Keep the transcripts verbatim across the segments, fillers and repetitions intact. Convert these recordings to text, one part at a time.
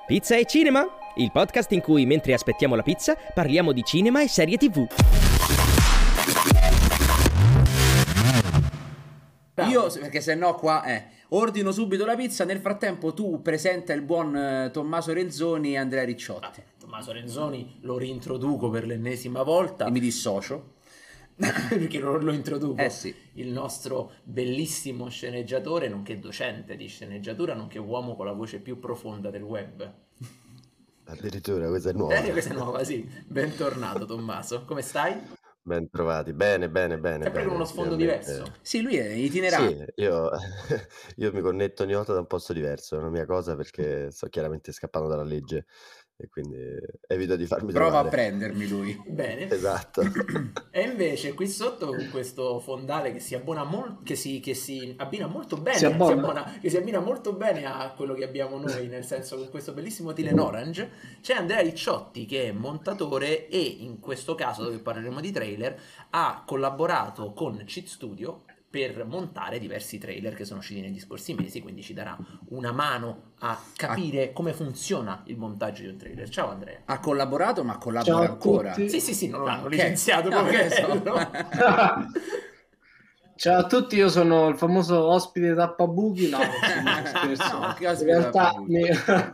Pizza e Cinema, il podcast in cui mentre aspettiamo la pizza parliamo di cinema e serie tivù. Io, perché se no qua eh, ordino subito la pizza, nel frattempo tu presenta il buon eh, Tommaso Renzoni e Andrea Ricciotti. Ah, Tommaso Renzoni lo reintroduco per l'ennesima volta E mi dissocio. perché non lo introduco. Eh sì. Il nostro bellissimo sceneggiatore, nonché docente di sceneggiatura, nonché uomo con la voce più profonda del web. Addirittura, questa è nuova. Eh, questa è nuova, sì. Bentornato Tommaso, come stai? Ben trovati, bene, bene, bene. Sempre bene, con uno sfondo finalmente. diverso. Sì, lui è itinerante. Sì, io, io mi connetto ogni volta da un posto diverso, è una mia cosa perché sto chiaramente scappando dalla legge e quindi evito di farmi Prova a trovare. prendermi lui. Bene. Esatto. E invece qui sotto con questo fondale che si abbona molto, che si, che si abbina molto bene, Si abbona. abbona- che si abbina molto bene a quello che abbiamo noi, nel senso con questo bellissimo Tilen Orange, c'è Andrea Ricciotti che è montatore e in questo caso, dove parleremo di trailer, ha collaborato con Cheat Studio per montare diversi trailer che sono usciti negli scorsi mesi, quindi ci darà una mano a capire come funziona il montaggio di un trailer. Ciao Andrea. Ha collaborato, ma collabora Ciao a ancora. tutti. Sì, sì, sì, non Ah, l'hanno ok. licenziato, No, che poverello. so. Ciao a tutti, io sono il famoso ospite tappabuchi. No, non scherzo. No, che in, ospite realtà, tappabuchi? mi-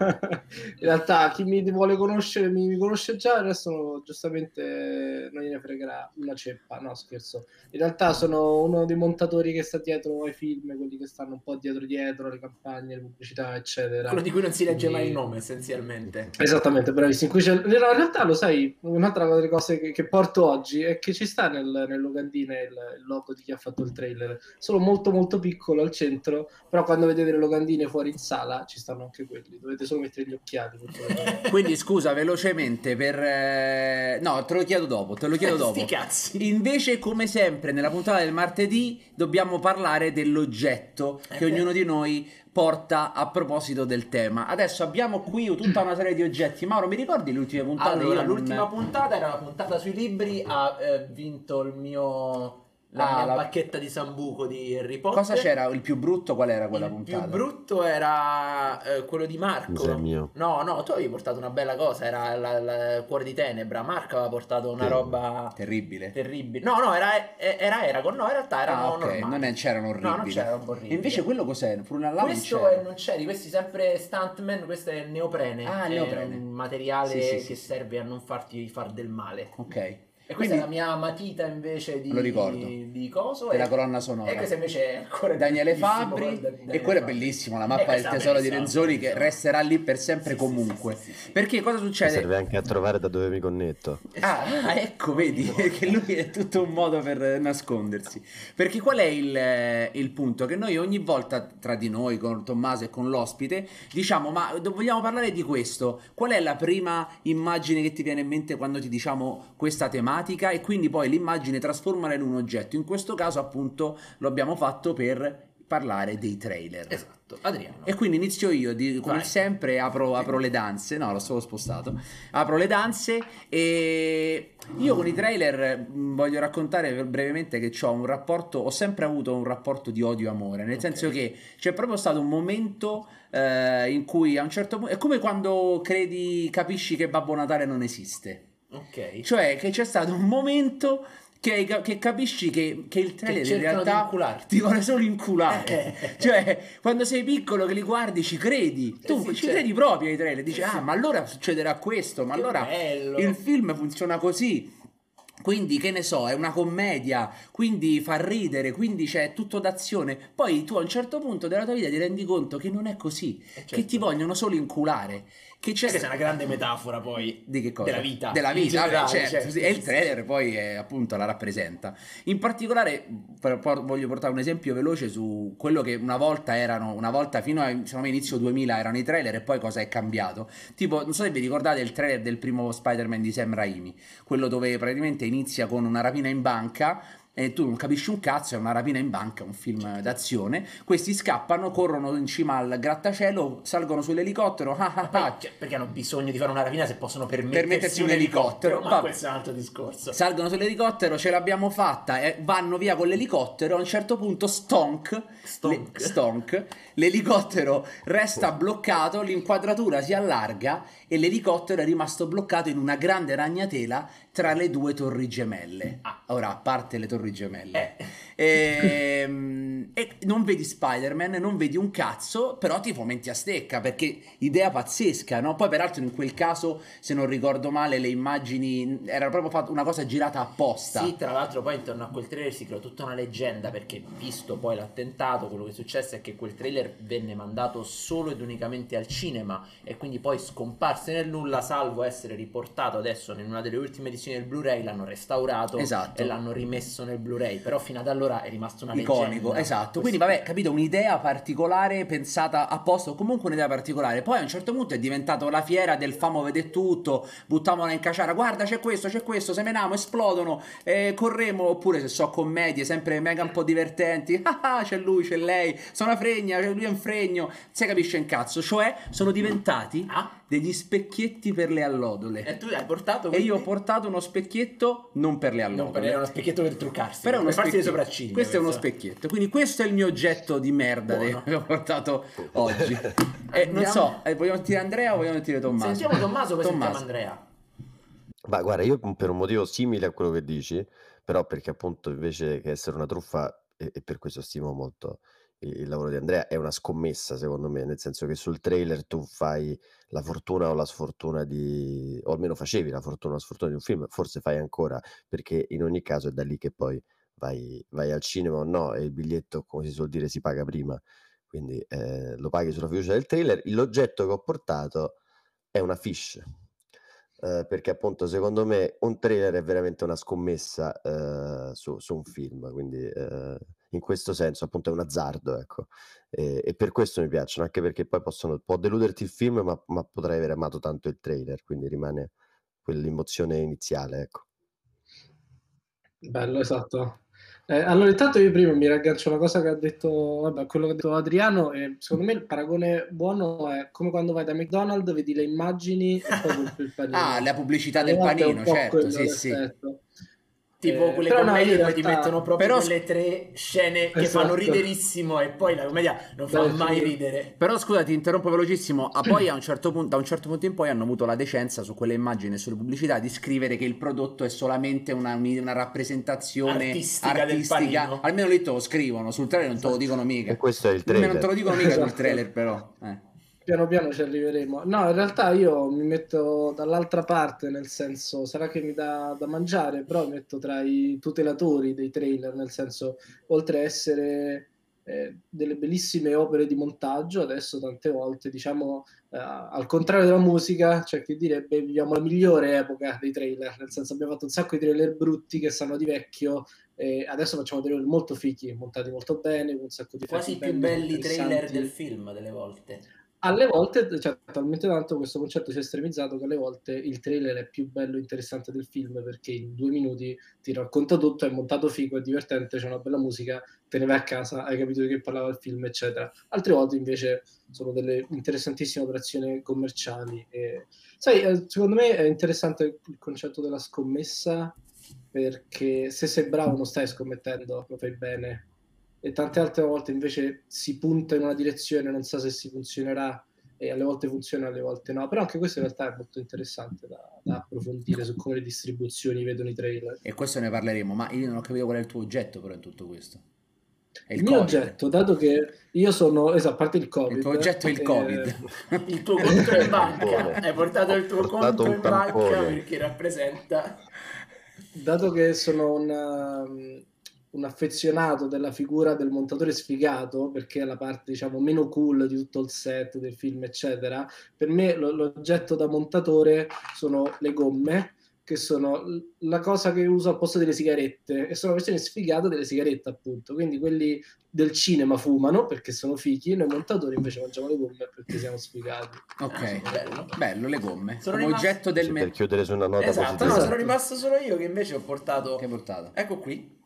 in realtà chi mi vuole conoscere mi, mi conosce già, adesso giustamente non gliene fregherà una ceppa. No, scherzo. In realtà sono uno dei montatori che sta dietro ai film, quelli che stanno un po' dietro dietro, le campagne, le pubblicità, eccetera. Quello di cui non si legge Quindi- mai il nome, essenzialmente. Esattamente, bravissimo. In, cui c'è- in realtà lo sai, un'altra delle cose che, che porto oggi è che ci sta nel, nel locandine il, il logo di chi ha fatto il trailer, solo molto molto piccolo al centro, però quando vedete le locandine fuori in sala ci stanno anche quelli, dovete solo mettere gli occhiali. perché- Quindi scusa, velocemente per... eh, No, te lo chiedo dopo, te lo chiedo dopo. Sti cazzi. Invece, come sempre, nella puntata del martedì dobbiamo parlare dell'oggetto che Eh beh. ognuno di noi porta a proposito del tema. Adesso abbiamo qui tutta una serie di oggetti. Mauro, mi ricordi le ultime puntate? Allora, Io non- l'ultima puntata era la puntata sui libri, ha eh, vinto il mio... la Ah, mia la- bacchetta di Sambuco di Harry Potter. Cosa c'era? Il più brutto qual era quella Il puntata? più brutto era eh, quello di Marco. Cos'è mio? No, no, tu avevi portato una bella cosa, era la- la- Cuore di Tenebra. Marco aveva portato una Sì. roba Terribile. terribile. No, no, era, era Eragon, no, in realtà erano Ah, ok, normali. non è- c'erano orribili. No, non c'erano orribili. E invece quello cos'è? Frunallà non Questo c'era. è, non c'è, di questi sempre stuntman, questo è il neoprene. Ah, il è neoprene. un materiale Sì, sì, sì, che sì. serve a non farti far del male. Ok. E questa Quindi è la mia matita invece di, Me lo ricordo. di, di coso. della e- colonna sonora. E questa invece è ancora Daniele bellissimo, Fabbri, Da- Daniele e quello è Fabbri. bellissimo, la E mappa del questa tesoro di bellissima, Renzoni che bellissima. resterà lì per sempre Sì, sì, comunque. sì, sì, sì. Perché cosa Mi succede? serve anche a trovare da dove mi connetto. Ah, ah, ecco, vedi che lui è tutto un modo per nascondersi. Perché qual è il, eh, il punto? Che noi ogni volta tra di noi, con Tommaso e con l'ospite, diciamo, ma do- vogliamo parlare di questo? Qual è la prima immagine che ti viene in mente quando ti diciamo questa tematica? E quindi poi l'immagine trasformala in un oggetto. In questo caso appunto lo abbiamo fatto per parlare dei trailer. Esatto, Adriano. E quindi inizio io, di- come Vai. sempre apro, apro le danze, no, l'ho solo spostato, apro le danze e io con i trailer mh, voglio raccontare per- brevemente che ho un rapporto, ho sempre avuto un rapporto di odio-amore, nel Ok. senso che c'è proprio stato un momento eh, in cui a un certo punto, è come quando credi, capisci che Babbo Natale non esiste, Ok. cioè che c'è stato un momento... Che, che capisci che, che il trailer in cercano di realtà incularti. ti vuole solo inculare. Eh. Cioè, quando sei piccolo che li guardi ci credi. Tu Eh sì, ci certo. credi proprio ai trailer. Dici, Sì, ah, sì. ma allora succederà questo, ma Che allora bello. il film funziona così. Quindi, che ne so, è una commedia, quindi fa ridere, quindi c'è tutto d'azione. Poi tu a un certo punto della tua vita ti rendi conto che non è così, Eh, certo. che ti vogliono solo inculare. Che c'è Questa è una grande metafora poi di che cosa? della vita. Della in vita, vabbè, generale, certo, certo, sì, sì, e il sì, trailer poi è, appunto la rappresenta. In particolare per- por- voglio portare un esempio veloce su quello che una volta erano, una volta fino a secondo me, inizio duemila erano i trailer e poi cosa è cambiato. Tipo, non so se vi ricordate il trailer del primo Spider-Man di Sam Raimi, quello dove praticamente inizia con una rapina in banca e tu non capisci un cazzo, è una rapina in banca, un film d'azione. Questi scappano, corrono in cima al grattacielo, salgono sull'elicottero, ah, ah, Poi, ah, cioè, perché hanno bisogno di fare una rapina se possono permettersi, permettersi un un elicottero. elicottero? Ma Vabbè. questo è un altro discorso. salgono sull'elicottero, ce l'abbiamo fatta, e vanno via con l'elicottero. A un certo punto stonk, Stonk. le- stonk, l'elicottero resta bloccato, l'inquadratura si allarga e l'elicottero è rimasto bloccato in una grande ragnatela tra le due torri gemelle. Ah. Ora, a parte le torri gemelle, Eh. Ehm, e non vedi Spider-Man, non vedi un cazzo, però ti fomenti a stecca, perché idea pazzesca, no? Poi peraltro in quel caso, se non ricordo male, le immagini era proprio fatto una cosa girata apposta. Sì, tra l'altro poi intorno a quel trailer si creò tutta una leggenda, perché visto poi l'attentato, quello che è successo è che quel trailer venne mandato solo ed unicamente al cinema e quindi poi scomparse nel nulla, salvo essere riportato adesso in una delle ultime edizioni del Blu-ray, l'hanno restaurato Esatto. e l'hanno rimesso nel Blu-ray, però fino ad allora è rimasta una Iconico, leggenda. esatto. Quindi vabbè, capito, un'idea particolare pensata apposta, o comunque un'idea particolare. Poi a un certo punto è diventato la fiera del famo vede tutto, buttiamola in caciara, guarda c'è questo, c'è questo, semeniamo, esplodono, eh, corremo, oppure se so commedie sempre mega un po' divertenti, ah ah, c'è lui, c'è lei, sono una fregna, c'è lui è un fregno, si capisce un cazzo, cioè sono diventati Ah, degli specchietti per le allodole. e tu hai portato E io ho quindi- portato uno specchietto non per le allodole. non per uno specchietto per truccarsi, Però è uno per farsi le specchietto. sopracciglia. Questo è uno questo. specchietto. Quindi questo è il mio oggetto di merda Buono. che ho portato oggi. Eh, non Andiamo- so, eh, vogliamo tirare Andrea o vogliamo tirare Tommaso? Sentiamo Tommaso, poi sentiamo Tommaso. Andrea. Ma guarda, io per un motivo simile a quello che dici, però perché appunto invece che essere una truffa, e, e per questo stimo molto il, il lavoro di Andrea, è una scommessa secondo me, nel senso che sul trailer tu fai la fortuna o la sfortuna di, o almeno facevi la fortuna o la sfortuna di un film, forse fai ancora, perché in ogni caso è da lì che poi vai, vai al cinema o no, e il biglietto, come si suol dire, si paga prima, quindi eh, lo paghi sulla fiducia del trailer. L'oggetto che ho portato è una fiche. Eh, perché appunto secondo me un trailer è veramente una scommessa eh, su, su un film, quindi eh, in questo senso appunto è un azzardo, ecco, e, e per questo mi piacciono, anche perché poi possono, può deluderti il film, ma, ma potrai aver amato tanto il trailer, quindi rimane quell'emozione iniziale, ecco. Bello, esatto. Eh, allora, intanto io prima mi raggancio a una cosa che ha detto, vabbè, quello che ha detto Adriano, e secondo me il paragone buono è come quando vai da McDonald's, vedi le immagini e poi compri il panino. Ah, la pubblicità Alle del volte è un panino, po' certo, quello sì, sì. l'effetto. Tipo Eh, quelle però no, commedie in dove ti realtà- mettono proprio però- quelle tre scene che Esatto. fanno riderissimo e poi la commedia non fa Dai, mai sì. ridere. Però scusa, ti interrompo velocissimo. Ah, poi a un certo punto, da un certo punto in poi hanno avuto la decenza su quelle immagini e sulle pubblicità di scrivere che il prodotto è solamente una, una rappresentazione Artistica del artistica. panino. Almeno lì te lo scrivono, sul trailer non te lo dicono mica. E questo è il Non te trailer. lo dicono mica sul Esatto. trailer, però. Eh. Piano piano ci arriveremo. No, in realtà io mi metto dall'altra parte, nel senso, sarà che mi dà da mangiare, però mi metto tra i tutelatori dei trailer, nel senso, oltre a essere eh, delle bellissime opere di montaggio, adesso tante volte, diciamo, eh, al contrario della musica, c'è chi direbbe viviamo la migliore epoca dei trailer, nel senso abbiamo fatto un sacco di trailer brutti che sanno di vecchio, e adesso facciamo trailer molto fighi, montati molto bene, con un sacco di Quasi effetti più belli, belli trailer interessanti. del film delle volte. Alle volte, cioè, talmente tanto questo concetto si è estremizzato che alle volte il trailer è più bello e interessante del film, perché in due minuti ti racconta tutto, è montato figo, è divertente, c'è una bella musica, te ne vai a casa, hai capito di che parlava il film, eccetera. Altre volte invece sono delle interessantissime operazioni commerciali. E... Sai, eh, secondo me è interessante il concetto della scommessa, perché se sei bravo non stai scommettendo, lo fai bene. E tante altre volte invece si punta in una direzione, non sa se si funzionerà, e alle volte funziona, alle volte no. Però anche questo in realtà è molto interessante da, da approfondire su come le distribuzioni vedono i trailer. E questo ne parleremo, ma io non ho capito qual è il tuo oggetto però in tutto questo. È Il, il mio Covid. oggetto, dato che io sono, esatto, a parte il Covid, Il tuo oggetto è il eh, Covid. Il tuo conto in banca. Tampone. Hai portato il tuo Ho portato conto un in banca tampone. perché rappresenta... dato che sono una, un affezionato della figura del montatore sfigato, perché è la parte, diciamo, meno cool di tutto il set del film, eccetera, per me lo- l'oggetto da montatore sono le gomme, che sono l- la cosa che uso al posto delle sigarette, e sono la versione sfigata delle sigarette, appunto. Quindi quelli del cinema fumano perché sono fichi, noi montatori invece mangiamo le gomme perché siamo sfigati. Ok, Ah, bello. bello, le gomme. Sono Come rimasto- oggetto del Sì, me- per chiudere su una nota Esatto, no, positiva. sono rimasto solo io che invece ho portato... Che hai portato? Ecco qui.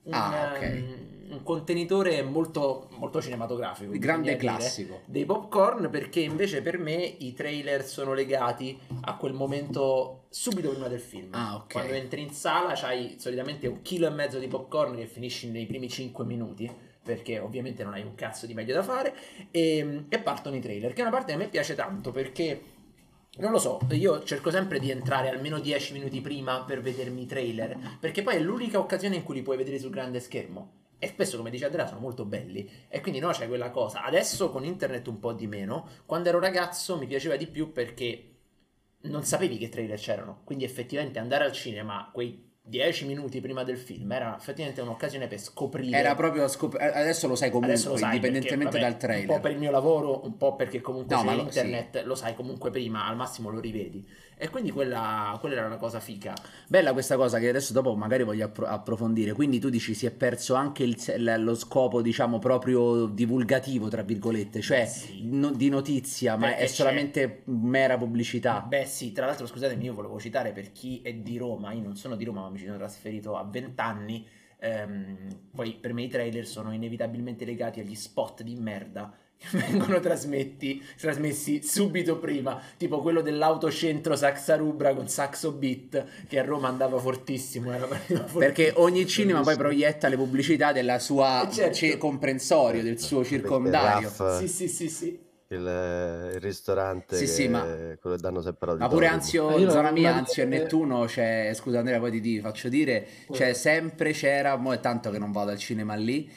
un, Ah, ok. um, un contenitore molto, molto cinematografico, Il grande bisogna dire, classico. dei popcorn, perché invece per me i trailer sono legati a quel momento subito prima del film. Ah, ok. Quando entri in sala c'hai solitamente un chilo e mezzo di popcorn che finisci nei primi cinque minuti, perché ovviamente non hai un cazzo di meglio da fare, e, e partono i trailer, che è una parte che a me piace tanto perché, non lo so, io cerco sempre di entrare almeno dieci minuti prima per vedermi i trailer, perché poi è l'unica occasione in cui li puoi vedere sul grande schermo. E spesso, come dice Andrea, sono molto belli. E quindi no, c'è quella cosa. Adesso con internet un po' di meno. Quando ero ragazzo mi piaceva di più perché non sapevi che trailer c'erano. Quindi effettivamente andare al cinema quei dieci minuti prima del film era effettivamente un'occasione per scoprire. Era proprio scop- adesso lo sai comunque, Adesso lo sai indipendentemente perché, vabbè, dal trailer. un po' per il mio lavoro, un po' perché comunque No, c'è ma lo- internet, lo sai comunque prima, al massimo lo rivedi. E quindi quella, quella era una cosa figa. Bella questa cosa che adesso dopo magari voglio appro- approfondire. Quindi tu dici si è perso anche il- l- lo scopo, diciamo, proprio divulgativo, tra virgolette, cioè Sì. no- di notizia, ma Perché è c'è- solamente mera pubblicità. Beh sì, tra l'altro scusatemi, io volevo citare per chi è di Roma, io non sono di Roma ma mi ci sono trasferito a venti anni, ehm, poi per me i trailer sono inevitabilmente legati agli spot di merda che vengono trasmetti, trasmessi subito prima, tipo quello dell'autocentro Saxa Rubra con Saxo Beat che a Roma andava fortissimo, era Perché ogni cinema poi proietta le pubblicità della sua Eh, certo. ce- comprensorio, del suo Il circondario. Raff, Sì, sì, sì, sì. il, il ristorante, Sì, che, sì, ma- quello che danno sempre Ma pure all'auditorium. Anzio, Ah, io zona una mia, delle- Anzio e Nettuno c'è, scusa Andrea, poi ti, ti faccio dire, c'è sempre, c'era, mo è tanto che non vado al cinema lì,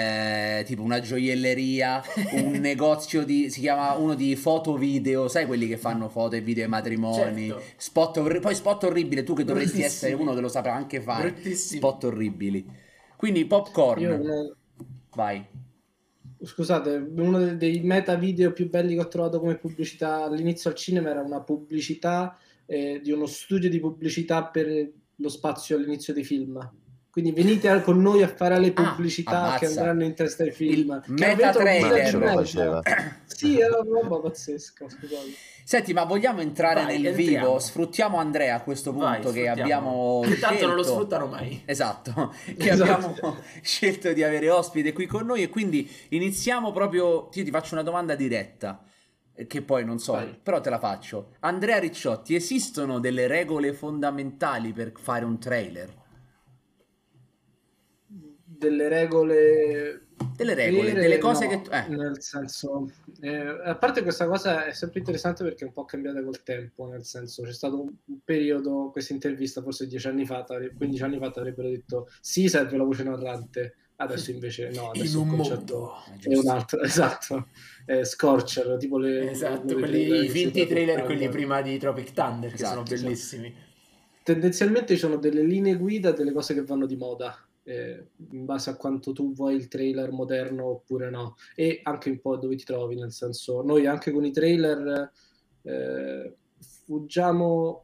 eh, tipo una gioielleria, un negozio di, si chiama uno di foto video, sai quelli che fanno foto e video ai matrimoni, Certo. spot orri- poi spot orribili, tu che dovresti Bruttissimi. essere uno che lo saprà anche fare, Bruttissimi. spot orribili. Quindi popcorn, Io uno- vai. Scusate, uno dei, dei meta video più belli che ho trovato come pubblicità all'inizio al cinema era una pubblicità eh, di uno studio di pubblicità per lo spazio all'inizio dei film. Quindi venite a- con noi a fare le Ah, pubblicità ammazza. che andranno in testa ai film. Il Che meta avete un trailer. villaggio Lo mezzo. faceva. Sì, era una roba pazzesca, scusate. Senti, ma vogliamo entrare Vai, nel entriamo. vivo? Sfruttiamo Andrea a questo punto Vai, che sfruttiamo. abbiamo Che tanto non lo scelto. sfruttano mai. Esatto, che Esatto. abbiamo scelto di avere ospite qui con noi e quindi iniziamo proprio, io ti faccio una domanda diretta, eh, che poi non so, Vai. però te la faccio. Andrea Ricciotti, esistono delle regole fondamentali per fare un trailer? Delle regole Delle regole, vere, delle cose no, che tu- eh. nel senso, eh, a parte questa cosa è sempre interessante perché è un po' cambiata col tempo, nel senso c'è stato un un periodo, questa intervista forse dieci anni fa, t'avre- quindici anni fa ti avrebbero detto sì, serve la voce narrante, adesso invece no, In adesso un il concetto mondo. Ah, è giusto. un altro, esatto, eh, Scorcher, tipo le, Esatto, le- le quelli, trailer i che finti ci trailer, sono. quelli prima di Tropic Thunder, che Esatto, sono esatto. bellissimi. Tendenzialmente ci sono delle linee guida, delle cose che vanno di moda, eh, in base a quanto tu vuoi il trailer moderno oppure no, e anche un po' dove ti trovi, nel senso, noi anche con i trailer eh, fuggiamo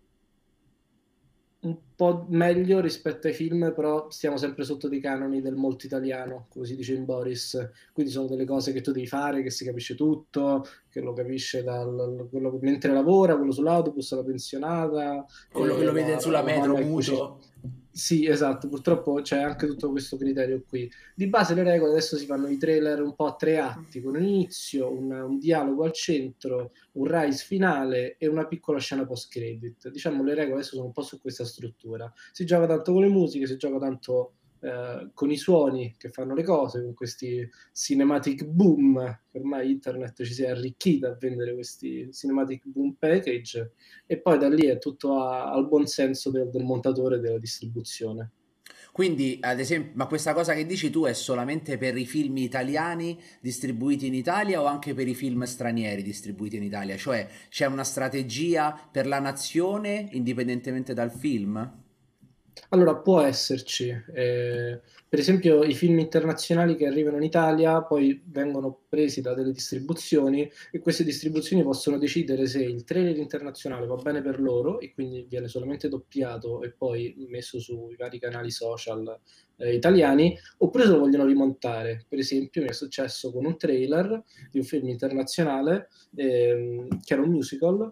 un po' meglio rispetto ai film, però stiamo sempre sotto dei canoni del molto italiano, come si dice in Boris, quindi sono delle cose che tu devi fare, che si capisce tutto, che lo capisce dal, quello che mentre lavora, quello sull'autobus, la pensionata, Quello eh, che lo vede la- sulla la metro mamma in cucina. muto. Sì, esatto, purtroppo c'è anche tutto questo criterio qui. Di base le regole adesso si fanno i trailer un po' a tre atti, con un inizio, un, un dialogo al centro, un rise finale e una piccola scena post-credit. Diciamo le regole adesso sono un po' su questa struttura. Si gioca tanto con le musiche, si gioca tanto eh, con i suoni che fanno le cose, con questi cinematic boom, che ormai internet ci si è arricchita a vendere questi cinematic boom package, e poi da lì è tutto a- al buon senso del, del montatore e della distribuzione. Quindi, ad esempio, ma questa cosa che dici tu è solamente per i film italiani distribuiti in Italia o anche per i film stranieri distribuiti in Italia? Cioè, c'è una strategia per la nazione indipendentemente dal film? Allora, può esserci, eh, per esempio i film internazionali che arrivano in Italia poi vengono presi da delle distribuzioni e queste distribuzioni possono decidere se il trailer internazionale va bene per loro e quindi viene solamente doppiato e poi messo sui vari canali social eh, italiani, oppure se lo vogliono rimontare. Per esempio mi è successo con un trailer di un film internazionale ehm, che era un musical,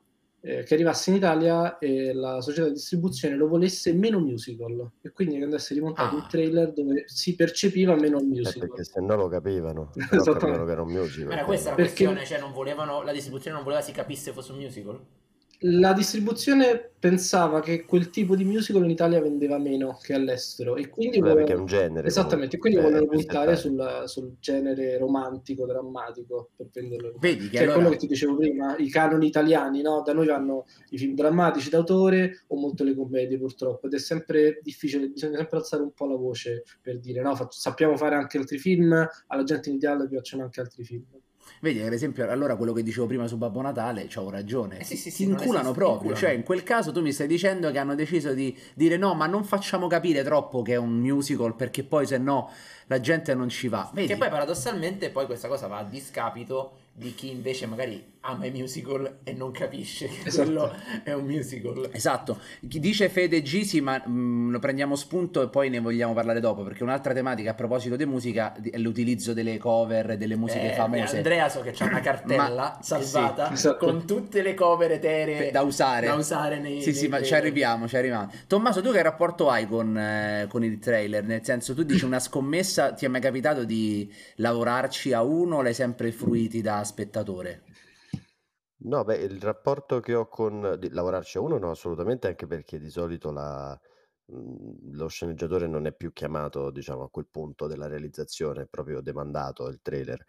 eh, che arrivasse in Italia e la società di distribuzione lo volesse meno musical, e quindi che andasse rimontato Ah. un trailer dove si percepiva meno il Eh, musical. perché se no lo capivano, se no Esattamente. capivano che era un musical. Ma era questa la Perché- questione, cioè non volevano, la distribuzione non voleva si capisse fosse un musical? La distribuzione pensava che quel tipo di musical in Italia vendeva meno che all'estero, e quindi Beh, perché è volevano- un genere. esattamente, comunque, quindi cioè, volevano questo è puntare tardi. sul, sul genere romantico, drammatico, per venderlo. Vedi che Che è allora... quello che ti dicevo prima, i canoni italiani, no? Da noi vanno i film drammatici d'autore o molto le commedie, purtroppo, ed è sempre difficile, bisogna sempre alzare un po' la voce per dire no, fa- sappiamo fare anche altri film, alla gente in Italia piacciono anche altri film. Vedi, ad esempio, allora quello che dicevo prima su Babbo Natale, c'avevo ragione. Eh sì, sì, ti sì, non inculano esiste, proprio. inculano. Cioè, in quel caso tu mi stai dicendo che hanno deciso di dire no, ma non facciamo capire troppo che è un musical, perché poi se no la gente non ci va. Vedi? Che poi paradossalmente poi questa cosa va a discapito di chi invece magari ama i musical e non capisce che Esatto. quello è un musical. Esatto, chi dice Fede G, sì, ma mh, lo prendiamo spunto e poi ne vogliamo parlare dopo, perché un'altra tematica a proposito di musica di- è l'utilizzo delle cover e delle musiche Eh, famose Andrea so che c'ha una cartella Ma- salvata sì, esatto. con tutte le cover eteree da usare. da usare nei, Sì, sì, nei ma ci trailer. arriviamo, ci arriviamo. Tommaso, tu che rapporto hai con, eh, con il trailer? Nel senso, tu dici una scommessa, ti è mai capitato di lavorarci a uno o l'hai sempre fruiti da spettatore? No, beh, il rapporto che ho con di lavorarci a uno no, assolutamente, anche perché di solito la, mh, lo sceneggiatore non è più chiamato, diciamo, a quel punto della realizzazione, è proprio demandato il trailer.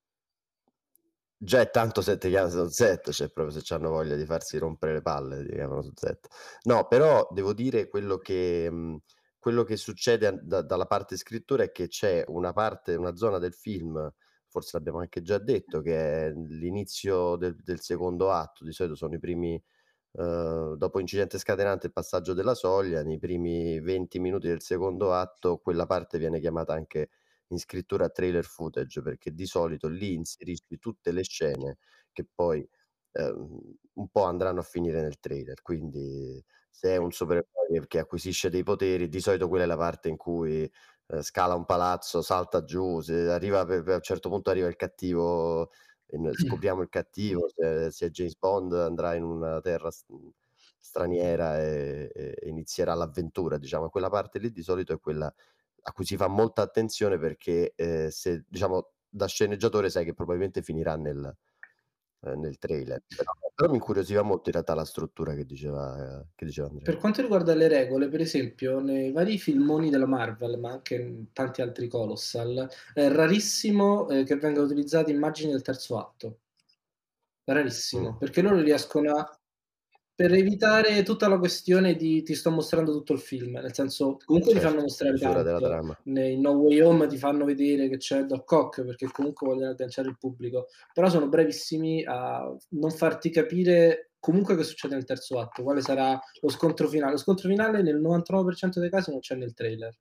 Già è tanto se ti chiamano sul set, cioè proprio se hanno voglia di farsi rompere le palle, ti chiamano sul set. No, però devo dire quello che, mh, quello che succede a- da- dalla parte scrittura è che c'è una parte, una zona del film, forse l'abbiamo anche già detto, che è l'inizio del, del secondo atto, di solito sono i primi, eh, dopo incidente scatenante, il passaggio della soglia, nei primi venti minuti del secondo atto, quella parte viene chiamata anche in scrittura trailer footage, perché di solito lì inserisci tutte le scene che poi ehm, un po' andranno a finire nel trailer. Quindi se è un supereroe che- che acquisisce dei poteri, di solito quella è la parte in cui eh, scala un palazzo, salta giù, se arriva per- per- a un certo punto arriva il cattivo, e noi scopriamo il cattivo, se, se è James Bond andrà in una terra s- straniera e, e inizierà l'avventura, diciamo. Quella parte lì di solito è quella a cui si fa molta attenzione, perché eh, se diciamo da sceneggiatore sai che probabilmente finirà nel, eh, nel trailer. Però, però mi incuriosiva molto in realtà la struttura che diceva, eh, che diceva Andrea. Per quanto riguarda le regole, per esempio, nei vari filmoni della Marvel, ma anche in tanti altri colossal, è rarissimo eh, che vengano utilizzate immagini del terzo atto. Rarissimo, Mm. perché loro riescono a... per evitare tutta la questione di ti sto mostrando tutto il film, nel senso, comunque ti Certo, fanno mostrare chiusura della tanto, trama. nei No Way Home ti fanno vedere che c'è Doc Ock, perché comunque vogliono agganciare il pubblico, però sono bravissimi a non farti capire comunque che succede nel terzo atto, quale sarà lo scontro finale. Lo scontro finale nel novantanove per cento dei casi non c'è nel trailer.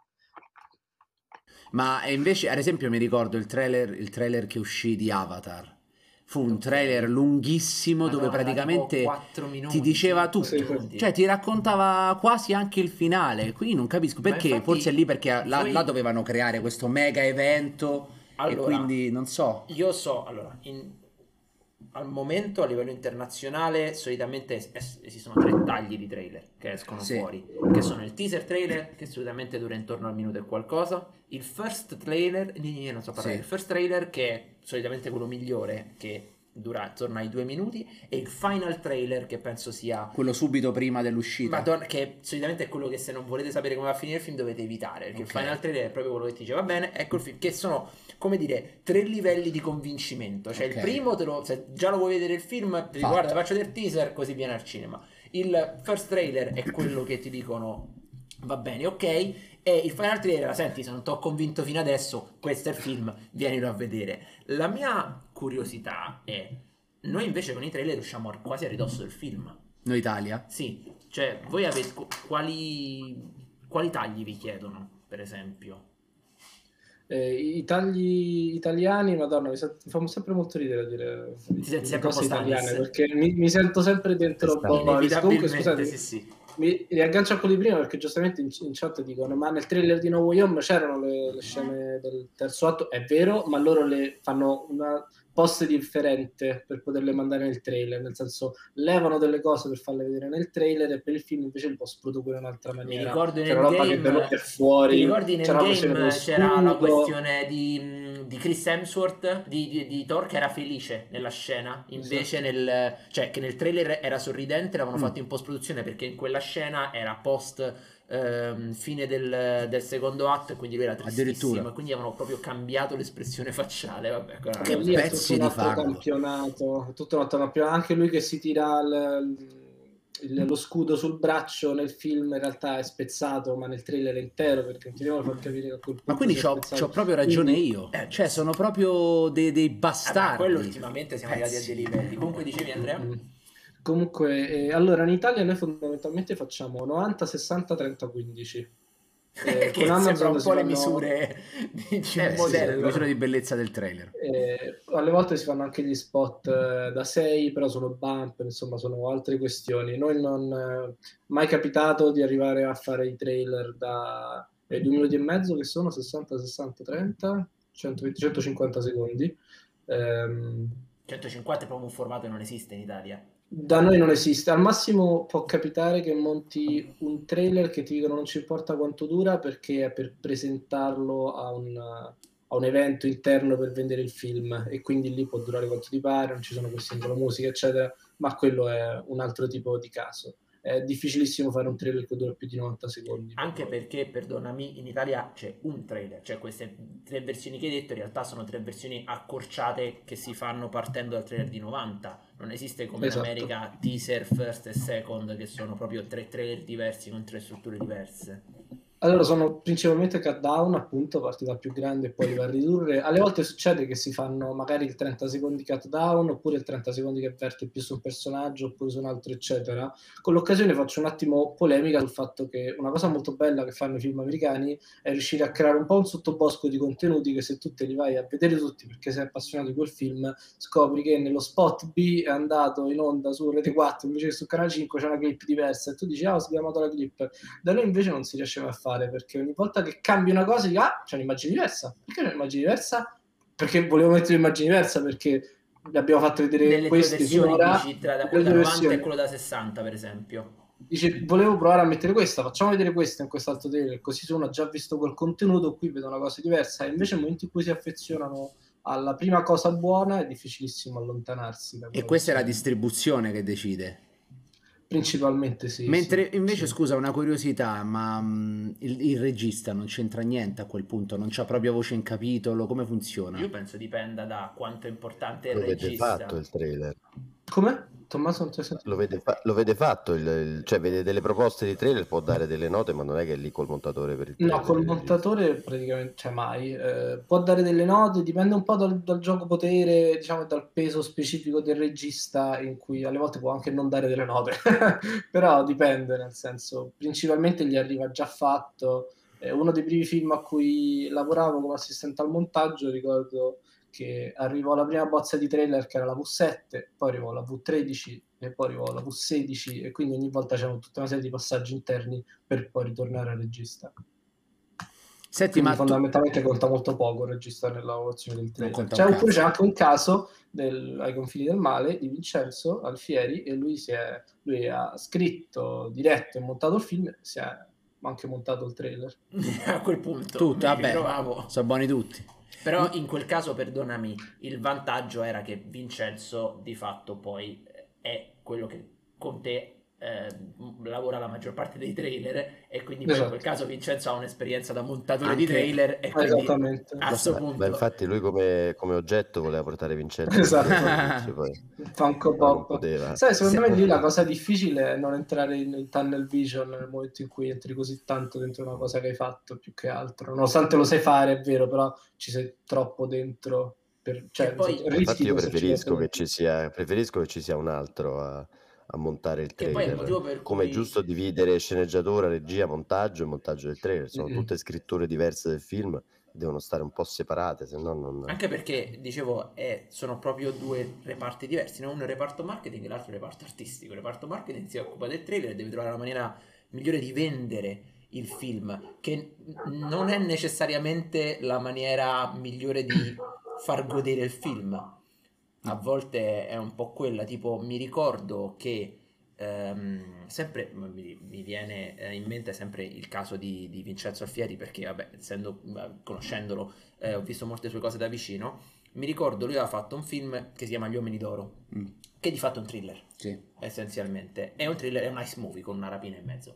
Ma e invece, ad esempio, mi ricordo il trailer, il trailer che uscì di Avatar. Fu un Ok. trailer lunghissimo dove Madonna, praticamente tipo quattro minuti, ti diceva cinque tutto, minuti. cioè ti raccontava quasi anche il finale. Quindi non capisco Ma perché, infatti forse è lì perché là, voi- là dovevano creare questo mega evento e Allora, quindi non so. Io so, allora, in- al momento a livello internazionale solitamente es- es- esistono tre tagli di trailer che escono Sì. fuori, che sono il teaser trailer, che solitamente dura intorno al minuto e qualcosa, il first trailer, io non so parlare, Sì. il first trailer che è solitamente quello migliore, che dura attorno ai due minuti, e il final trailer che penso sia... Quello subito prima dell'uscita. Madonna, che solitamente è quello che se non volete sapere come va a finire il film dovete evitare, perché Ok. il final trailer è proprio quello che ti dice va bene, ecco il film, che sono, come dire, tre livelli di convincimento. Cioè Ok. il primo, te lo, se già lo vuoi vedere il film, ti dici, Fatto. guarda, faccio del teaser così viene al cinema. Il first trailer è quello che ti dicono va bene, ok, e il final trailer, senti, se non ti ho convinto fino adesso, questo è il film, vienilo a vedere. La mia curiosità è, noi invece con i trailer usciamo a- quasi a ridosso del film. Noi Italia? Sì, cioè voi avete qu- quali, quali tagli vi chiedono, per esempio? Eh, I tagli italiani, madonna, mi, sa- mi fa sempre molto ridere a dire Ti senti le sempre cose un po' italiane, Stanis? perché mi, mi sento sempre dentro Stanis. Boris. Comunque Inevitabilmente, scusate, sì, sì. mi riaggancio a quelli prima perché giustamente in, in chat dicono ma nel trailer di No Way Home c'erano le, le scene del terzo atto, è vero, ma loro le fanno una post differente per poterle mandare nel trailer, nel senso levano delle cose per farle vedere nel trailer e per il film invece li post producono in un'altra Mi maniera. ricordo in C'è una roba che da noi Endgame, è fuori, ti ricordi in c'era la questione Endgame dello c'era la scudo. questione di, di Chris Hemsworth, di, di, di Thor che era felice nella scena, invece Esatto. nel, cioè che nel trailer era sorridente, l'avevano Mm. fatto in post produzione perché in quella scena era post ehm, fine del, del secondo atto e quindi lui era tristissimo Addirittura. e quindi avevano proprio cambiato l'espressione facciale, vabbè, quella Che era- lì è pezzi tutto un di altro fango. campionato, è tutto un altro campionato. Anche lui che si tira il- il- lo scudo sul braccio nel film in realtà è spezzato, ma nel trailer è intero perché non ti devono far capire che a quel punto Ma quindi si è c'ho, spezzato. c'ho proprio ragione Quindi- io. Eh, Cioè, sono proprio dei, dei Ah, ma bastardi. quello ultimamente siamo arrivati a Pezzi. dei livelli. Comunque dicevi Andrea? Mm. Comunque, eh, allora in Italia noi fondamentalmente facciamo novanta, sessanta, trenta, quindici. Eh, che con sembra Amazon un si po' le fanno- misure di di un Eh, sì, sì, modello. misura di bellezza del trailer. Eh, alle volte si fanno anche gli spot eh, da sei, però sono bump, insomma, sono altre questioni. Noi non è mai capitato di arrivare a fare i trailer da eh, due minuti e mezzo, che sono sessanta, sessanta, trenta, centoventi, centocinquanta secondi. Ehm, centocinquanta è proprio un formato che non esiste in Italia. Da noi non esiste, al massimo può capitare che monti un trailer che ti dicono non ci importa quanto dura perché è per presentarlo a un, a un evento interno per vendere il film e quindi lì può durare quanto ti pare, non ci sono questioni con la musica eccetera, ma quello è un altro tipo di caso. È difficilissimo fare un trailer che dura più di novanta secondi. Anche perché, perdonami, in Italia c'è un trailer, cioè queste tre versioni che hai detto in realtà sono tre versioni accorciate che si fanno partendo dal trailer di novanta. Non esiste come Esatto. in America teaser, first e second, che sono proprio tre trailer diversi con tre strutture diverse. Allora sono principalmente cut down, appunto, parti dal più grande e poi li va a ridurre. Alle volte succede che si fanno magari il trenta secondi cut down, oppure il trenta secondi che verte più su un personaggio, oppure su un altro, eccetera. Con l'occasione faccio un attimo polemica sul fatto che una cosa molto bella che fanno i film americani è riuscire a creare un po' un sottobosco di contenuti che se tu te li vai a vedere tutti perché sei appassionato di quel film, scopri che nello spot B è andato in onda su Rete quattro invece che su Canale cinque c'è una clip diversa e tu dici ah ho sgamato la clip. Da noi invece non si riesce mai a fare perché ogni volta che cambi una cosa dici ah c'è un'immagine diversa. Perché c'è un'immagine diversa? Perché volevo mettere un'immagine diversa perché le abbiamo fatto vedere Nelle tue queste versioni finora, dici tra da nelle quello da due novanta versioni. e quello da sessanta per esempio. Dice volevo provare a mettere questa, facciamo vedere questa in quest'altro trailer, così se uno ha già visto quel contenuto qui vede una cosa diversa e invece nel momento in cui si affezionano alla prima cosa buona è difficilissimo allontanarsi da E quella questa è la versione. distribuzione che decide. Principalmente sì. Mentre sì, invece, sì. scusa, una curiosità, ma mh, il, il regista non c'entra niente a quel punto, non c'ha proprio voce in capitolo, come funziona? Io penso dipenda da quanto è importante il Lo vede regista. fatto il trailer. Come? Tommaso non ti ho sentito? Lo vede, fa- lo vede fatto, il, il- cioè vede delle proposte di trailer, può dare delle note, ma non è che è lì col montatore per il trailer. No, col il regista. montatore praticamente, cioè mai. Eh, può dare delle note, dipende un po' dal, dal gioco potere, diciamo, dal peso specifico del regista, in cui alle volte può anche non dare delle note, però dipende, nel senso, principalmente gli arriva già fatto. Eh, uno dei primi film a cui lavoravo come assistente al montaggio, ricordo che arrivò la prima bozza di trailer che era la V sette, poi arrivò la V tredici e poi arrivò la V sedici e quindi ogni volta c'erano tutta una serie di passaggi interni per poi ritornare al regista. Senti, Quindi ma tu... fondamentalmente conta molto poco il regista nella lavorazione del trailer. conta C'è un oppure cazzo. c'è anche un caso del, ai confini del male di Vincenzo Alfieri e lui, si è, lui ha scritto, diretto e montato il film, si è anche montato il trailer. A quel punto Tutto, mi vabbè, ritrovavo. sono buoni tutti. Però in quel caso, perdonami, il vantaggio era che Vincenzo di fatto poi è quello che con te eh, lavora la maggior parte dei trailer e quindi poi Esatto. in quel caso Vincenzo ha un'esperienza da montatore Anche- di trailer e quindi Esattamente. a questo Ma, punto ma infatti lui come, come oggetto voleva portare Vincenzo Esatto. all'inizio, poi Funko ma non Pop. poteva. Sai, secondo Se- me lì la cosa difficile è non entrare in, in tunnel vision nel momento in cui entri così tanto dentro una cosa che hai fatto più che altro. Nonostante lo sai fare, è vero, però ci sei troppo dentro. Per, cioè, E poi- rischi Ma infatti io di esserci preferisco dentro. che ci sia, preferisco che ci sia un altro a, a montare il Che poi è il trailer. motivo per Come è cui giusto dividere sceneggiatura, regia, montaggio e montaggio del trailer. Sono Mm-mm. tutte scritture diverse del film devono stare un po' separate, se no non... Anche perché, dicevo, è, sono proprio due reparti diversi, no? Uno è il reparto marketing e l'altro è il reparto artistico. Il reparto marketing si occupa del trailer e deve trovare la maniera migliore di vendere il film, che non è necessariamente la maniera migliore di far godere il film. A volte è un po' quella, tipo mi ricordo che ehm, sempre mi, mi viene eh, in mente sempre il caso di, di Vincenzo Alfieri, perché vabbè, essendo eh, conoscendolo eh, ho visto molte sue cose da vicino. Mi ricordo lui aveva fatto un film che si chiama Gli uomini d'oro, Mm. che è di fatto un thriller, Sì. essenzialmente è un thriller, è un ice movie con una rapina in mezzo,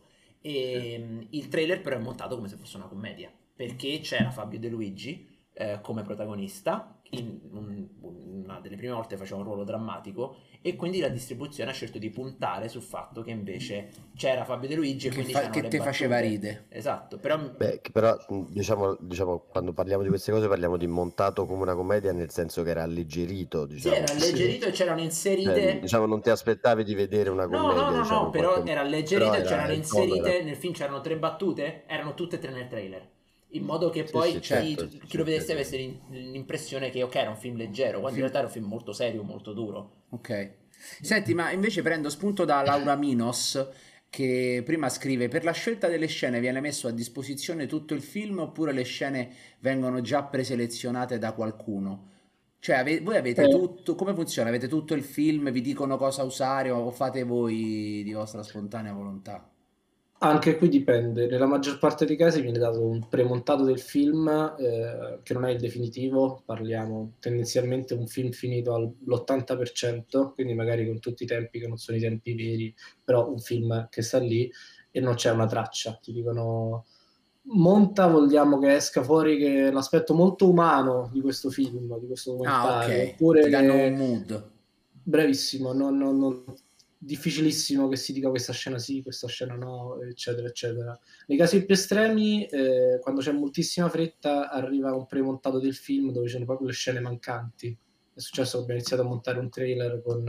e mh, il trailer però è montato come se fosse una commedia, perché c'era Fabio De Luigi eh, come protagonista, in un- una delle prime volte faceva un ruolo drammatico, e quindi la distribuzione ha scelto di puntare sul fatto che invece c'era Fabio De Luigi e Che, quindi fa- c'erano che le te faceva battute. ride. Esatto, però Beh, che però mh, diciamo, diciamo, quando parliamo di queste cose parliamo di montato come una commedia, nel senso che era alleggerito, sì, diciamo. era alleggerito e c'erano Cioè, inserite. diciamo, non ti aspettavi di vedere una No, no, commedia, no, diciamo, no, in però qualche era modo. alleggerito Però e era, c'erano il tono inserite, era... nel film c'erano tre battute, erano tutte e tre nel trailer, in modo che Sì, poi sì, chi, certo, chi sì, lo sì, vedesse sì. avesse l'in- l'impressione che ok era un film leggero, quando in realtà era un film molto serio, molto duro. Ok. Senti, ma invece prendo spunto da Laura Minos, che prima scrive: per la scelta delle scene viene messo a disposizione tutto il film oppure le scene vengono già preselezionate da qualcuno? Cioè, ave- voi avete Eh, tutto, come funziona? Avete tutto il film, vi dicono cosa usare o fate voi di vostra spontanea volontà? Anche qui dipende, nella maggior parte dei casi viene dato un premontato del film eh, che non è il definitivo, parliamo tendenzialmente un film finito all'ottanta per cento, quindi magari con tutti i tempi che non sono i tempi veri, però un film che sta lì e non c'è una traccia, ti dicono monta, vogliamo che esca fuori che l'aspetto molto umano di questo film, di questo Ah, documentario, ok. oppure Ti danno un che mood. brevissimo, non, non- non- difficilissimo che si dica questa scena sì, questa scena no, eccetera, eccetera. Nei casi più estremi, eh, quando c'è moltissima fretta, arriva un premontato del film dove ci sono proprio le scene mancanti. È successo che abbiamo iniziato a montare un trailer con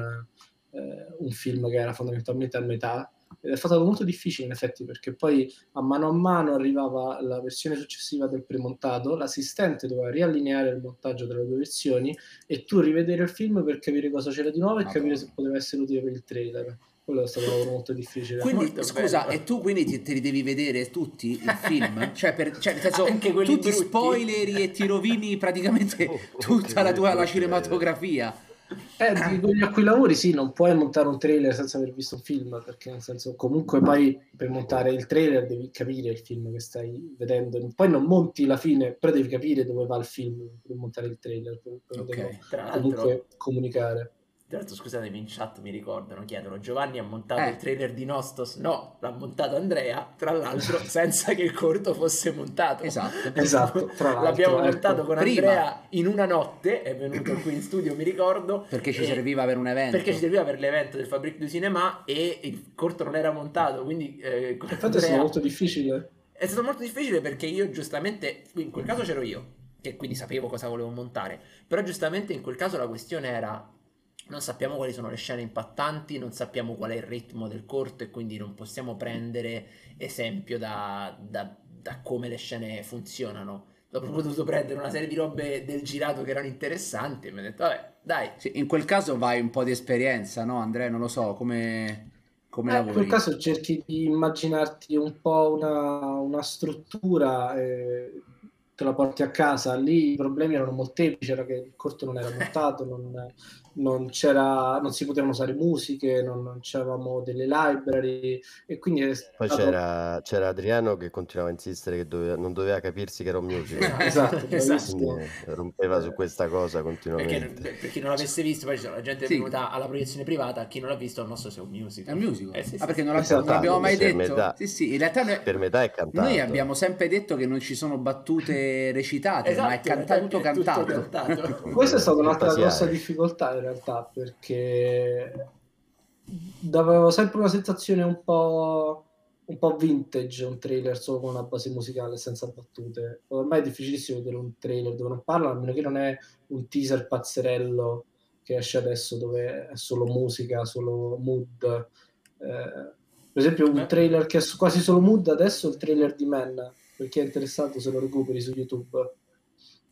eh, un film che era fondamentalmente a metà. Ed è stato molto difficile in effetti perché poi a mano a mano arrivava la versione successiva del premontato, l'assistente doveva riallineare il montaggio delle due versioni e tu rivedere il film per capire cosa c'era di nuovo e Madonna. capire se poteva essere utile per il trailer. Quello è stato un lavoro molto difficile. Quindi, Molto scusa, bello. e tu quindi ti- te li devi vedere tutti il film? Cioè, per, cioè nel senso, Anche quelli tu ti brutti. spoileri e ti rovini praticamente Oh, tutta la che tua la brutto cinematografia. Eh, di quelli a cui lavori sì, non puoi montare un trailer senza aver visto un film, perché nel senso comunque poi per montare il trailer devi capire il film che stai vedendo, poi non monti la fine, però devi capire dove va il film per montare il trailer, per per Ok. poterlo Tra l'altro, comunque comunicare. tra l'altro, scusatemi, in chat mi ricordano, chiedono: Giovanni ha montato Eh. il trailer di Nostos? No, l'ha montato Andrea, tra l'altro senza che il corto fosse montato. Esatto. Esatto, tra l'altro, L'abbiamo ecco. montato con Prima. Andrea in una notte, è venuto qui in studio, mi ricordo. Perché ci e- serviva per un evento. Perché ci serviva per l'evento del Fabrique du Cinéma e il corto non era montato, quindi eh, con Infatti è stato Andrea- molto difficile. è stato molto difficile perché io giustamente, in quel caso c'ero io, che quindi sapevo cosa volevo montare, però giustamente in quel caso la questione era: non sappiamo quali sono le scene impattanti, non sappiamo qual è il ritmo del corto e quindi non possiamo prendere esempio da, da- da come le scene funzionano. Dopo ho potuto prendere una serie di robe del girato che erano interessanti e mi ho detto vabbè, dai. Sì, in quel caso vai un po' di esperienza, no Andrea? Non lo so, come, come Eh, in quel lavori? caso cerchi di immaginarti un po' una, una struttura, e te la porti a casa. Lì i problemi erano molteplici, era che il corto non era montato, non, non c'era, non si potevano usare musiche, non, non c'avevamo delle library e quindi è Poi stato... c'era, c'era Adriano che continuava a insistere che doveva- non doveva capirsi che era un musical. Esatto, Esatto. bravissimo. Quindi eh, rompeva su questa cosa Perché continuamente. per chi non l'avesse visto, poi ci sono la gente è Sì. venuta alla proiezione privata, chi non l'ha visto, il nostro è un È musical. un musical. Eh, sì, Ah, sì, perché sì. non, l'ab- Esatto. non l'abbiamo mai Per detto? metà- Sì, sì, in realtà noi, Per metà è cantato. noi abbiamo sempre detto che non ci sono battute recitate, Esatto, ma è canta- è tutto tutto cantato. cantato. Questa è stata un'altra Fantasia grossa è. difficoltà in realtà, perché avevo sempre una sensazione un po', un po' vintage, un trailer solo con una base musicale senza battute. Ormai è difficilissimo vedere un trailer dove non parla, a meno che non è un teaser pazzerello che esce adesso dove è solo musica, solo mood. Eh, per esempio un Eh. trailer che è quasi solo mood adesso è il trailer di Man, per chi è interessato se lo recuperi su YouTube.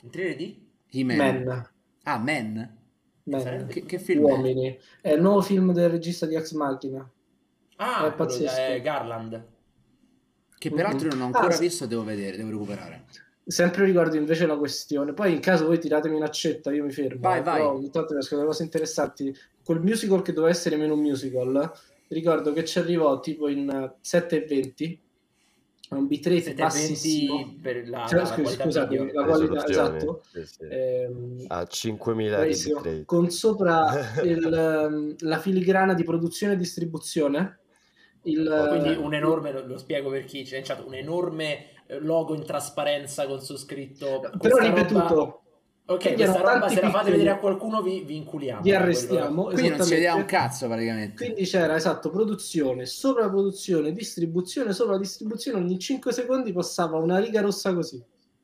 Un trailer di? He-Man. Men. Ah, Man? Men. Che, che film è? Uomini. È il nuovo film del regista di Ex Machina. Ah, È quello pazzesco. è Garland. Che peraltro Mhm. non ho ancora Ah, visto, devo vedere, devo recuperare. Sempre riguardo invece la questione, poi in caso voi tiratemi in accetta, io mi fermo. Vai, eh, vai. Però ogni tanto mi escono delle cose interessanti. Quel musical che doveva essere meno un musical, ricordo che ci arrivò tipo in sette e venti, a un bitrate bassissimo. settecentoventi per la, Cioè, la scusi, qualità scusatemi, video. la qualità, Risoluzione, esatto. sì, sì. Ehm, A cinquemila di bravissimo. bitrate. Con sopra il, ehm, la filigrana di produzione e distribuzione. Il, Quindi eh, un enorme, lo, lo spiego per chi c'è in chat, un enorme eh, logo in trasparenza con su scritto però questa ripetuto. roba. Ok, Quindi questa erano roba tanti se la fate piccoli. vedere a qualcuno vi, vi inculiamo. Vi eh, arrestiamo. quello- Quindi non si vedeva un Esattamente. cazzo praticamente. Quindi c'era, esatto, produzione, sopraproduzione, distribuzione, sopra distribuzione, ogni cinque secondi passava una riga rossa così.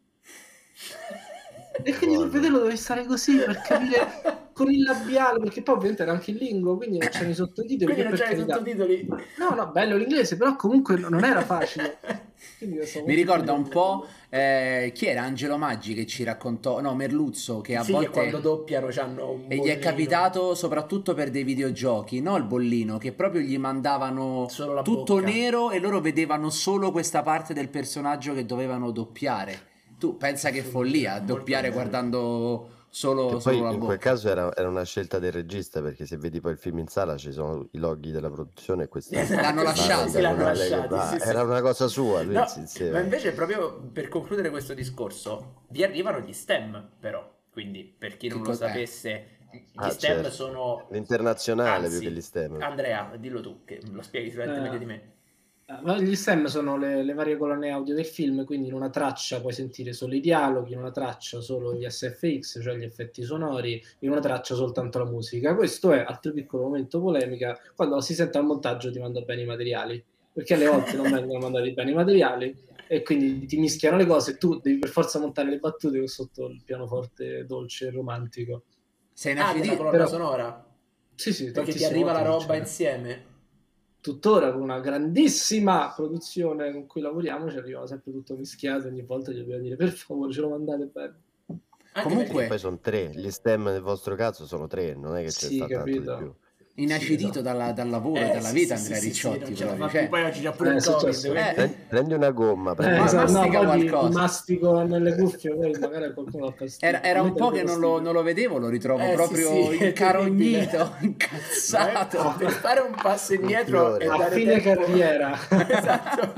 E quindi per Buono. vederlo dovevi stare così per capire con il labiale, perché poi ovviamente era anche in lingua, quindi non c'erano i sottotitoli. Quindi che non per c'erano i carità- sottotitoli. No, no, bello l'inglese, però comunque non era facile. Quindi io stavo Mi molto ricorda un curioso. po' eh, chi era Angelo Maggi che ci raccontò, no, Merluzzo, che a Sì, che volte quando doppiano c'hanno un e gli è bollino. capitato soprattutto per dei videogiochi, no il bollino, che proprio gli mandavano Solo la tutto bocca. nero e loro vedevano solo questa parte del personaggio che dovevano doppiare. Tu pensa che follia Molto doppiare bello. guardando solo, Che solo poi la in bocca. quel caso era, era una scelta del regista, perché se vedi poi il film in sala ci sono i loghi della produzione e questi L'hanno lasciato. Sì, l'hanno non è che lasciati, va, sì, sì. era una cosa sua, lui No, insisteva. ma invece proprio per concludere questo discorso, vi arrivano gli STEM però, quindi per chi non Che lo cos'è? sapesse, gli Ah, STEM certo. sono... L'internazionale Anzi, più che gli STEM. Andrea, dillo tu, che lo spieghi sicuramente Eh. meglio di me. Eh, ma gli stem sono le, le varie colonne audio del film, quindi in una traccia puoi sentire solo i dialoghi, in una traccia solo gli S F X, cioè gli effetti sonori, in una traccia soltanto la musica. Questo è, altro piccolo momento polemica, quando si sente al montaggio ti manda bene i materiali, perché alle volte non vengono mandati bene i materiali e quindi ti mischiano le cose e tu devi per forza montare le battute sotto il pianoforte dolce e romantico. Sei Ah, della inacidito. colonna però- sonora? Sì, sì, Perché ti tantissime arriva la volte roba succede. insieme? Tuttora con una grandissima produzione con cui lavoriamo ci arriva sempre tutto mischiato, ogni volta gli dobbiamo dire per favore ce lo mandate bene. Anche Comunque- perché- Poi sono tre, gli STEM nel vostro caso sono tre, non è che c'è Sì, sta tanto di capito. più. Inacidito Sì, esatto. dalla- dal lavoro Eh, e dalla sì, vita sì, Andrea sì, sì, Ricciotti non ce la proprio, fa cioè- più. Poi oggi c'ha pure Eh, il è Covid, successo. quindi- Eh, Prendi, prendi una gomma, prendi Eh, Ma- una esatto, gomma. no, mastica poi di- qualcosa. di mastico nelle cuffie, poi magari a qualcuno dà fastidio. Era, era A me un po' darebbe che non lo, fastidio. non lo vedevo, lo ritrovo Eh, sì, proprio sì, è incarognito, terribile. incazzato. Per fare un passo indietro e A dare fine tempo... carriera. Esatto.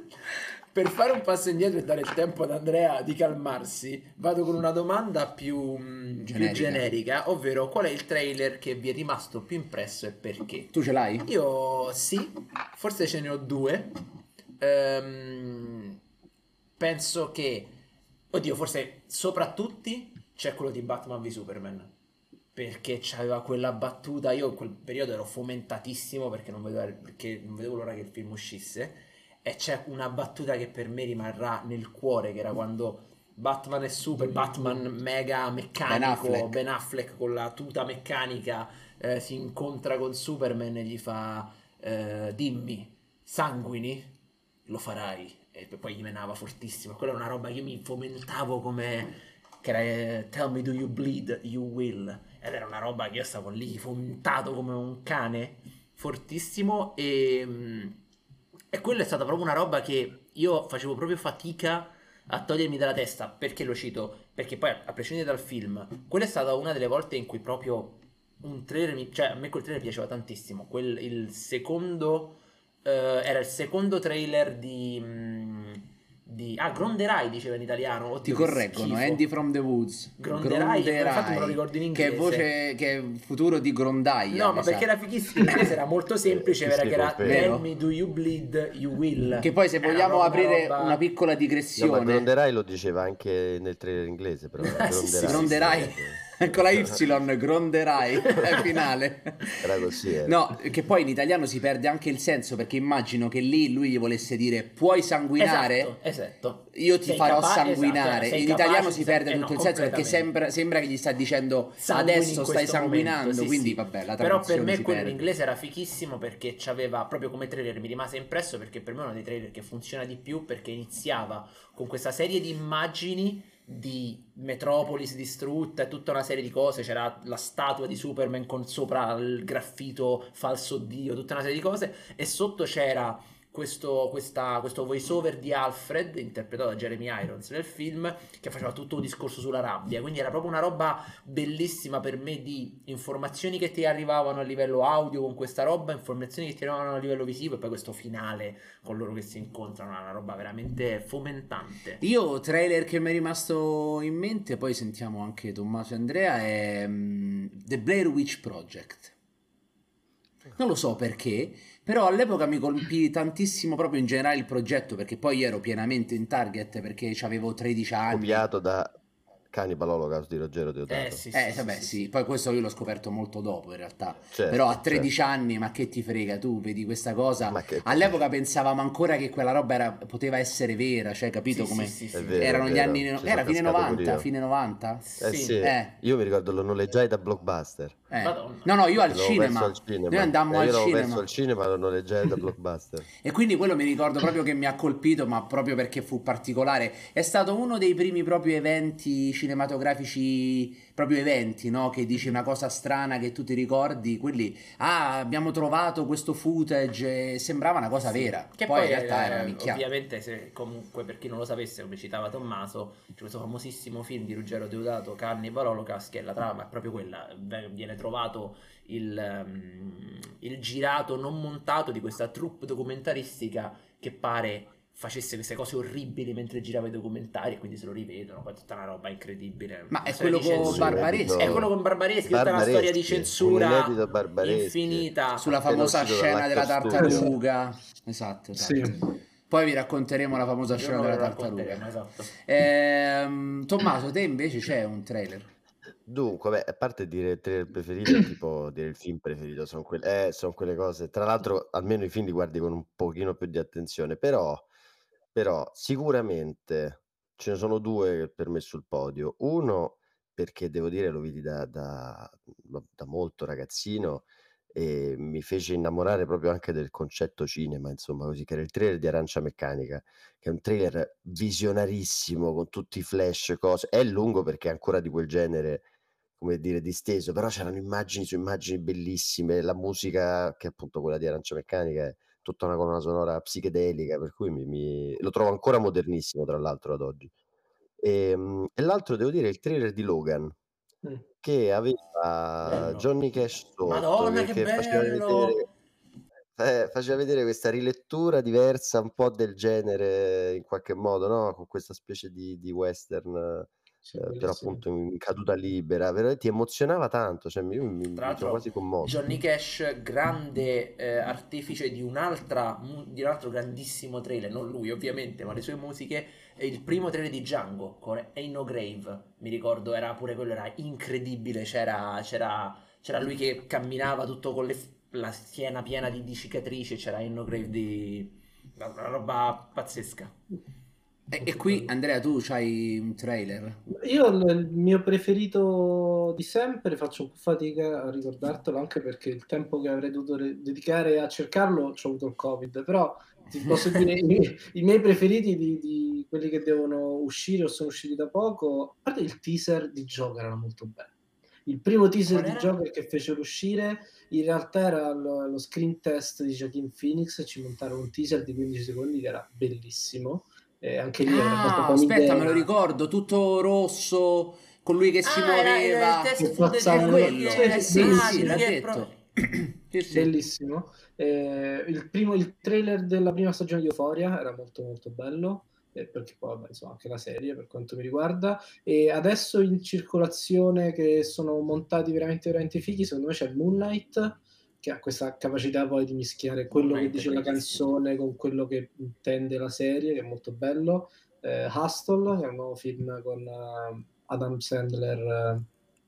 Per fare un passo indietro e dare il tempo ad Andrea di calmarsi, vado con una domanda più, mh, più Generica. generica, ovvero qual è il trailer che vi è rimasto più impresso e perché? Tu ce l'hai? Io sì, forse ce ne ho due. Ehm, penso che, oddio, forse sopra tutti c'è quello di Batman v Superman. Perché c'aveva quella battuta. Io in quel periodo ero fomentatissimo perché non vedevo, perché non vedevo l'ora che il film uscisse. E c'è una battuta che per me rimarrà nel cuore, che era quando Batman e Super, Batman mega meccanico, Ben Affleck. Ben Affleck con la tuta meccanica eh, si incontra con Superman e gli fa eh, dimmi, sanguini? Lo farai. E poi gli menava fortissimo. Quella è una roba che io mi fomentavo come... che era eh, tell me do you bleed, you will. Ed era una roba che io stavo lì fomentato come un cane, fortissimo, e... mh, e quello è stata proprio una roba che io facevo proprio fatica a togliermi dalla testa. Perché lo cito? Perché poi, a prescindere dal film, quella è stata una delle volte in cui proprio un trailer mi... cioè a me quel trailer piaceva tantissimo. Quel, il secondo eh, era il secondo trailer di... mh, di ah, Gronderai diceva in italiano. Ti Oddio, che correggono, schifo. Andy from the Woods. Gronderai, infatti me lo ricordo in che è inglese. voce, che è futuro di Grondaia. No, mi ma sa. perché era fighissimo, in inglese era molto semplice, Eh, era sì, che era confermo. tell me do you bleed, you will. Che poi se Era vogliamo proprio aprire roba- una piccola No, ma digressione, Gronderai lo diceva anche nel trailer inglese, però. Eh, sì, sì, Gronderai. Gronderai con la Y, Gronderai è finale. Era così, eh. No, che poi in italiano si perde anche il senso, perché immagino che lì lui gli volesse dire puoi sanguinare, Esatto, esatto. io ti Sei farò capa- sanguinare. esatto, sei in capace italiano di si san- perde eh, tutto no, il senso, perché completamente. sembra, sembra che gli sta dicendo Sanguini in adesso stai questo sanguinando, momento, sì, quindi sì. vabbè, la Però per traduzione me si quello in perde. inglese era fichissimo perché c'aveva proprio come trailer, mi rimase impresso perché per me è uno dei trailer che funziona di più perché iniziava con questa serie di immagini di Metropolis distrutta e tutta una serie di cose, c'era la statua di Superman con sopra il graffito falso dio, tutta una serie di cose, e sotto c'era questo, questa, questo voice over di Alfred, interpretato da Jeremy Irons nel film, che faceva tutto un discorso sulla rabbia, quindi era proprio una roba bellissima per me, di informazioni che ti arrivavano a livello audio con questa roba, informazioni che ti arrivavano a livello visivo, e poi questo finale con loro che si incontrano, una roba veramente fomentante. Io, trailer che mi è rimasto in mente, poi sentiamo anche Tommaso e Andrea, è um, The Blair Witch Project. Non lo so perché, però all'epoca mi colpì tantissimo proprio in generale il progetto, perché poi io ero pienamente in target, perché avevo tredici anni. Copiato da Cannibal Holocaust di Ruggero Deodato. Eh sì, Eh, sì, vabbè, sì, sì, sì. poi questo io l'ho scoperto molto dopo in realtà. Certo, Però a tredici certo. anni, ma che ti frega, tu vedi questa cosa. Ma che- All'epoca pensavamo ancora che quella roba era, poteva essere vera, cioè capito Sì, come sì, sì, È sì. vero, erano è gli vero. anni Ci era sono fine cascato novanta, pure io. fine novanta? Eh Sì. sì, Eh. io mi ricordo lo noleggiai da Blockbuster. Eh. Madonna. No, no, io al L'avevo perso cinema. al cinema. Noi andammo Eh, al io l'avevo cinema. perso al cinema, lo noleggiai da Blockbuster. E quindi quello mi ricordo proprio che mi ha colpito, ma proprio perché fu particolare. È stato uno dei primi proprio eventi cinematografici, proprio eventi, no? Che dici una cosa strana che tu ti ricordi, quelli, ah, abbiamo trovato questo footage, e sembrava una cosa Sì. vera. Che poi, poi, in realtà eh, era una minchiata. ovviamente, se comunque per chi non lo sapesse, come citava Tommaso, c'è questo famosissimo film di Ruggero Deodato, Cannibal Holocaust, che la trama è proprio quella, viene trovato il, um, il girato non montato di questa troupe documentaristica che pare facesse queste cose orribili mentre girava i documentari, e quindi se lo rivedono, poi tutta una roba incredibile. Ma Una è storia quello di con censura. Barbareschi. È quello con Barbareschi, tutta una storia di Barbareschi, un censura inedito Barbareschi. infinita. Sulla appena famosa uscito scena della dall'Actor Studio. tartaruga. Esatto, esatto. Sì. Poi vi racconteremo la famosa Un scena giorno ve della lo racconteremo, tartaruga. esatto. Ehm, Tommaso, te invece c'è un trailer? Dunque, beh, a parte dire il trailer preferito, è tipo dire il film preferito, sono quelle, eh, son quelle cose. Tra l'altro, almeno i film li guardi con un pochino più di attenzione, però, però sicuramente ce ne sono due per me sul podio. Uno, perché devo dire, lo vidi da, da, da molto ragazzino e mi fece innamorare proprio anche del concetto cinema, insomma, così, che era il trailer di Arancia Meccanica, che è un trailer visionarissimo con tutti i flash, cose. È lungo perché è ancora di quel genere, come dire, disteso, però c'erano immagini su immagini bellissime, la musica, che è appunto quella di Arancia Meccanica, è tutta una colonna sonora psichedelica, per cui mi, mi- lo trovo ancora modernissimo, tra l'altro, ad oggi. E, mm, e l'altro, devo dire, il trailer di Logan, Mm. che aveva Bello. Johnny Cash sotto, Madonna, che, che che faceva bello! vedere, eh, faceva vedere questa rilettura diversa, un po' del genere, in qualche modo, no? Con questa specie di, di western, Sì, eh, però bellissimo. appunto in caduta libera, veramente ti emozionava tanto, cioè mi, mi- mi Tra sono l'altro, quasi commosso. Johnny Cash, grande eh, artefice di un'altra mu- di un altro grandissimo trailer, non lui ovviamente, ma le sue musiche, è il primo trailer di Django con Ain't No Grave, mi ricordo, era pure quello, era incredibile, c'era, c'era, c'era lui che camminava tutto con le f- la schiena piena di, di cicatrici, c'era Ain't No Grave di... una una roba pazzesca. E, e qui, Andrea, tu c'hai un trailer? Io il il mio preferito di sempre faccio un po' fatica a ricordartelo, anche perché il tempo che avrei dovuto re- dedicare a cercarlo c'ho avuto il Covid, però ti posso dire i miei, i miei preferiti di, di quelli che devono uscire o sono usciti da poco, a parte il teaser di Joker era molto bello. Il primo teaser Qual di era? Joker che fecero uscire in realtà era lo, lo screen test di Joaquin Phoenix, e ci montarono un teaser di quindici secondi che era bellissimo. E anche lì era Ah, abbastanza aspetta, un'idea. me lo ricordo, tutto rosso, con lui che si Ah, era il muoveva. test Che footage passava- di lui quello. che- Eh sì, ah, sì, di lui l'ha che detto. pro- Sì, sì. Bellissimo. Eh, il, primo, il trailer della prima stagione di Euphoria era molto molto bello, eh, perché poi vabbè, insomma, anche la serie per quanto mi riguarda, e adesso in circolazione che sono montati veramente veramente fighi, secondo me c'è Moonlight, che ha questa capacità poi di mischiare quello che Moonlight è dice la bellissimo. canzone con quello che intende la serie, che è molto bello. eh, Hustle, che è un nuovo film con eh, Adam Sandler,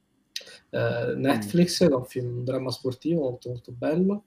eh, eh, Netflix, che è un film, un dramma sportivo molto molto bello.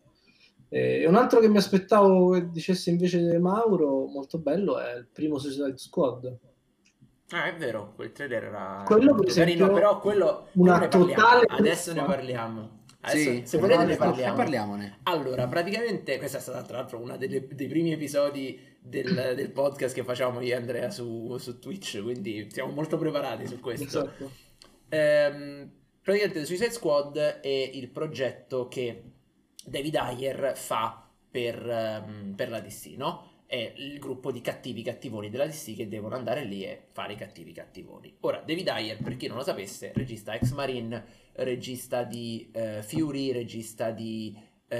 E un altro che mi aspettavo che dicesse invece Mauro, molto bello, è il primo Suicide Squad. Ah, è vero, quel trailer era Quello, per molto esempio, carino, però quello, una quello ne parliamo. totale Adesso ne truffa. parliamo. Adesso, Sì, se volete ne eh, parliamo. parliamone. Allora, praticamente questa è stata tra l'altro una delle, dei primi episodi del, del podcast che facciamo io e Andrea su, su Twitch, quindi siamo molto preparati su questo. Esatto. Ehm, praticamente Suicide Squad è il progetto che David Ayer fa per, ehm, per la D C, no? È il gruppo di cattivi cattivoni della D C che devono andare lì e fare i cattivi cattivoni. Ora, David Ayer, per chi non lo sapesse, regista ex Marine, regista di eh, Fury, regista di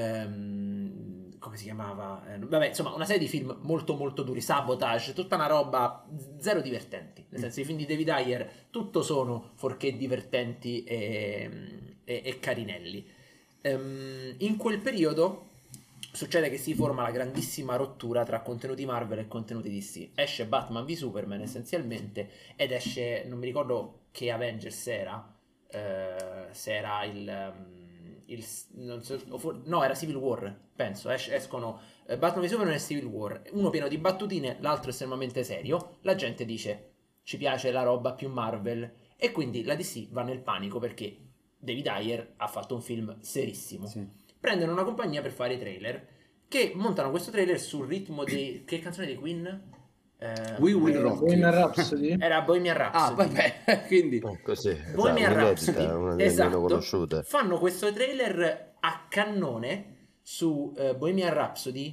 ehm, come si chiamava? Eh, vabbè, insomma, una serie di film molto molto duri, Sabotage, tutta una roba zero divertenti. Nel senso, i film di David Ayer tutto sono forché divertenti e, e, e carinelli. Ehm, in quel periodo succede che si forma la grandissima rottura tra contenuti Marvel e contenuti D C. Esce Batman v Superman essenzialmente, ed esce, non mi ricordo che Avengers era, eh, se era il, um, il non so, for, no, era Civil War, penso. Es- escono eh, Batman v Superman e Civil War, uno pieno di battutine, l'altro estremamente serio. La gente dice ci piace la roba più Marvel, e quindi la D C va nel panico perché David Ayer ha fatto un film serissimo. Sì. Prendono una compagnia per fare i trailer, che montano questo trailer sul ritmo di... che canzone di Queen? Eh, We Will Eh, Rock Bohemian You. Rhapsody? Era Bohemian Ah, Rhapsody. vabbè, quindi Oh, così, esatto, Bohemian un'inedita, Rhapsody, una delle meno esatto. conosciute. Fanno questo trailer a cannone su eh, Bohemian Rhapsody,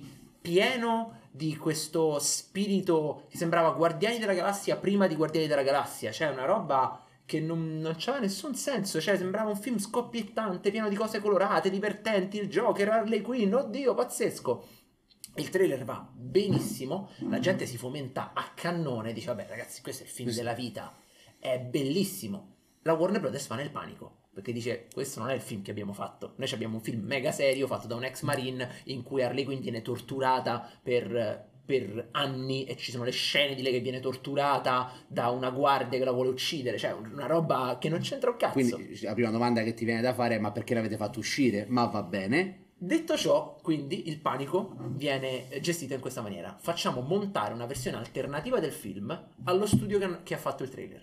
pieno di questo spirito che sembrava Guardiani della Galassia prima di Guardiani della Galassia, cioè una roba che non, non c'aveva nessun senso, cioè sembrava un film scoppiettante, pieno di cose colorate, divertenti, il Joker, Harley Quinn, oddio, pazzesco. Il trailer va benissimo, la gente si fomenta a cannone, dice vabbè ragazzi, questo è il film della vita, è bellissimo. La Warner Brothers fa nel panico, perché dice questo non è il film che abbiamo fatto, noi abbiamo un film mega serio fatto da un ex marine in cui Harley Quinn viene torturata per... per anni, e ci sono le scene di lei che viene torturata da una guardia che la vuole uccidere, cioè una roba che non c'entra un cazzo. Quindi la prima domanda che ti viene da fare è: ma perché l'avete fatto uscire? Ma va bene. Detto ciò, quindi il panico viene gestito in questa maniera: facciamo montare una versione alternativa del film allo studio che, che ha fatto il trailer.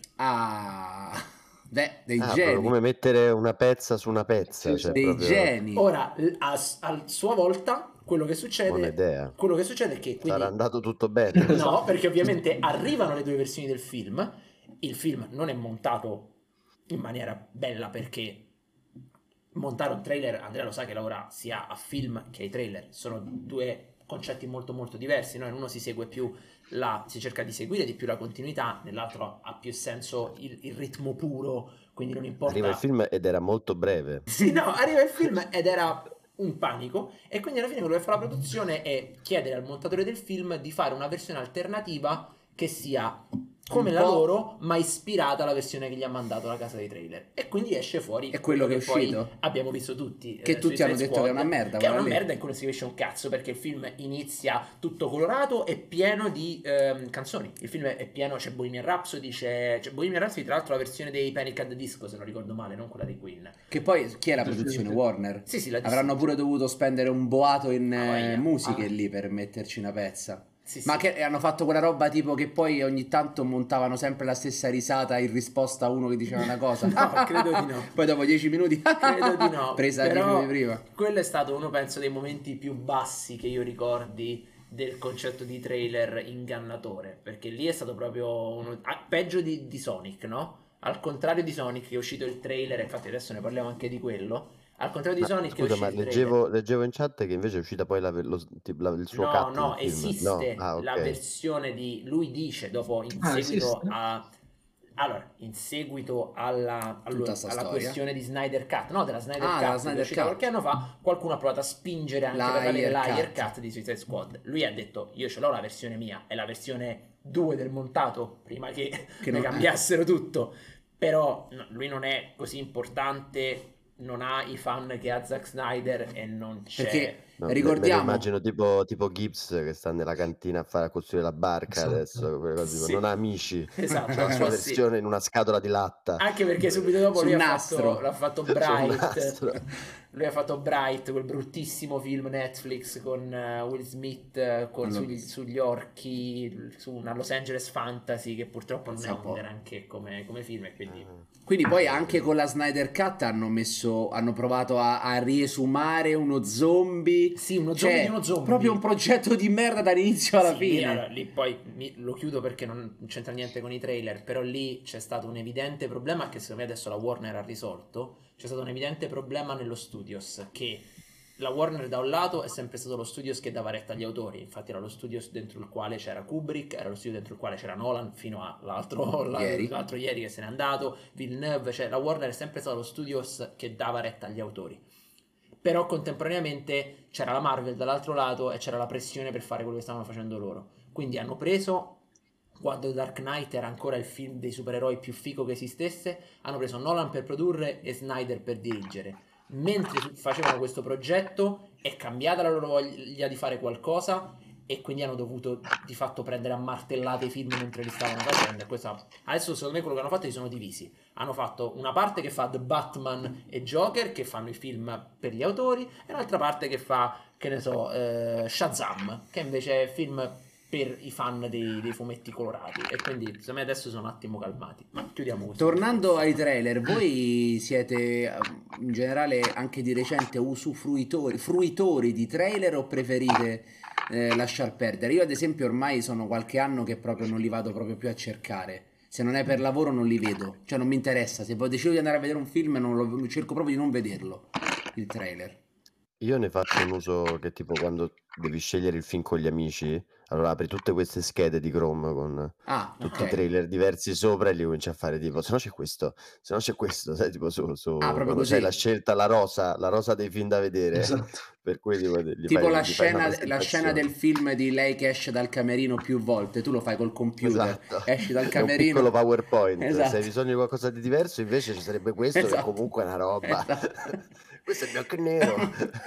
Ah, beh, dei Ah, proprio geni. come mettere una pezza su una pezza, Sì, cioè Dei proprio geni. Ora, a, a sua volta, quello che buona succede, idea. quello che succede è che quindi Sarà andato tutto bene. no, perché ovviamente arrivano le due versioni del film. Il film non è montato in maniera bella, perché montare un trailer, Andrea lo sa che lavora sia a film che ai trailer, sono due concetti molto molto diversi, no? In uno si segue più la, si cerca di seguire di più la continuità, nell'altro ha più senso il, il ritmo puro, quindi non importa. Arriva il film ed era molto breve. Sì, no, arriva il film ed era un panico, e quindi alla fine quello che fa la produzione è chiedere al montatore del film di fare una versione alternativa che sia come Un la po'- loro, ma ispirata alla versione che gli ha mandato la casa dei trailer, e quindi esce fuori È quello che è poi uscito? abbiamo visto tutti, Che eh, tutti Suicide hanno detto che è una Squad, merda, che è quella una lì. merda in cui non si capisce un cazzo, perché il film inizia tutto colorato e pieno di ehm, canzoni. Il film è pieno, c'è Bohemian Rhapsody, c'è, c'è Bohemian Rhapsody, tra l'altro la versione dei Panic at the Disco, se non ricordo male, non quella dei Queen. Che poi chi è la Sì, sì, produzione? sì. Warner? Sì, sì, la D C. Avranno pure dovuto spendere un boato in Ah, eh, voglia. musiche Ah. lì per metterci una pezza. Sì, Ma sì. che hanno fatto quella roba tipo che poi ogni tanto montavano sempre la stessa risata in risposta a uno che diceva una cosa? No, credo di no. Poi dopo dieci minuti Credo di no. presa dieci Però minuti prima. quello è stato uno, penso, dei momenti più bassi che io ricordi del concetto di trailer ingannatore, perché lì è stato proprio uno... ah, peggio di, di Sonic, no? Al contrario di Sonic, che è uscito il trailer, infatti adesso ne parliamo anche di quello. Al contrario di Ma, Sonic, è scusa, uscito ma il trailer. leggevo, leggevo in chat che invece è uscita poi la, lo- tipo la- il suo No, cut no, del film. esiste No? Ah, la ok. versione di... Lui dice, dopo, in Ah, seguito esiste? a... Allora, in seguito alla, allo- Tutta sta alla storia. questione di Snyder Cut, no, della Snyder Ah, Cut, della che è Snyder uscita Cut. qualche anno fa, qualcuno ha provato a spingere anche per L'Ayer avere l'Ayer Cut. Cut di Suicide Squad. Lui ha detto, io ce l'ho la versione mia, è la versione due del montato, prima che, Che ne non- cambiassero tutto. Però no, lui non è così importante, non ha i fan che ha Zack Snyder, e non c'è... Perché No, me- me lo Ricordiamo, immagino tipo, tipo Gibbs che sta nella cantina a fare a costruire la barca Esatto. adesso, quelle cose tipo, Sì. non ha amici, Esatto, c'ha la un sua po' sì. versione in una scatola di latta. Anche perché subito dopo Sul lui ha nastro. fatto, l'ha fatto Sul Bright. nastro. Lui ha fatto Bright, quel bruttissimo film Netflix con eh, Will Smith eh, con- Non l'ho sugli, visto. sugli orchi, su una Los Angeles Fantasy che purtroppo non è Pensa un po'. un granché come, come film e quindi... Quindi poi anche con la Snyder Cut hanno messo, hanno provato a, a riesumare uno zombie. Sì, uno Cioè, zombie di uno zombie. proprio un progetto di merda dall'inizio alla Sì, fine. allora, lì poi mi- lo chiudo perché non c'entra niente con i trailer, però lì c'è stato un evidente problema che secondo me adesso la Warner ha risolto. C'è stato un evidente problema nello studios, che la Warner da un lato è sempre stato lo studios che dava retta agli autori, infatti era lo studios dentro il quale c'era Kubrick, era lo studio dentro il quale c'era Nolan fino all'altro Ieri. l'altro ieri che se n'è andato, Villeneuve, cioè la Warner è sempre stato lo studios che dava retta agli autori. Però contemporaneamente c'era la Marvel dall'altro lato e c'era la pressione per fare quello che stavano facendo loro. Quindi hanno preso, quando Dark Knight era ancora il film dei supereroi più figo che esistesse, hanno preso Nolan per produrre e Snyder per dirigere. Mentre su- facevano questo progetto è cambiata la loro voglia di fare qualcosa e quindi hanno dovuto di fatto prendere a martellate i film mentre li stavano facendo. E questa- Adesso secondo me quello che hanno fatto si sono divisi. Hanno fatto una parte che fa The Batman e Joker, che fanno i film per gli autori, e un'altra parte che fa, che ne so, eh, Shazam, che invece è film per i fan dei, dei fumetti colorati. E quindi secondo me adesso sono un attimo calmati. Ma chiudiamo questo Tornando discorso. ai trailer, voi siete eh, in generale anche di recente usufruitori, fruitori di trailer o preferite eh, lasciar perdere? Io ad esempio ormai sono qualche anno che proprio non li vado proprio più a cercare. Se non è per lavoro non li vedo, cioè non mi interessa. Se poi decido di andare a vedere un film non lo, cerco proprio di non vederlo, il trailer. Io ne faccio un uso che tipo quando devi scegliere il film con gli amici, allora apri tutte queste schede di Chrome con Ah, tutti i ok. trailer diversi sopra e li cominci a fare tipo, se no c'è questo, se no c'è questo, sai, tipo su, su Ah, proprio quando c'hai la così. scelta, la rosa, la rosa dei film da vedere, Esatto. per cui tipo, gli Tipo fai, la gli fai una scena, la scena del presentazione. film di lei che esce dal camerino più volte, tu lo fai col computer, Esatto, esci dal è un piccolo camerino. PowerPoint. Se hai Esatto. bisogno di qualcosa di diverso, invece ci sarebbe questo che Esatto. comunque è una roba. Esatto. Questo è bianco e nero.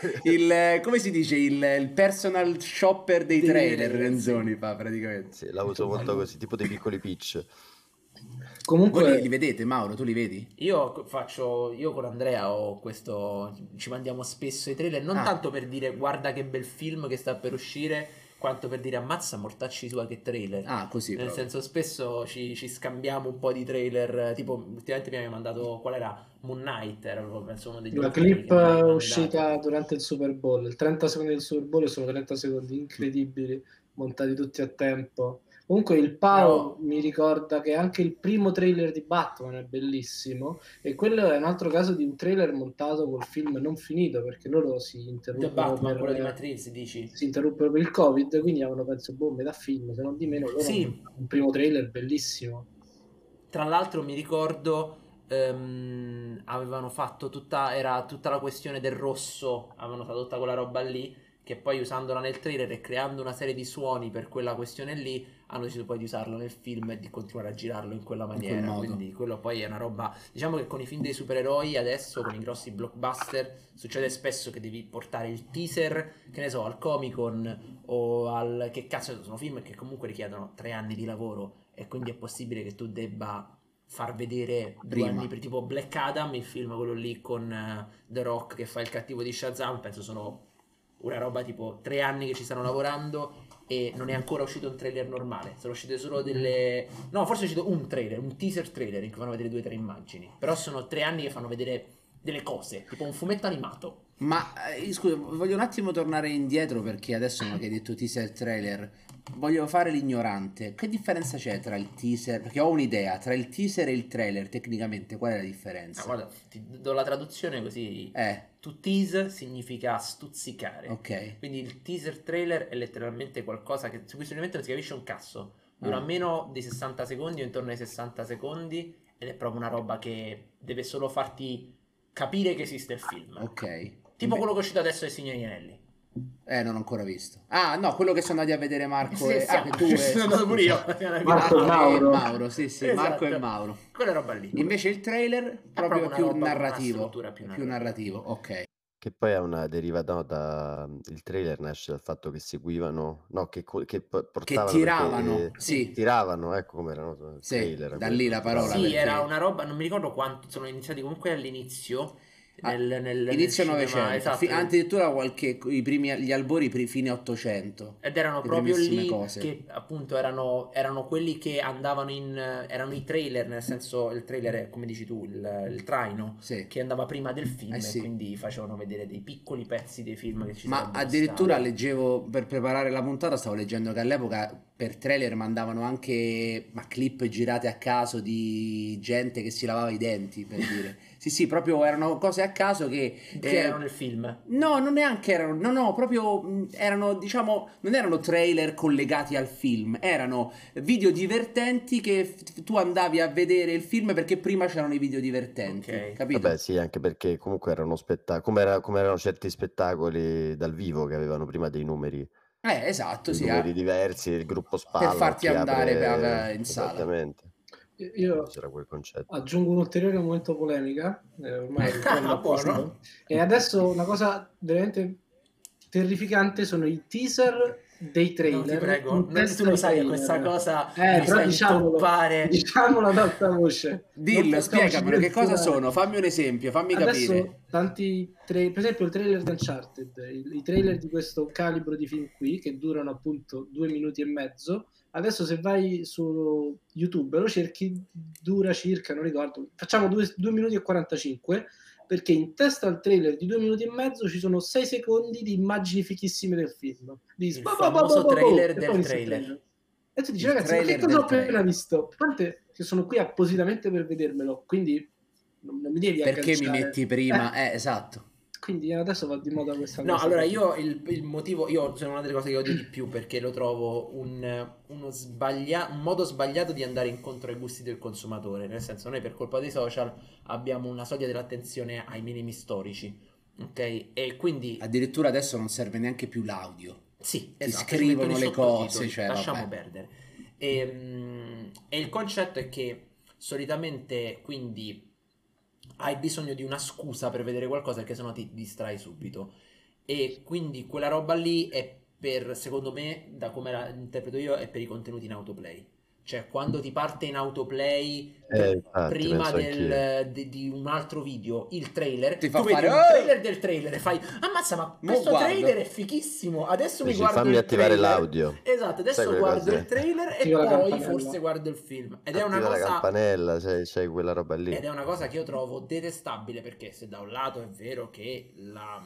Il, come si dice, il, il personal shopper dei Dei trailer, trailer, Renzoni sì. fa praticamente. Sì, la uso molto così, tipo dei piccoli pitch. Comunque, Voi li, li vedete, Mauro? Tu li vedi? Io faccio, io con Andrea ho questo, ci mandiamo spesso i trailer, non Ah. tanto per dire guarda che bel film che sta per uscire, quanto per dire ammazza mortacci sua che trailer. Ah, così Nel proprio. senso spesso ci, ci scambiamo un po' di trailer, tipo ultimamente mi aveva mandato, qual era? Moon Knight, era proprio, penso uno degli la ultimi clip che mi avevi mandato. uscita durante il Super Bowl, il trenta secondi del Super Bowl sono trenta secondi incredibili, montati tutti a tempo. Comunque il Pau Però- mi ricorda che anche il primo trailer di Batman è bellissimo e quello è un altro caso di un trailer montato col film non finito perché loro si The interrompono Batman, per, quello di Matt Reeves, dici? si interrompono per il Covid, quindi avevano penso boh, metà film, se non di meno loro Sì. hanno montato un primo trailer bellissimo. Tra l'altro mi ricordo ehm, avevano fatto tutta, era tutta la questione del rosso, avevano fatto tutta quella roba lì, che poi usandola nel trailer e creando una serie di suoni per quella questione lì, hanno deciso poi di usarlo nel film e di continuare a girarlo in quella quel maniera. modo. Quindi quello poi è una roba, diciamo che con i film dei supereroi adesso, con i grossi blockbuster, succede spesso che devi portare il teaser, che ne so, al Comic Con o al... che cazzo, sono film che comunque richiedono tre anni di lavoro e quindi è possibile che tu debba far vedere due Prima. anni per tipo Black Adam, il film quello lì con eh, The Rock che fa il cattivo di Shazam, penso sono una roba tipo tre anni che ci stanno lavorando e non è ancora uscito un trailer normale, sono uscite solo delle... no, forse è uscito un trailer, un teaser trailer in cui fanno vedere due o tre immagini, però sono tre anni che fanno vedere delle cose, tipo un fumetto animato. Ma eh, scusa, voglio un attimo tornare indietro perché adesso che hai detto teaser trailer, voglio fare l'ignorante. Che differenza c'è tra il teaser? Perché ho un'idea, tra il teaser e il trailer, tecnicamente, qual è la differenza? Ah, guarda, ti do la traduzione così. Eh, To tease significa stuzzicare. ok. Quindi il teaser trailer è letteralmente qualcosa che su questo momento non si capisce un cazzo. Dura Ah. meno di sessanta secondi o intorno ai sessanta secondi ed è proprio una roba che deve solo farti capire che esiste il film. Ok. Tipo quello che è uscito adesso dei Signori Anelli. Eh, non ho ancora visto. Ah, no, quello che sono andati a vedere Marco Sì, e... siamo- Ah, che tu e... sono andato pure io. Marco Ah, e Mauro. e Mauro, sì, sì, Esatto. Marco e Mauro. Quella roba lì. Invece il trailer proprio proprio una più roba con una narrativo, struttura più più narrativo, ok. Che poi è una deriva no, da il trailer nasce dal fatto che seguivano, no, che, co- che po- Che portavano perché tiravano, eh, sì, tiravano, ecco come erano il sì, trailer, da lì quello, la parola, tiravano. Sì, era perché una roba, non mi ricordo quanto, sono iniziati comunque all'inizio, ah, nel, nel, nel inizio cinema, Novecento, fi- esatto, addirittura qualche, i primi, gli albori pri- fine Ottocento, ed erano le proprio primissime lì cose. che appunto erano, erano quelli che andavano in, erano i trailer, nel senso il trailer è come dici tu, il, il traino Sì. che andava prima del film Eh e sì. quindi facevano vedere dei piccoli pezzi dei film che ci Ma sarebbero addirittura stati. leggevo, per preparare la puntata, stavo leggendo che all'epoca per trailer mandavano anche ma clip girate a caso di gente che si lavava i denti, per dire. Sì, sì, proprio erano cose a caso che... Che eh, erano nel film. No, non neanche erano, no, no, proprio mh, erano, diciamo, non erano trailer collegati al film, erano video divertenti che f- tu andavi a vedere il film perché prima c'erano i video divertenti, Ok. capito? Vabbè, sì, anche perché comunque erano spettacoli, come, era- come erano certi spettacoli dal vivo che avevano prima dei numeri, Eh, esatto, dei sì, numeri ah, diversi, il gruppo per spalla, farti chi andare per- apre in sala. esattamente. Io Quindi c'era quel concetto. aggiungo un ulteriore momento polemica, eh, ormai il trend è questo. Buono. E adesso una cosa veramente terrificante sono i teaser dei trailer. No, ti prego, in non, testa tu lo ai sai che trailer. questa cosa Eh, mi però fa diciamolo, intoppare. diciamolo ad alta voce. Non Dillo, possiamo spiegamelo, che cosa censurare. sono? Fammi un esempio, fammi Adesso capire. tanti tra- per esempio il trailer di Uncharted, i, i trailer di questo calibro di film qui che durano appunto due minuti e mezzo. Adesso se vai su YouTube lo cerchi, dura circa, non ricordo, facciamo due, due minuti e quarantacinque, perché in testa al trailer di due minuti e mezzo ci sono sei secondi di immagini fichissime del film. Di Il spa- famoso bo- bo- bo- bo- trailer e poi del inizia il trailer. E tu dici, Il ragazzi, ma che trailer cosa ho del appena trailer. visto? Tante che sono qui appositamente per vedermelo, quindi non, non mi devi Perché mi agganciare. metti prima? Eh, Eh, esatto. quindi adesso va di moda questa No, cosa. allora io il, il motivo, io sono una delle cose che odio di più perché lo trovo un, uno sbaglia- un modo sbagliato di andare incontro ai gusti del consumatore, nel senso noi per colpa dei social abbiamo una soglia dell'attenzione ai minimi storici, ok? E quindi Addirittura adesso non serve neanche più l'audio. sì, Ti esatto, ci scrivono mettono i le cose, sottotitoli, cioè, lasciamo vabbè. perdere. E, mm, e il concetto è che solitamente quindi hai bisogno di una scusa per vedere qualcosa perché sennò ti distrai subito. E quindi quella roba lì è per, secondo me, da come la interpreto io, è per i contenuti in autoplay. Cioè, quando ti parte in autoplay Eh, infatti, prima penso anch'io. del, di, di un altro video, il trailer, Ti fa tu vedi fare, un "Oh!" trailer del trailer e fai, ammazza, ma Mo questo guardo. trailer è fichissimo, adesso mi Dici, guardo fammi il attivare trailer." l'audio. Esatto, adesso Sai quelle guardo cose? il trailer e Attiva la poi campanella. forse guardo il film. Ed è una Attiva la cosa... campanella, c'hai, c'hai quella roba lì. Ed è una cosa che io trovo detestabile perché se da un lato è vero che la,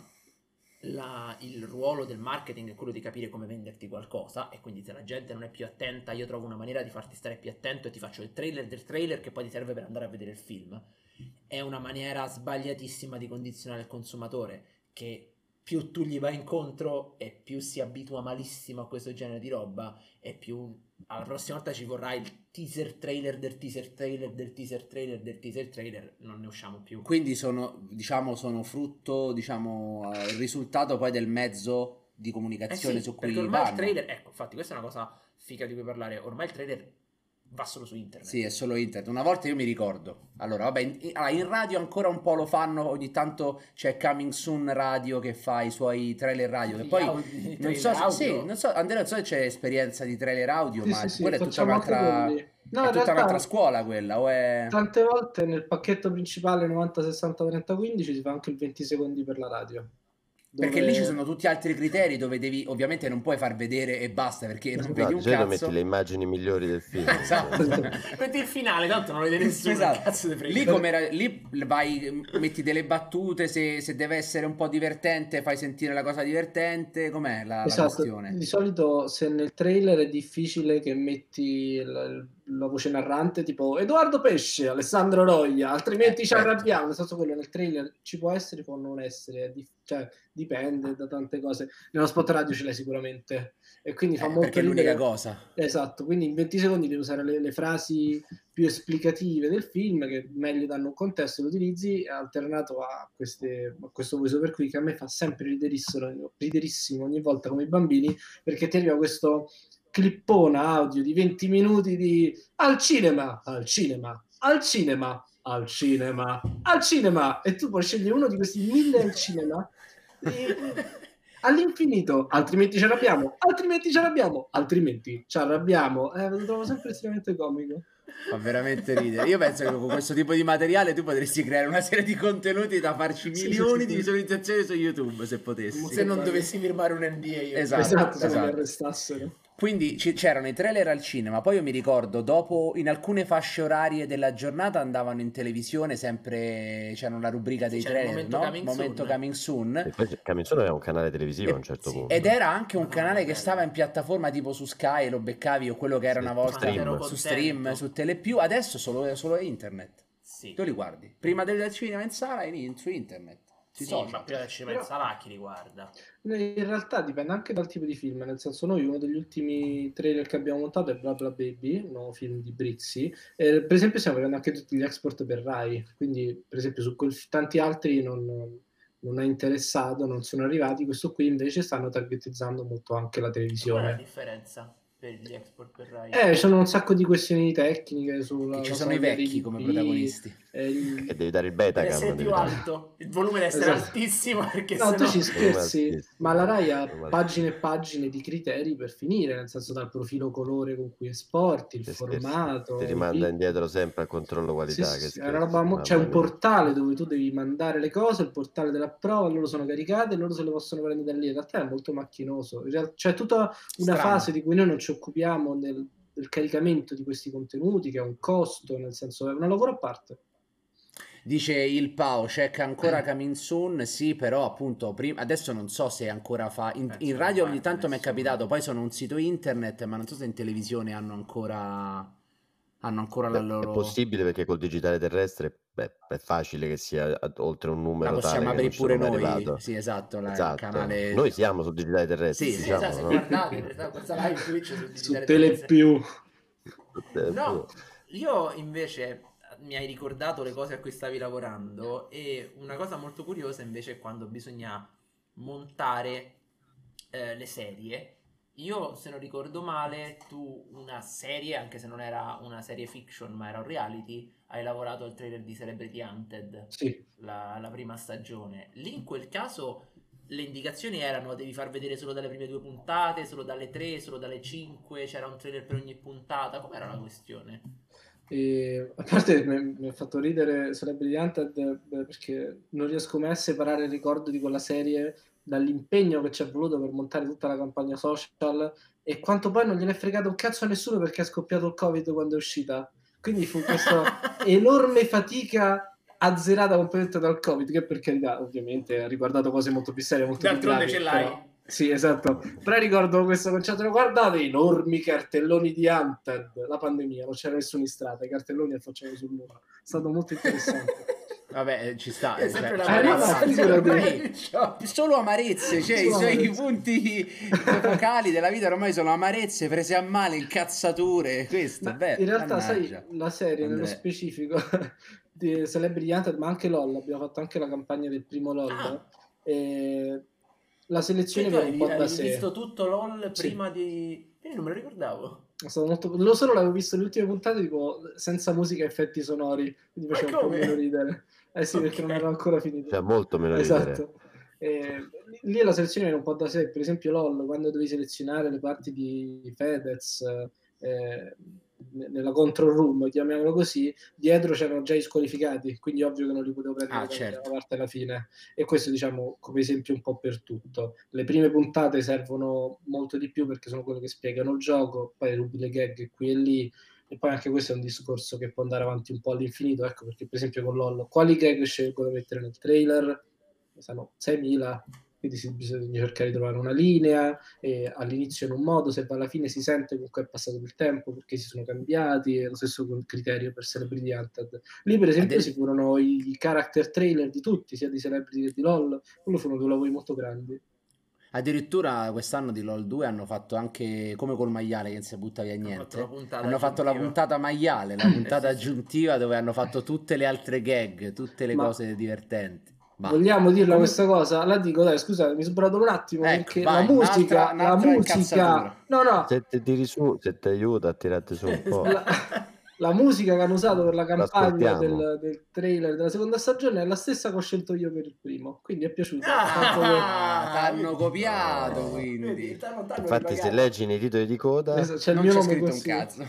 la- il ruolo del marketing è quello di capire come venderti qualcosa e quindi se la gente non è più attenta io trovo una maniera di farti stare più attento e ti faccio il trailer del trailer che poi ti serve per andare a vedere il film. È una maniera sbagliatissima di condizionare il consumatore che più tu gli vai incontro e più si abitua malissimo a questo genere di roba e più alla prossima volta ci vorrà il teaser trailer del teaser trailer del teaser trailer del teaser trailer, non ne usciamo più. Quindi sono, diciamo, sono frutto, diciamo, eh, il risultato poi del mezzo di Eh comunicazione sì, su cui perché ormai vanno. il trailer, ecco, infatti questa è una cosa figa di cui parlare, ormai il trailer va solo su internet. Sì, è solo internet. Una volta io mi ricordo. Allora, vabbè, in, in- allora, in radio ancora un po' lo fanno, ogni tanto c'è Coming Soon Radio che fa i suoi trailer radio, che Gli poi audio- i non trailer so, se- audio. sì, non so, Andrea, non so se c'è esperienza di trailer audio, Sì, ma sì, sì, quella è tutta facciamo anche un'altra quelli. No, è in tutta realtà un'altra scuola quella, o è tante volte nel pacchetto principale novanta sessanta trenta quindici si fa anche il venti secondi per la radio. perché Dove- lì ci sono tutti altri criteri dove devi, ovviamente non puoi far vedere e basta, perché non No, vedi No, un di solito cazzo. metti le immagini migliori del film. Esatto. Metti il finale, tanto non lo vede nessuno, Esatto. cazzo di frega. Lì, come era- lì vai, metti delle battute, se, se deve essere un po' divertente fai sentire la cosa divertente, com'è la, la Esatto, questione? di solito se nel trailer è difficile che metti la, la voce narrante tipo Edoardo Pesce, Alessandro Roglia, altrimenti Eh, ci certo. arrabbiamo, nel senso quello nel trailer ci può essere, può non essere, è dif- cioè dipende da tante cose. Nello spot radio ce l'hai sicuramente e quindi fa Eh, molto perché è l'unica ridere. cosa. Esatto, quindi in venti secondi devi usare le, le frasi più esplicative del film che meglio danno un contesto e lo utilizzi alternato a, queste, a questo voiceover qui che a me fa sempre riderissimo, riderissimo ogni volta come i bambini perché ti arriva questo clippona audio di venti minuti di al cinema, al cinema, al cinema al cinema, al cinema, e tu puoi scegliere uno di questi mille al cinema e- all'infinito, altrimenti ce l'abbiamo, altrimenti ce l'abbiamo, altrimenti ce l'abbiamo. Eh, lo trovo sempre estremamente comico. Fa veramente ridere. Io penso che con questo tipo di materiale tu potresti creare una serie di contenuti da farci Sì, milioni sì, di sì. visualizzazioni su YouTube, se potessi. Se non dovessi firmare un N D A io. Esatto. Esatto, se mi esatto. arrestassero. Quindi ci- c'erano i trailer al cinema, poi io mi ricordo, dopo in alcune fasce orarie della giornata andavano in televisione, sempre c'era la rubrica Sì, dei c'era il trailer, Momento no? Coming Momento Soon. Coming Soon. E poi Caminsone aveva un canale televisivo a un certo sì. punto. Ed era anche un Ah, canale che bello. stava in piattaforma tipo su Sky, lo beccavi, o quello che era Sì, una su volta stream. su Contento. stream, su Telepiù, adesso solo, solo internet. Sì. Tu li guardi. Prima del cinema in sala in, in- su internet. Sui Sì, social. ma prima del cinema in Però- sala chi li guarda? In realtà dipende anche dal tipo di film, nel senso noi uno degli ultimi trailer che abbiamo montato è Bla Bla Baby, un nuovo film di Brizzi, e, per esempio stiamo vedendo anche tutti gli export per Rai, quindi per esempio su quel- tanti altri non, non è interessato, non sono arrivati, questo qui invece stanno targetizzando molto anche la Qual è la televisione. differenza per gli export per Rai? Eh, ci sono un sacco di questioni tecniche sulla Che ci la sono i soglia vecchi dei come D V D, protagonisti. eh, il- Che devi dare il Per Betacam. essere devi più dare. alto, il volume deve essere Esatto. altissimo perché No, tu sennò... ci scherzi, altissimo. ma la Rai ha Volume pagine e pagine di criteri per finire, nel senso dal profilo colore con cui esporti, il Che scherzi. formato, Ti il rimanda video. indietro sempre al controllo Sì, qualità. sì, che sì, è una scherzi, roba mo- mamma c'è un mia. portale dove tu devi mandare le cose, il portale della prova, loro sono caricate e loro se le possono prendere da lì. In realtà è molto macchinoso. In real- c'è tutta una Strano. fase di cui noi non ci occupiamo nel, del caricamento di questi contenuti, che è un costo, nel senso è un lavoro a parte. Dice il Pao, c'è ancora Coming Soon, sì, però appunto prima, adesso non so se ancora fa, in, Penso in non radio guardi ogni tanto mi è nessuno. capitato, poi sono un sito internet, ma non so se in televisione hanno ancora, hanno ancora la Beh, loro... È possibile perché col digitale terrestre beh, è facile che sia a- oltre un La numero tale possiamo che aprire non ci sono pure mai noi, arrivato. sì esatto, la- il Esatto. canale... Noi siamo sul digitale terrestre, Sì, Sì, sì, esatto, diciamo, se no? guardate questa, questa live Twitch su Su digitale Telepiù. Eh, No, io invece mi hai ricordato le cose a cui stavi lavorando e una cosa molto curiosa invece è quando bisogna montare eh, le serie. Io, se non ricordo male, tu una serie, anche se non era una serie fiction ma era un reality, hai lavorato al trailer di Celebrity Hunted, Sì. la, la prima stagione. Lì in quel caso le indicazioni erano devi far vedere solo dalle prime due puntate, solo dalle tre, solo dalle cinque, c'era un trailer per ogni puntata. Com'era la questione? E, a parte mi, mi ha fatto ridere Celebrity Hunted beh, perché non riesco mai a separare il ricordo di quella serie dall'impegno che ci è voluto per montare tutta la campagna social e quanto poi non gliene è fregato un cazzo a nessuno perché è scoppiato il Covid quando è uscita. Quindi fu questa enorme fatica azzerata completamente dal Covid, che per carità ovviamente ha riguardato cose molto più serie, molto più D'altronde gravi, ce l'hai. però- Sì, esatto. Però ricordo questo concetto, guardate enormi cartelloni di Hunted, la pandemia, non c'era nessuno in strada, i cartelloni li facciamo sul muro. È stato molto interessante. Vabbè, eh, ci sta. È eh, sempre cioè, la Eh, no, cioè, no, ormai- figurati. solo amarezze, cioè Solo i suoi amarezze. punti focali della vita ormai sono amarezze, prese a male, incazzature, questo, Ma beh, in realtà, mannaggia. sai, la serie nello Andrea. specifico di Celebrity Hunted, ma anche LOL, abbiamo fatto anche la campagna del primo LOL, Ah. e la selezione Cioè, tu viene hai, un po' da hai sé. visto tutto LOL Sì. prima di... Io non me lo ricordavo. È stato molto... Lo solo l'avevo visto le ultime puntate tipo senza musica e effetti sonori, quindi Ma faceva un po' come? meno ridere. Eh sì, perché Ok. non era ancora finito. Cioè, molto meno ridere. Esatto. Eh, lì la selezione viene un po' da sé, per esempio LOL, quando devi selezionare le parti di Fedez eh, nella control room, chiamiamolo così, dietro c'erano già i squalificati, quindi ovvio che non li potevo prendere Ah, da certo. una parte alla fine. E questo diciamo come esempio un po' per tutto. Le prime puntate servono molto di più perché sono quelle che spiegano il gioco, poi rubi le gag qui e lì, e poi anche questo è un discorso che può andare avanti un po' all'infinito, ecco perché per esempio con LOL quali gag scelgo da mettere nel trailer? Sono seimila, quindi si, bisogna cercare di trovare una linea, e all'inizio in un modo, se alla fine si sente comunque è passato del tempo perché si sono cambiati, è lo stesso con il criterio per Celebrity Hunted. Lì per esempio Adel- si furono i character trailer di tutti, sia di Celebrity che di LOL, quello furono due lavori molto grandi. Addirittura quest'anno di LOL due hanno fatto anche come col maiale che non si butta via Hanno niente. fatto la puntata Hanno fatto la aggiuntiva. puntata maiale, la puntata Eh, sì, sì. aggiuntiva dove hanno fatto tutte le altre gag, tutte le Ma- cose divertenti. Ma- Vogliamo dirla Come- questa cosa? La dico, dai, scusate, mi sbrado un attimo Ecco, perché vai, la musica, un'altra- un'altra la musica, incazzatura. no, no, Se ti tiri su, se ti aiuta a tirarti su un po'. la, la musica che hanno usato per la campagna L'ascoltiamo. del, del trailer della seconda stagione è la stessa che ho scelto io per il primo, quindi è piaciuto. Ah, Ah, t'hanno vedi? copiato, No. quindi. Vedi, t'hanno- t'hanno Infatti, se ripagato. leggi nei titoli di coda, Esatto, c'è il Non mio c'è nome scritto un così. cazzo.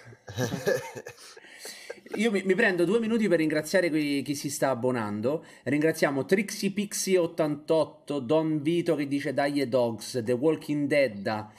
Io mi, mi prendo due minuti per ringraziare qui- chi si sta abbonando. Ringraziamo Trixie Pixie ottantotto, Don Vito che dice Dai e Dogs, The Walking Dead,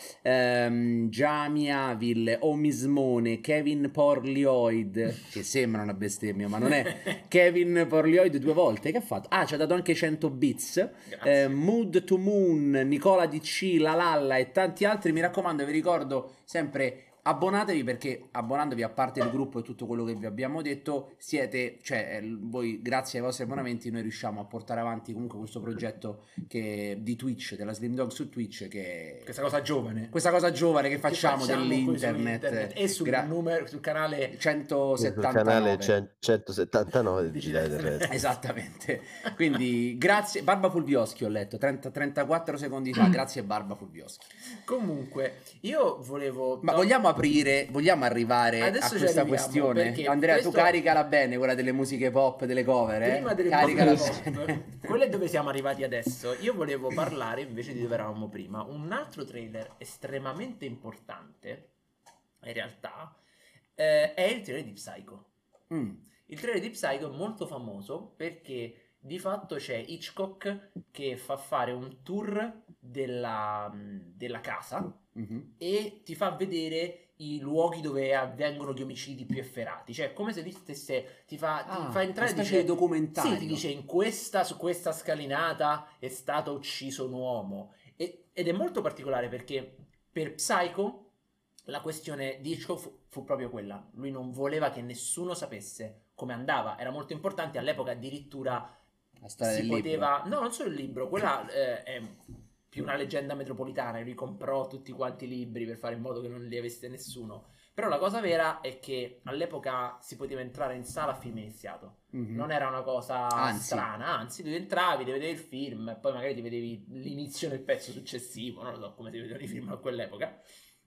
ehm, Jamie Avil, Omismone, Kevin Porlioid, che sembra una bestemmia ma non è, Kevin Porlioid due volte, che ha fatto? Ah, ci ha dato anche cento bits. Grazie. Eh, Mood to Moon, Nicola D C, La Lalla e tanti altri. Mi raccomando, vi ricordo sempre abbonatevi, perché abbonandovi, a parte il gruppo e tutto quello che vi abbiamo detto, siete, cioè eh, voi, grazie ai vostri abbonamenti noi riusciamo a portare avanti comunque questo progetto che, di Twitch, della Slim Dog su Twitch, che Questa cosa giovane. questa cosa giovane che Che facciamo, facciamo qui su dell'internet internet e sul gra- numero, sul canale sul centosettantanove. canale cen- centosettantanove digitale terrestre. Esattamente. Quindi grazie Barba Fulvioschi, ho letto trenta trentaquattro secondi fa. Grazie Barba Fulvioschi. Comunque, io volevo... Ma no, vogliamo aprire, vogliamo arrivare Adesso a ci questa arriviamo, questione? perché Andrea, questo- tu caricala bene, quella delle musiche pop, delle cover, eh? Prima delle Caricala musiche bene. pop, quello è dove siamo arrivati adesso. Io volevo parlare invece di dove eravamo prima. Un altro trailer estremamente importante, in realtà, eh, è il trailer di Psycho. Mm. Il trailer di Psycho è molto famoso perché di fatto c'è Hitchcock che fa fare un tour della, della casa Mhm. e ti fa vedere i luoghi dove avvengono gli omicidi più efferati. Cioè, come se lui stesse, ti fa, ti Ah, fa entrare e una specie dice, di documentario. sì, ti dice in questa, su questa scalinata è stato ucciso un uomo. E- ed è molto particolare perché per Psycho la questione di Hitchcock fu, fu proprio quella. Lui non voleva che nessuno sapesse come andava. Era molto importante, all'epoca addirittura La storia si del libro. poteva... No, non solo il libro, quella eh, è più una leggenda metropolitana. Lui comprò tutti quanti i libri per fare in modo che non li avesse nessuno. Però la cosa vera è che all'epoca si poteva entrare in sala a film iniziato. Mhm. Non era una cosa Anzi. strana, anzi tu entravi, ti vedevi il film e poi magari ti vedevi l'inizio del pezzo successivo, non lo so come si vedevano i film a quell'epoca.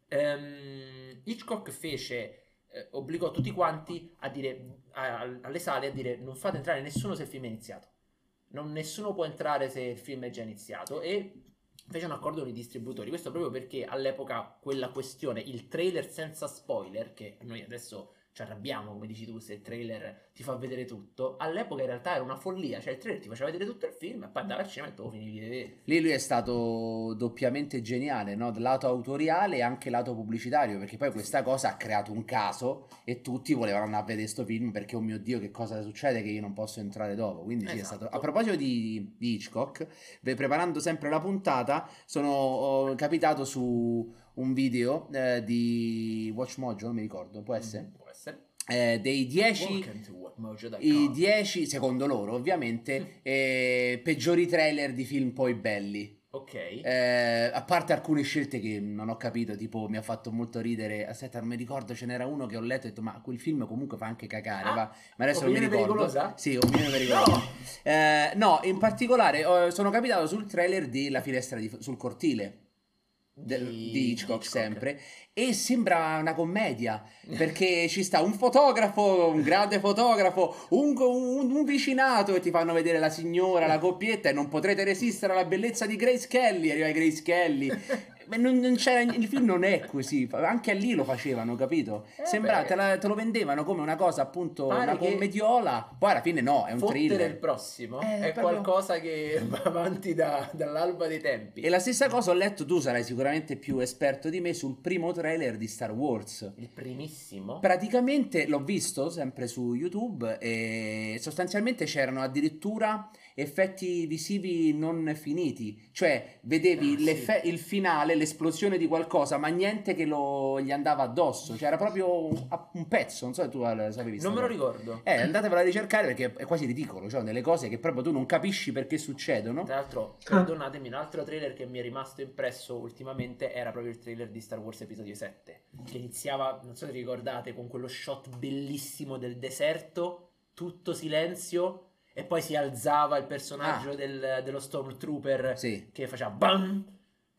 Ehm, Hitchcock fece, eh, obbligò tutti quanti a dire, a- a- alle sale a dire non fate entrare nessuno se il film è iniziato. Non, nessuno può entrare se il film è già iniziato e fece un accordo con i distributori. Questo proprio perché all'epoca quella questione, il trailer senza spoiler, che noi adesso ci arrabbiamo, come dici tu, se il trailer ti fa vedere tutto, all'epoca in realtà era una follia. Cioè il trailer ti faceva vedere tutto il film e poi andavi al cinema e te lo finivi di vedere. Lì lui è stato doppiamente geniale, no? Lato autoriale e anche lato pubblicitario, perché poi questa cosa ha creato un caso e tutti volevano andare a vedere sto film perché, oh mio Dio, che cosa succede che io non posso entrare dopo. Quindi sì, è Esatto. stato... A proposito di, di Hitchcock, beh, preparando sempre la puntata, sono ho capitato su un video eh, di WatchMojo, non mi ricordo, può essere? Può essere. Eh, dei dieci... Welcome to watchmojo dot com. I dieci, secondo loro ovviamente, eh, peggiori trailer di film poi belli. Ok. Eh, a parte alcune scelte che non ho capito, tipo mi ha fatto molto ridere. Aspetta, non mi ricordo, ce n'era uno che ho letto e ho detto, ma quel film comunque fa anche cagare. Ah, va. Ma adesso non mi Opinione ricordo. pericolosa? Sì, opinione pericolosa. No! Eh, no, in particolare eh, sono capitato sul trailer di La finestra di- sul cortile. del- Di- di Hitchcock, Hitchcock. sempre, e sembra una commedia perché ci sta un fotografo, un grande fotografo, un, un- un vicinato e ti fanno vedere la signora, la coppietta e non potrete resistere alla bellezza di Grace Kelly, arriva Grace Kelly. Beh, non, non c'era, il film non è così, anche lì lo facevano, capito? Eh Sembra, beh. te, la- te lo vendevano come una cosa appunto, Pare una che commediola, poi alla fine no, è un Fottere thriller. il prossimo Eh, è proprio- qualcosa che va avanti da- dall'alba dei tempi. E la stessa cosa ho letto, tu sarai sicuramente più esperto di me, sul primo trailer di Star Wars. Il primissimo. Praticamente l'ho visto sempre su YouTube e sostanzialmente c'erano addirittura effetti visivi non finiti, cioè vedevi Ah, sì. l'effe- il finale, l'esplosione di qualcosa, ma niente che lo, gli andava addosso, cioè era proprio un, un pezzo, non so se tu la sapevi sta Non me lo cosa. ricordo. Eh, andatevela a ricercare perché è quasi ridicolo, cioè delle cose che proprio tu non capisci perché succedono. Tra l'altro, perdonatemi, un altro trailer che mi è rimasto impresso ultimamente era proprio il trailer di Star Wars Episodio sette, che iniziava, non so se ricordate, con quello shot bellissimo del deserto, tutto silenzio, e poi si alzava il personaggio Ah. del- dello Stormtrooper Sì. che faceva BAM!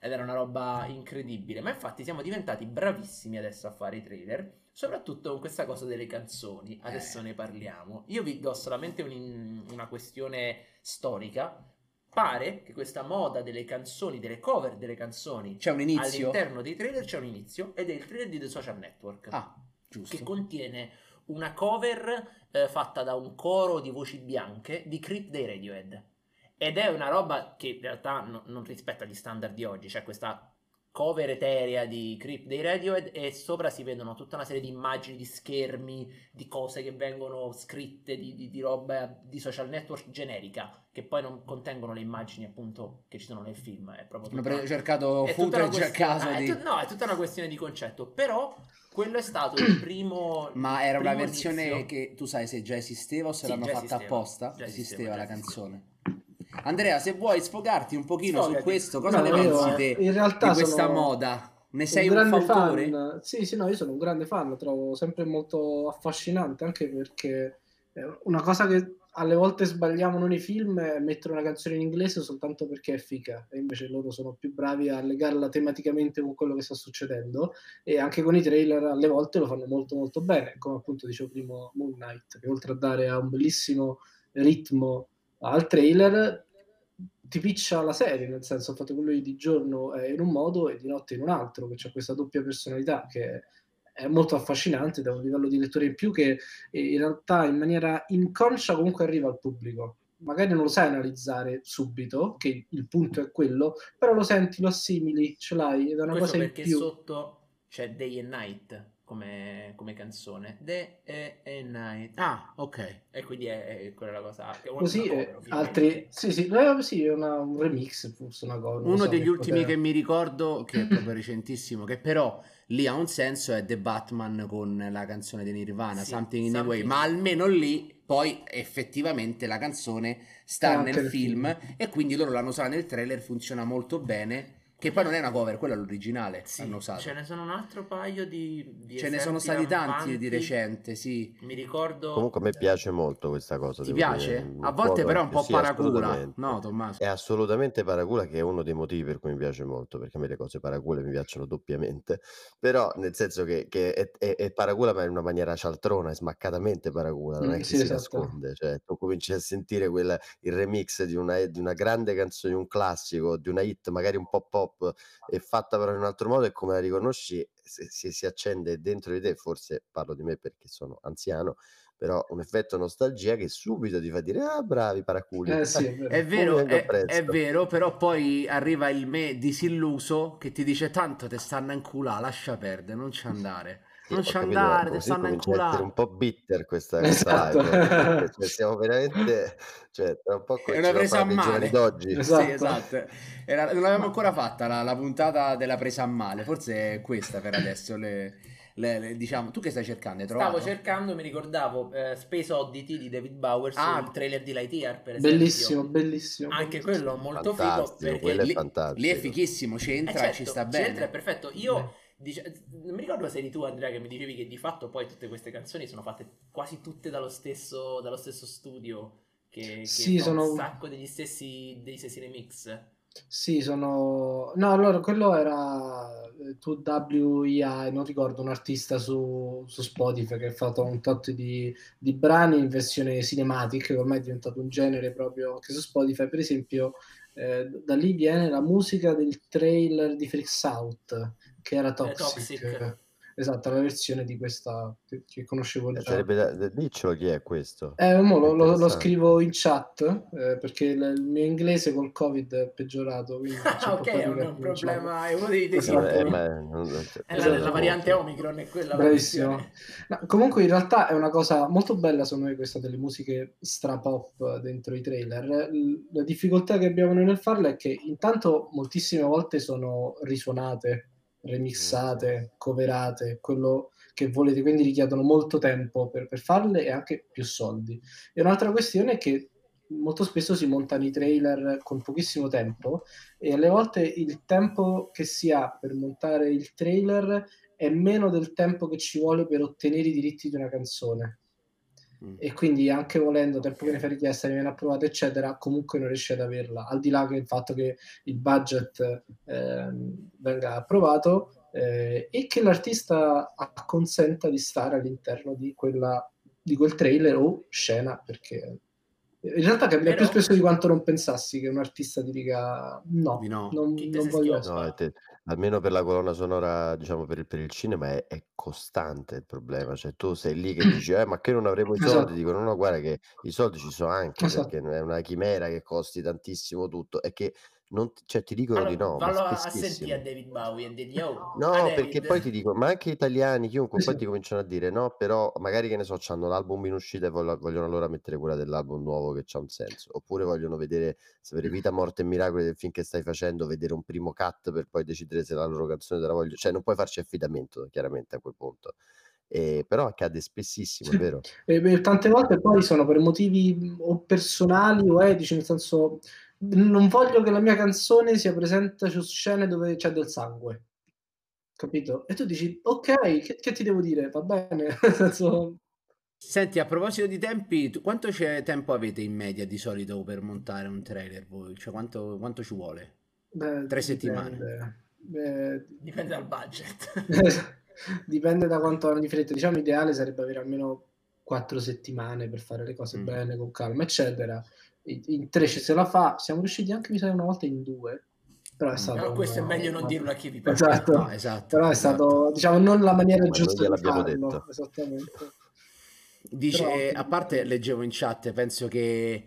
ed era una roba incredibile. Ma infatti siamo diventati bravissimi adesso a fare i trailer, soprattutto con questa cosa delle canzoni. Adesso Eh. ne parliamo. Io vi do solamente un- una questione storica. Pare che questa moda delle canzoni, delle cover delle canzoni C'è un inizio? all'interno dei trailer c'è un inizio, ed è il trailer di The Social Network, Ah, giusto. che contiene una cover eh, fatta da un coro di voci bianche di Creep dei Radiohead, ed è una roba che in realtà no- non rispetta gli standard di oggi. C'è questa cover eterea di Creep dei Radiohead e sopra si vedono tutta una serie di immagini, di schermi, di cose che vengono scritte, di, di, di roba di Social Network generica, che poi non contengono le immagini appunto che ci sono nel film. È proprio Hanno tutta- pre- cercato è tutta una footage a questione- caso ah, è di... tu- no, è tutta una questione di concetto. Però quello è stato il primo. Ma era il una primo versione inizio. che tu sai se già esisteva o se Sì, l'hanno già fatta esisteva. apposta? Già Esisteva esisteva, la già esisteva. canzone. Andrea, se vuoi sfogarti un pochino Sfogati. su questo, cosa No, ne io pensi te in realtà di questa sono moda? Ne sei un, grande fautore? fan. Sì, sì, no, io sono un grande fan, lo trovo sempre molto affascinante, anche perché è una cosa che alle volte sbagliamo noi nei film è mettere una canzone in inglese soltanto perché è figa, e invece loro sono più bravi a legarla tematicamente con quello che sta succedendo, e anche con i trailer alle volte lo fanno molto molto bene, come appunto dicevo prima Moon Knight, che oltre a dare a un bellissimo ritmo al trailer ti piccia la serie, nel senso il fatto che lui di giorno è in un modo e di notte in un altro, che c'è questa doppia personalità che è molto affascinante, da un livello di lettore in più che eh, in realtà in maniera inconscia comunque arriva al pubblico. Magari non lo sai analizzare subito, che il punto è quello, però lo senti, lo assimili, ce l'hai, ed è una Questo cosa in perché più. sotto c'è Day and Night come, come canzone. Day and Night. Ah, ok. E quindi è, è quella la cosa. Che è una Così cover, eh, ovviamente. altri... Sì, sì, eh, sì, è una- un remix, forse una cosa. non Uno so degli che ultimi cos'è. che mi ricordo, che è proprio recentissimo, che però lì ha un senso, è The Batman con la canzone di Nirvana, Sì, Something in a Way, Something- ma almeno lì Poi effettivamente la canzone È sta anche nel nel film, film. e quindi loro l'hanno usata nel trailer, funziona molto bene, che poi non è una cover, quella è l'originale, Sì, hanno usato. ce ne sono un altro paio di, di Ce ne esempi sono stati tanti lampanti. di recente, sì. Mi ricordo. Comunque a me piace molto questa cosa. ti devo piace? dire. A Mi volte può- però è un po' sì, paracula, assolutamente. no Tommaso? È assolutamente paracula, che è uno dei motivi per cui mi piace molto, perché a me le cose paracule mi piacciono doppiamente, però nel senso che, che è, è- è paracula ma in una maniera cialtrona, è smaccatamente paracula, non Mm, è che sì, si esatto. nasconde, cioè tu cominci a sentire quella- il remix di una, di una grande canzone, di un classico, di una hit magari un po' pop e fatta però in un altro modo, e come la riconosci si, si- si accende dentro di te, forse parlo di me perché sono anziano, però un effetto nostalgia che subito ti fa dire ah bravi paraculi. Eh sì, è È vero. Mi vero, vengo è, appresso. è vero, però poi arriva il me disilluso che ti dice tanto te stanno a inculà, lascia perdere, non ci andare. Sì, Non ho ci capito, ma andare, te così stanno a comincia a essere inculà. un po' bitter questa, questa Esatto. live, eh, perché cioè, siamo veramente, cioè, tra un po' È ci una va a presa fare a dei giovani male. d'oggi. Esatto. Sì, esatto. Era- non l'avevamo Ma- ancora fatta la, la puntata della presa a male. Forse è questa per adesso. Le, le- le- diciamo, tu che stai cercando? Hai Stavo trovato? cercando, mi ricordavo eh, Space Oddity di David Bowers, Ah. il trailer di Lightyear, per esempio. Bellissimo, bellissimo. Anche bellissimo. quello molto figo, Fantastico, perché quello è Lì, fantastico. lì è fighissimo, Eh, c'entra certo, e ci sta c'entra, bene. è perfetto. Io dice- non mi ricordo se eri tu, Andrea, che mi dicevi che di fatto poi tutte queste canzoni sono fatte quasi tutte dallo stesso, dallo stesso studio che, che Sì, fa sono- un sacco degli stessi, degli stessi remix. Sì, sono... No, allora, quello era eh, due W I A, non ricordo, un artista su, su Spotify che ha fatto un tot di, di brani in versione cinematic, che ormai è diventato un genere proprio anche su Spotify. Per esempio, eh, da lì viene la musica del trailer di Freaks Out, che era Toxic. Toxic. Esatto, la versione di questa che, che conoscevo Eh, già. Sarebbe da, da- diccelo chi è questo. Eh, mo lo, È lo- lo interessante. scrivo in chat eh, perché il, il mio inglese col Covid è peggiorato, quindi faccio Ah, un ok, po' è fatica un, a è un pronunciarlo. problema, è uno dei, dei Esatto. Eh, sintomi. ma non- non- È la, eh, la variante molto. Omicron, è quella la Bravissimo. questione. No, comunque in realtà è una cosa molto bella secondo me questa delle musiche stra-pop dentro i trailer. L- La difficoltà che abbiamo noi nel farla è che intanto moltissime volte sono risuonate, remixate, coverate, quello che volete, quindi richiedono molto tempo per, per farle e anche più soldi. E un'altra questione è che molto spesso si montano i trailer con pochissimo tempo e alle volte il tempo che si ha per montare il trailer è meno del tempo che ci vuole per ottenere i diritti di una canzone. Mm. E quindi anche volendo, tempo che ne fa richiesta, ne viene approvato, eccetera, comunque non riesce ad averla, al di là che il fatto che il budget eh, venga approvato eh, e che l'artista acconsenta di stare all'interno di quella di quel trailer o scena, perché in realtà cambia Però... più spesso di quanto non pensassi che un artista ti dica no, no. non, non voglio essere. No, te, almeno per la colonna sonora, diciamo per il, per il cinema è, è costante il problema, cioè tu sei lì che dici eh, ma che non avremo i soldi, Esatto. dicono no guarda che i soldi ci sono anche, Esatto. perché è una chimera che costi tantissimo tutto e che non, cioè, ti dicono allora, di no, ma vallo a spessissimo. sentire a David Bowie e digli oh, No, David. perché poi ti dico, ma anche italiani, chiunque Sì, poi sì. ti cominciano a dire no, però magari che ne so, c'hanno l'album in uscita e voglio- vogliono allora mettere quella dell'album nuovo che c'ha un senso, oppure vogliono vedere, sapere Vita, Morte e Miracoli del film che stai facendo, vedere un primo cut per poi decidere se la loro canzone te la voglio, cioè non puoi farci affidamento chiaramente a quel punto. Eh, però accade spessissimo, sì. è vero? E, e tante volte poi sono per motivi o personali o etici, nel senso non voglio che la mia canzone sia presente su scene dove c'è del sangue, capito? E tu dici ok, che, che ti devo dire? Va bene. Nel senso... Senti, a proposito di tempi, tu, quanto c'è tempo avete in media di solito per montare un trailer voi? Cioè quanto, quanto ci vuole? Beh, Tre settimane. dipende. Beh, Dipende dal budget. dipende da quanto hanno di fretta. Diciamo ideale sarebbe avere almeno quattro settimane per fare le cose Mm. bene, con calma, eccetera. In, in tre ci se la fa. Siamo riusciti anche, mi sa, una volta in due. Però è stato... No, questo un- è meglio non una- dirlo a chi vi parla. Esatto. No, esatto, Però è esatto. stato, diciamo, non la maniera Ma noi giusta di gliel'abbiamo farlo. detto. Esattamente. Dice, Però eh, anche a parte leggevo in chat, penso che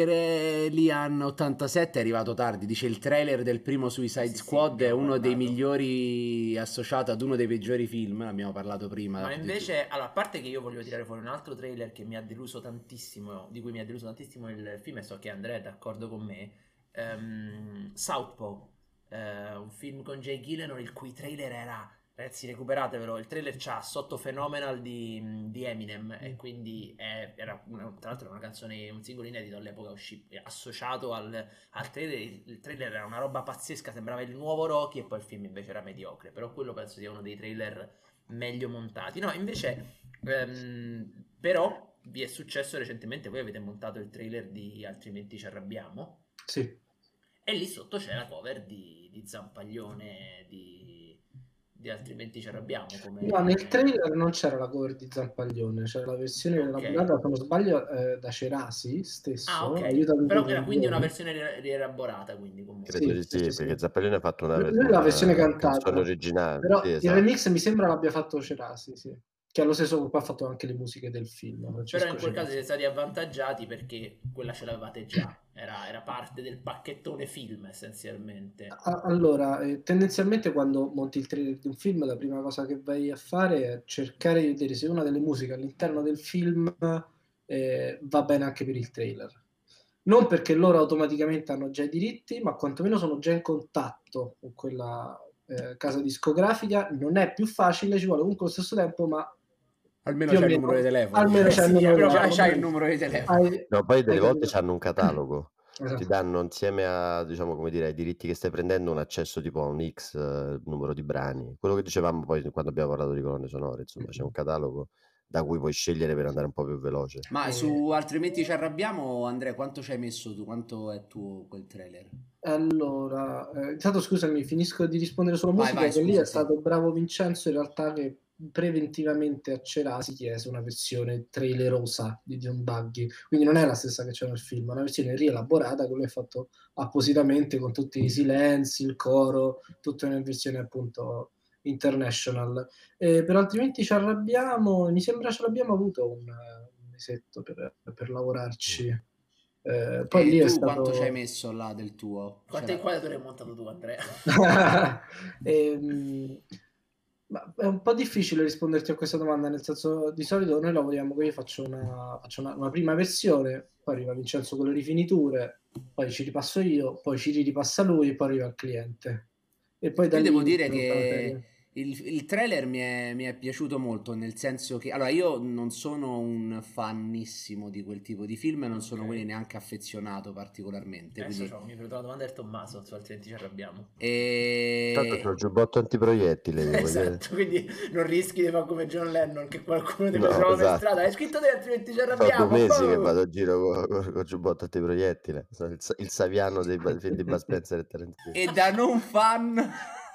Crelian ottantasette è arrivato tardi, dice il trailer del primo Suicide Sì, sì, Squad è abbiamo uno dei parlato. migliori associato ad uno dei peggiori film, ne abbiamo parlato prima. Ma invece, allora, a parte che io voglio tirare fuori un altro trailer che mi ha deluso tantissimo, di cui mi ha deluso tantissimo il film, e so che Andrea è d'accordo con me, um, Southpaw, uh, un film con Jake Gyllenhaal il cui trailer era... Ragazzi, recuperatevelo, il trailer c'ha sotto Phenomenal di, di Eminem e quindi è, era una, tra l'altro era una canzone, un singolo inedito all'epoca uscì, associato al, al trailer. Il trailer era una roba pazzesca, sembrava il nuovo Rocky e poi il film invece era mediocre, però quello penso sia uno dei trailer meglio montati. No, invece ehm, però vi è successo recentemente, voi avete montato il trailer di Altrimenti ci arrabbiamo. Sì. E lì sotto c'è la cover di, di Zampaglione di... di Altrimenti ci arrabbiamo come... No, nel trailer non c'era la cover di Zampaglione, c'era la versione Ok. elaborata, se non sbaglio, eh, da Cerasi stesso. Ah, ok. Aiutami Però tu, era quindi una Guglielmo. versione ri- rielaborata, quindi comunque. Credo di Sì, sì, sì, sì, perché sì. Zappellino ha fatto una, Lui è la versione una cantata, canzone originale. però Sì, il esatto. remix mi sembra l'abbia fatto Cerasi, sì. Che allo stesso tempo ha fatto anche le musiche del film. Francesco Però in quel caso Cerasi. siete stati avvantaggiati perché quella ce l'avevate già. Era, era parte del pacchettone film essenzialmente. A- Allora, eh, tendenzialmente quando monti il trailer di un film, la prima cosa che vai a fare è cercare di vedere se una delle musiche all'interno del film eh, va bene anche per il trailer. Non perché loro automaticamente hanno già i diritti, ma quantomeno sono già in contatto con quella eh, casa discografica. Non è più facile, ci vuole comunque allo stesso tempo, ma Almeno più o c'è il meno, numero di telefono. almeno c'è il Sì, numero di però Già telefono. c'hai il numero di telefono. Hai- No, poi delle hai volte capito? hanno un catalogo. Esatto. Ti danno insieme a, diciamo, come dire, ai diritti che stai prendendo un accesso tipo a un X eh, numero di brani. Quello che dicevamo poi quando abbiamo parlato di colonne sonore, insomma, c'è un catalogo da cui puoi scegliere per andare un po' più veloce. Ma Eh. su Altrimenti ci arrabbiamo, Andrea, quanto ci hai messo tu? Quanto è tuo quel trailer? Allora, eh, intanto scusami, finisco di rispondere sulla Vai, musica, vai, che lì scusa, è sì. stato bravo Vincenzo in realtà che preventivamente a Cerasi chiese una versione trailerosa di John Buggy, quindi non è la stessa che c'è nel film, è una versione rielaborata che lui ha fatto appositamente con tutti i silenzi, il coro, tutta una versione appunto international. Eh, per Altrimenti ci arrabbiamo, mi sembra ce l'abbiamo avuto un, un mesetto per, per lavorarci. Eh, poi E lì è tu stato... quanto ci hai messo là del tuo? Quante C'era- inquadrature hai montato tu, Andrea? Ehm, ma è un po' difficile risponderti a questa domanda, nel senso di solito noi lavoriamo che io faccio una, faccio una, una prima versione, poi arriva Vincenzo con le rifiniture, poi ci ripasso io, poi ci ripassa lui e poi arriva il cliente. E poi da Io lì devo dire inizia tutta la che serie. Il, il trailer mi è, mi è piaciuto molto, nel senso che allora io non sono un fanissimo di quel tipo di film e non sono Ok. quindi neanche affezionato particolarmente. Adesso Quindi, c'ho- mi prendo la domanda del Tommaso, su altrimenti ci arrabbiamo. Tanto c'ho il e... giubbotto antiproiettili, devo dire. Esatto, quindi non rischi di fare come John Lennon, che qualcuno ti No, trova per esatto. strada. Hai scritto te, altrimenti ci Sono arrabbiamo. due mesi che boh! vado a giro con il giubbotto antiproiettile. Sono il, sa- il Saviano dei ba- film di Bud Spencer e Tarantino. e da non fan,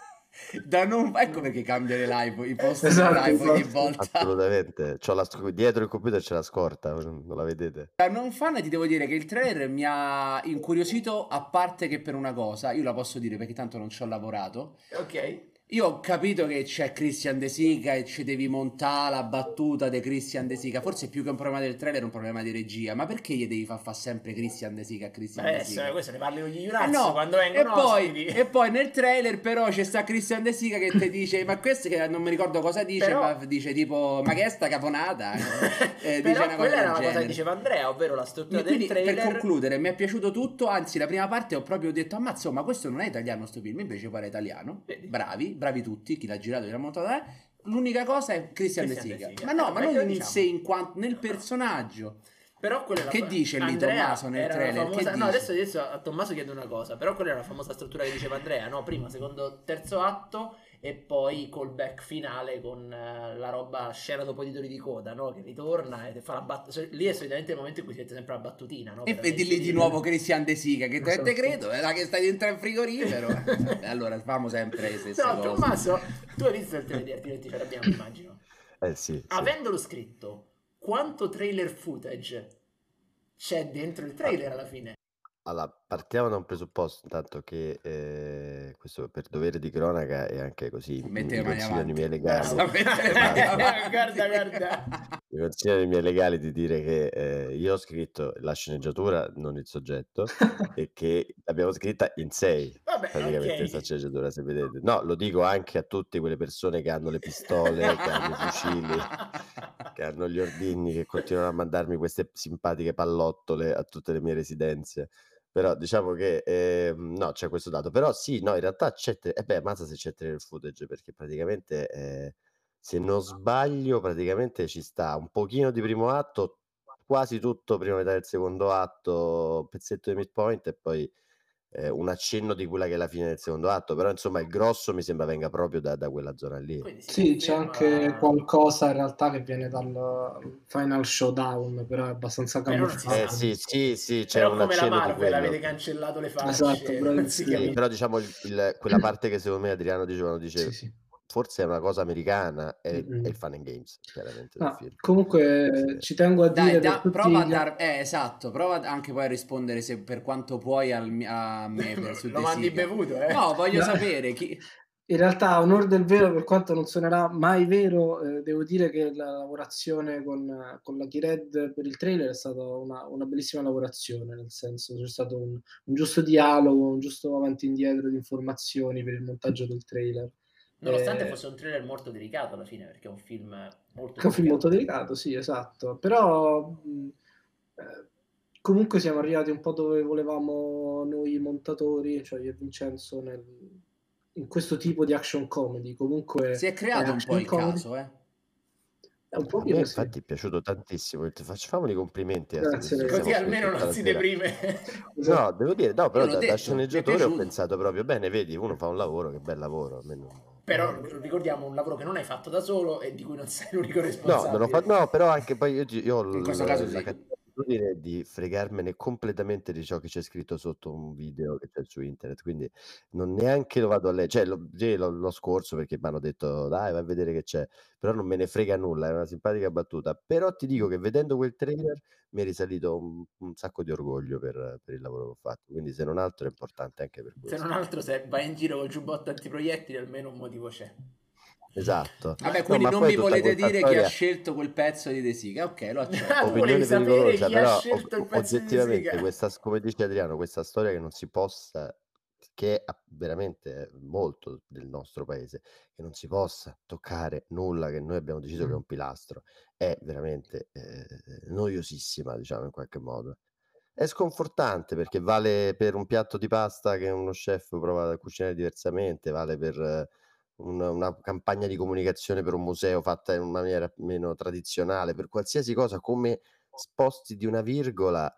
da non... ecco perché cambia le live, i post Esatto, di live ogni esatto. volta. Assolutamente. C'ho la sc- dietro il computer c'è la scorta, non non la vedete? Da non fan ti devo dire che il trailer mi ha incuriosito, a parte che per una cosa, io la posso dire perché tanto non ci ho lavorato. Ok. Io ho capito che c'è Christian De Sica e ci devi montare la battuta di Christian De Sica. Forse più che un problema del trailer è un problema di regia. Ma perché gli devi far fare sempre Christian De Sica a Christian Beh, De adesso, Sica? questo ne parli con gli Eh Junazzi no, quando e vengono poi, ospiti. e poi nel trailer però c'è sta Christian De Sica che ti dice, ma questo che non mi ricordo cosa dice, Però- ma dice tipo, ma che è sta caponata? Eh, dice Però una cosa quella era del una cosa che genere. diceva Andrea, ovvero la struttura E quindi del per trailer. concludere mi è piaciuto tutto, anzi la prima parte ho proprio detto ammazza, ma questo non è italiano sto film, invece pare italiano. Vedi? Bravi, bravi tutti, chi l'ha girato, chi l'ha montato, eh. L'unica cosa è Christian De Christian De Sica. Sica. Ma no, Eh, ma non meglio in diciamo. sé in quanto nel personaggio. Però quella è la Che fa- dice lì Andrea Tommaso nel era la trailer? famosa- Che No, dice? adesso, adesso a Tommaso chiedo una cosa. Però quella era la famosa struttura che diceva Andrea, no? Prima, secondo, terzo atto e poi callback finale con eh, la roba scena dopo i titoli di coda, no? Che ritorna e fa la battuta. Lì è solitamente il momento in cui si mette sempre la battutina, no? E Per vedi lì di inserire- nuovo Christian De Sica, che te, Esatto. te credo, è là che stai dentro al frigorifero. Vabbè, allora famo sempre le stesse No, cose. Tommaso, tu hai visto il trailer, divertirti ci arrabbiamo, immagino. Eh sì, sì. Avendolo scritto, quanto trailer footage c'è dentro il trailer alla fine? Allora, partiamo da un presupposto, intanto che eh, questo per dovere di cronaca e anche così mi, Mette mi le mani consigliano i miei avanti. legali, Bravo, mette le mani avanti. Guarda, guarda. mi consigliano i miei legali di dire che eh, io ho scritto la sceneggiatura, non il soggetto, e che l'abbiamo scritta in sei, Vabbè, praticamente ok. questa sceneggiatura, se vedete. No, lo dico anche a tutte quelle persone che hanno le pistole, che hanno i fucili, che hanno gli ordigni, che continuano a mandarmi queste simpatiche pallottole a tutte le mie residenze. Però diciamo che ehm, no, c'è questo dato. Però sì, no, in realtà c'è. Te- eh beh, ammazza se c'è trailer footage, perché praticamente, eh, se non sbaglio, praticamente ci sta un pochino di primo atto, quasi tutto prima metà del secondo atto, un pezzetto di midpoint e poi eh, un accenno di quella che è la fine del secondo atto. Però insomma il grosso mi sembra venga proprio da, da quella zona lì. Quindi si Sì, c'è conferma anche la- qualcosa in realtà che viene dal Final Showdown, però è abbastanza Però non si camuffato. sa. Eh sì, sì, sì, c'è Però un come la accenno di Marvel quello. avete cancellato le facce. Esatto, non bravissimo. si Sì, capisce. però diciamo il- il- quella parte che secondo me Adriano diceva, dice, Sì, sì. forse è una cosa americana, è, Mm-mm. è il fun and games, chiaramente, del Ah, film. comunque Sì. ci tengo a Dai, dire da- per tutti prova a gli- dar, eh, esatto, prova anche poi a rispondere se per quanto puoi al, mi- a me per, su Lo De mandi Sica. bevuto, eh? No, voglio No. sapere chi... In realtà, a onor del vero, per quanto non suonerà mai vero, eh, devo dire che la lavorazione con, con la Key-Red per il trailer è stata una, una bellissima lavorazione, nel senso c'è stato un, un giusto dialogo, un giusto avanti e indietro di informazioni per il montaggio del trailer. Nonostante Eh, fosse un trailer molto delicato alla fine, perché è un film molto È un film molto delicato. delicato, sì, esatto. Però mh, eh, comunque siamo arrivati un po' dove volevamo noi montatori, cioè io e Vincenzo, nel- in questo tipo di action comedy. Comunque Si è creato un action po' il comedy. caso, eh. È un A pochino me sì. infatti è piaciuto tantissimo, ti facciamoli i complimenti. eh, Grazie, se ragazzi. Così siamo qui almeno tutta non la si sera. deprime. Esatto. No, devo dire, no, però Io l'ho da, da detto, mi è sceneggiatore ho piaciuto. pensato proprio bene, vedi, uno fa un lavoro, che bel lavoro. a me non- Però ricordiamo un lavoro che non hai fatto da solo e di cui non sei l'unico No, responsabile. non ho fatto, no, però anche poi io, io ho In questo l- caso la sì. cattiva abitudine di fregarmene completamente di ciò che c'è scritto sotto un video che c'è su internet, quindi non neanche lo vado a leggere, cioè lo, sì, lo, lo scorso perché mi hanno detto dai vai a vedere che c'è, però non me ne frega nulla, è una simpatica battuta, però ti dico che vedendo quel trailer mi è risalito un, un sacco di orgoglio per, per il lavoro che ho fatto, quindi se non altro è importante anche per Se questo. non altro, se vai in giro col giubbotto antiproiettili, almeno un motivo c'è. Esatto. Vabbè, No, quindi ma non poi mi tutta volete questa dire chi storia- ha scelto quel pezzo di De Sica. Ok, lo accetto. Ah, tu opinione volevi sapere pericolosa, chi ha però scelto il o- pezzo di oggettivamente Sica. questa, come dice Adriano, questa storia che non si possa, che è veramente molto del nostro paese, che non si possa toccare nulla che noi abbiamo deciso che è un pilastro, è veramente eh, noiosissima, diciamo in qualche modo. È sconfortante perché vale per un piatto di pasta che uno chef prova a cucinare diversamente, vale per eh, una, una campagna di comunicazione per un museo fatta in una maniera meno tradizionale, per qualsiasi cosa, come sposti di una virgola.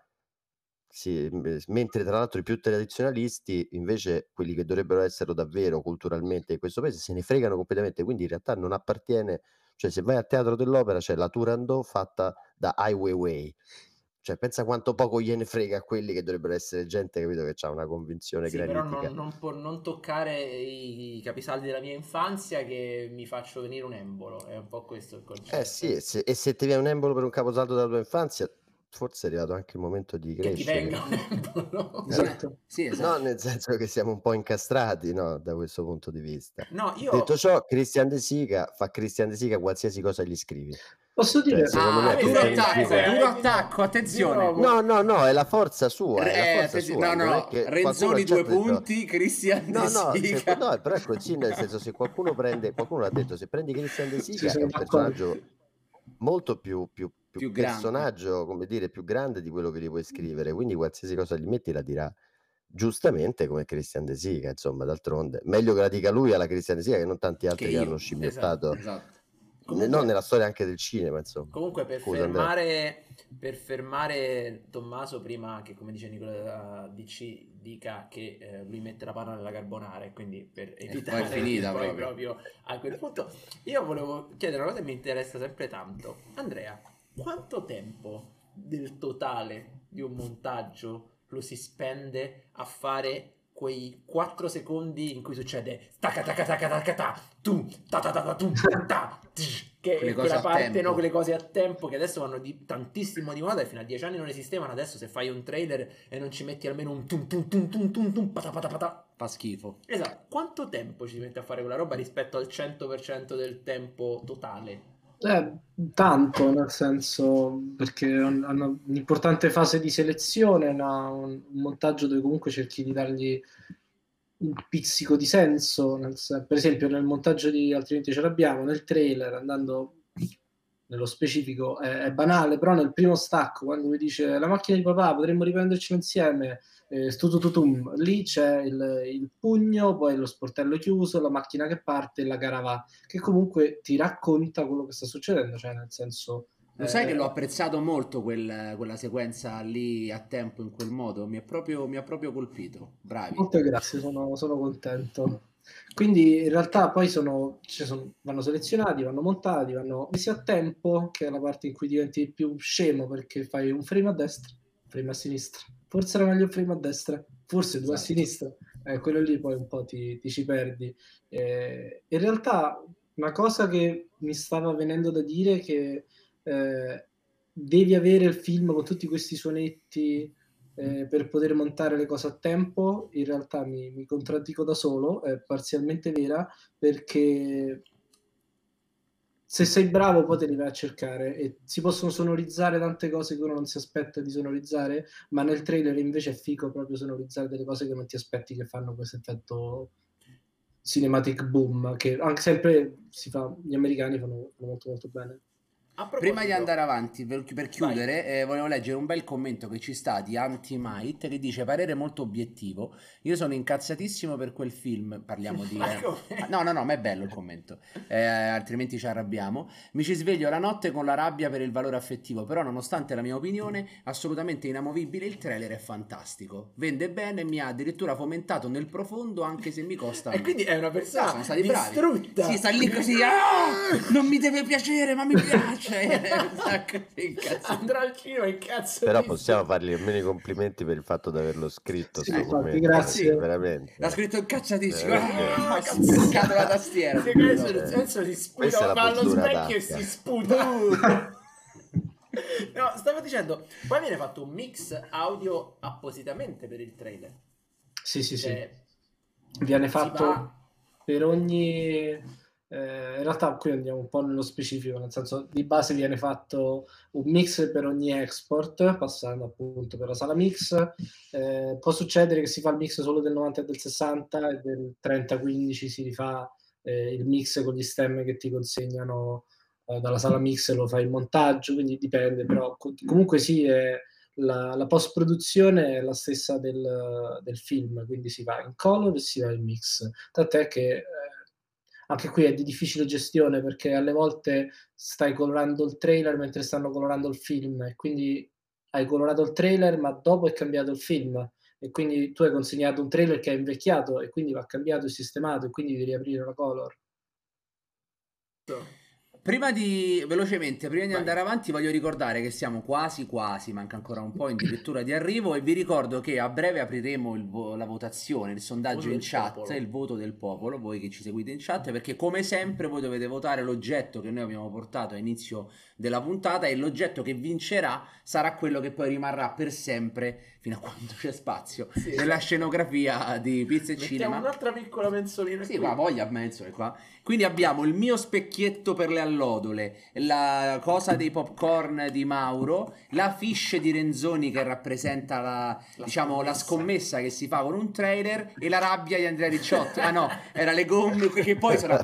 Sì, m- mentre tra l'altro i più tradizionalisti, invece quelli che dovrebbero esserlo davvero culturalmente in questo paese, se ne fregano completamente, quindi in realtà non appartiene, cioè se vai al Teatro dell'Opera c'è la Turandot fatta da Ai Weiwei, cioè pensa quanto poco gliene frega a quelli che dovrebbero essere gente, capito, che ha una convinzione Sì, però granitica. non, non, po- non toccare i, i capisaldi della mia infanzia che mi faccio venire un embolo, è un po' questo il concetto. Eh sì, e se, e se ti viene un embolo per un caposaldo della tua infanzia, forse è arrivato anche il momento di Che ti crescere. venga un embolo. Esatto. Sì, No, esatto. nel senso che siamo un po' incastrati, no, da questo punto di vista. No, io... Detto ciò, Christian De Sica fa Christian De Sica qualsiasi cosa gli scrivi. Posso Cioè, dire, secondo me Ah, a duro Christian De attacco, Sica... duro attacco, attenzione. Di nuovo. No, no, no, è la forza sua, è la Eh, forza attenzi- sua. no, Non è no, che qualcuno Renzoni ha già due detto... punti, Christian No, De no, se- Sica. no, però è così, nel senso, se qualcuno prende, qualcuno l'ha detto, se prendi Christian De sì, Sica è sono un d'accordo. personaggio molto più, più, più Più grande. personaggio, come dire, più grande di quello che gli puoi scrivere, quindi qualsiasi cosa gli metti la dirà giustamente come Christian De Sica, insomma, d'altronde. Meglio che la dica lui alla Christian De Sica che non tanti altri Che che, io. hanno scimmiottato, Esatto. ne- Comunque- non nella storia anche del cinema, insomma. Comunque per Scusa, Andrea. fermare, per fermare Tommaso, prima che, come dice Nicola D C, dica che eh, lui mette la panna nella carbonara, e quindi per evitare poi è finita che poi proprio. a quel punto, io volevo chiedere una cosa che mi interessa sempre tanto. Andrea, quanto tempo del totale di un montaggio lo si spende a fare quei quattro secondi in cui succede taca taca taca taca ta tu ta ta ta ta tu ta tsh, che Quelle è cose quella a parte, tempo. no, quelle cose a tempo che adesso vanno di tantissimo di moda e fino a dieci anni non esistevano. Adesso se fai un trailer e non ci metti almeno un tum tum tum tum tum tum pata pata pata, Fa schifo. esatto, quanto tempo ci si mette a fare quella roba rispetto al cento per cento del tempo totale? Eh, tanto, nel senso, perché han- hanno un'importante fase di selezione, una- un, un montaggio dove comunque cerchi di dargli un pizzico di senso, nel sen- per esempio nel montaggio di Altrimenti ce l'abbiamo, nel trailer, andando nello specifico, è, è banale, però nel primo stacco, quando mi dice la macchina di papà, potremmo riprenderci insieme, eh, stu-tu-tu-tum, lì c'è il, il pugno, poi lo sportello chiuso, la macchina che parte e la gara va, che comunque ti racconta quello che sta succedendo, cioè nel senso... Lo sai eh, che l'ho apprezzato molto quel- quella sequenza lì a tempo in quel modo? Mi, è proprio, mi ha proprio colpito. Bravi. Molte grazie, sono, sono contento. Quindi in realtà poi sono, ci sono- vanno selezionati, vanno montati, vanno messi a tempo, che è la parte in cui diventi più scemo perché fai un frame a destra, un frame a sinistra. Forse era meglio un frame a destra, forse due a Esatto. sinistra. Eh, quello lì poi un po' ti, ti ci perdi. Eh, in realtà una cosa che mi stava venendo da dire è che eh, devi avere il film con tutti questi suonetti eh, per poter montare le cose a tempo, in realtà mi, mi contraddico da solo, è parzialmente vera, perché se sei bravo poi te li vai a cercare e si possono sonorizzare tante cose che uno non si aspetta di sonorizzare, ma nel trailer invece è figo proprio sonorizzare delle cose che non ti aspetti che fanno questo effetto cinematic boom, che anche sempre si fa, gli americani fanno, fanno molto molto bene. A Prima di proposito- andare avanti, per, per chiudere, eh, volevo leggere un bel commento che ci sta di Anti-Might che dice: parere molto obiettivo. Io sono incazzatissimo per quel film. Parliamo di. Ma eh, come? No, no, no, ma è bello il commento. Eh, altrimenti ci arrabbiamo. Mi ci sveglio la notte con la rabbia per il valore affettivo. Però, nonostante la mia opinione, assolutamente inamovibile, il trailer è fantastico. Vende bene e mi ha addirittura fomentato nel profondo, anche se mi costa. E quindi è una persona Sono stati bravi. distrutta. Sì, sta lì così. "Ah, non mi deve piacere, ma mi piace." Andrà al cinema in cazzo. Però possiamo fargli almeno i complimenti per il fatto di averlo scritto Sì, sto infatti, commento, grazie. eh, veramente. L'ha scritto incazzatissimo. Eh, Ah, sì. ha spaccato la tastiera. Se questo Eh, nel senso si questa è sputa, la va allo postura specchio e adatta. si sputa. No, stavo dicendo, poi viene fatto un mix audio appositamente per il trailer. Sì, sì, sì. Cioè, Viene si fatto va- per ogni... eh, in realtà qui andiamo un po' nello specifico, nel senso di base viene fatto un mix per ogni export, passando appunto per la sala mix. Eh, può succedere che si fa il mix solo del novanta e del sessanta e del trenta quindici si rifà eh, il mix con gli stem che ti consegnano eh, dalla sala mix e lo fai in montaggio, quindi dipende, però co- comunque sì, è la, la post-produzione è la stessa del, del film, quindi si va in color e si va in mix. Tant'è che eh, anche qui è di difficile gestione, perché alle volte stai colorando il trailer mentre stanno colorando il film, e quindi hai colorato il trailer ma dopo è cambiato il film, e quindi tu hai consegnato un trailer che è invecchiato e quindi va cambiato e sistemato, e quindi devi riaprire la color. Prima di, velocemente, prima di Vai. andare avanti, voglio ricordare che siamo quasi quasi, manca ancora un po' addirittura di arrivo, e vi ricordo che a breve apriremo il vo- la votazione, il sondaggio Voto in del chat, popolo. il voto del popolo, voi che ci seguite in chat, perché come sempre voi dovete votare l'oggetto che noi abbiamo portato a inizio della puntata, e l'oggetto che vincerà sarà quello che poi rimarrà per sempre, fino a quando c'è spazio, Sì, nella scenografia di Pizza e Mettiamo Cinema. un'altra piccola mensolina Sì, qui. qua voglia mezzo è qua. Quindi abbiamo il mio specchietto per le allodole, la cosa dei popcorn di Mauro, la fiche di Renzoni che rappresenta la, La diciamo, la scommessa. scommessa che si fa con un trailer, e la rabbia di Andrea Ricciotti. Ah no, era le gomme che poi sono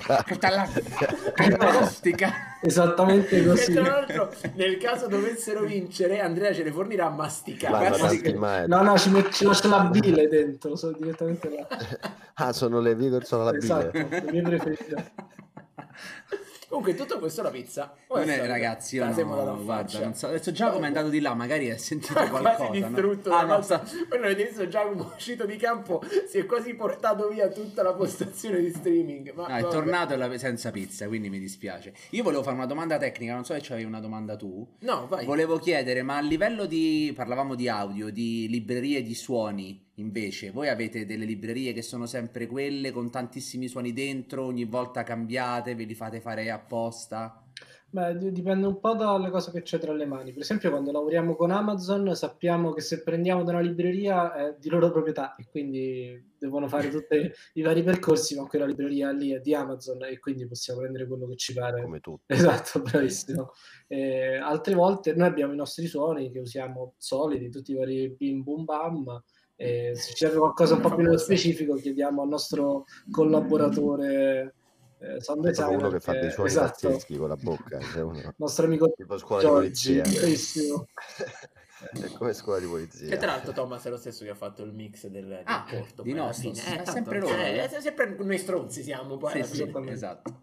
che mastica. Esattamente E così. tra l'altro, nel caso dovessero vincere, Andrea ce le fornirà a masticare. Vanno Guarda, da sì. stimare. No, no, ci, met- ci lascio la bile dentro, sono direttamente là. Ah, sono le vigor, sono la Esatto, bile. le mie preferite. Comunque, tutto questo è la pizza. O Non è, solita? ragazzi, io Te la sei montata no, in guarda, faccia. non so. Adesso Giacomo è andato di là, magari ha sentito Ha qualcosa. quasi no? distrutto Ah, la no, nostra- sta- Voi non avete visto Giacomo uscito di campo, si è quasi portato via tutta la postazione di streaming. Ma No, è vabbè. tornato alla- senza pizza, quindi mi dispiace. Io volevo fare una domanda tecnica, non so se c'avevi una domanda tu. No, vai. Volevo chiedere, ma a livello di, parlavamo di audio, di librerie di suoni, invece, voi avete delle librerie che sono sempre quelle, con tantissimi suoni dentro, ogni volta cambiate, ve li fate fare apposta? Beh, di- dipende un po' dalle cose che c'è tra le mani. Per esempio, quando lavoriamo con Amazon, sappiamo che se prendiamo da una libreria è di loro proprietà, e quindi devono fare tutti i vari percorsi, ma quella libreria lì è di Amazon, e quindi possiamo prendere quello che ci pare. Come tutto. Esatto, bravissimo. Eh, altre volte noi abbiamo i nostri suoni che usiamo solidi, tutti i vari bim bum bam. E se ci serve qualcosa un po' più nello specifico, chiediamo al nostro collaboratore eh, sound È proprio designer, uno che fa dei suoni esatto, pazzeschi con la bocca. C'è uno nostro amico tipo scuola di Giorgi, polizia. bravissimo. È come scuola di E polizia. tra l'altro Thomas è lo stesso che ha fatto il mix del, del Ah, porto. di poi alla nostro, fine. è tanto, sempre loro. eh, è sempre noi stronzi siamo poi Sì, alla sì, fine. esattamente. esatto.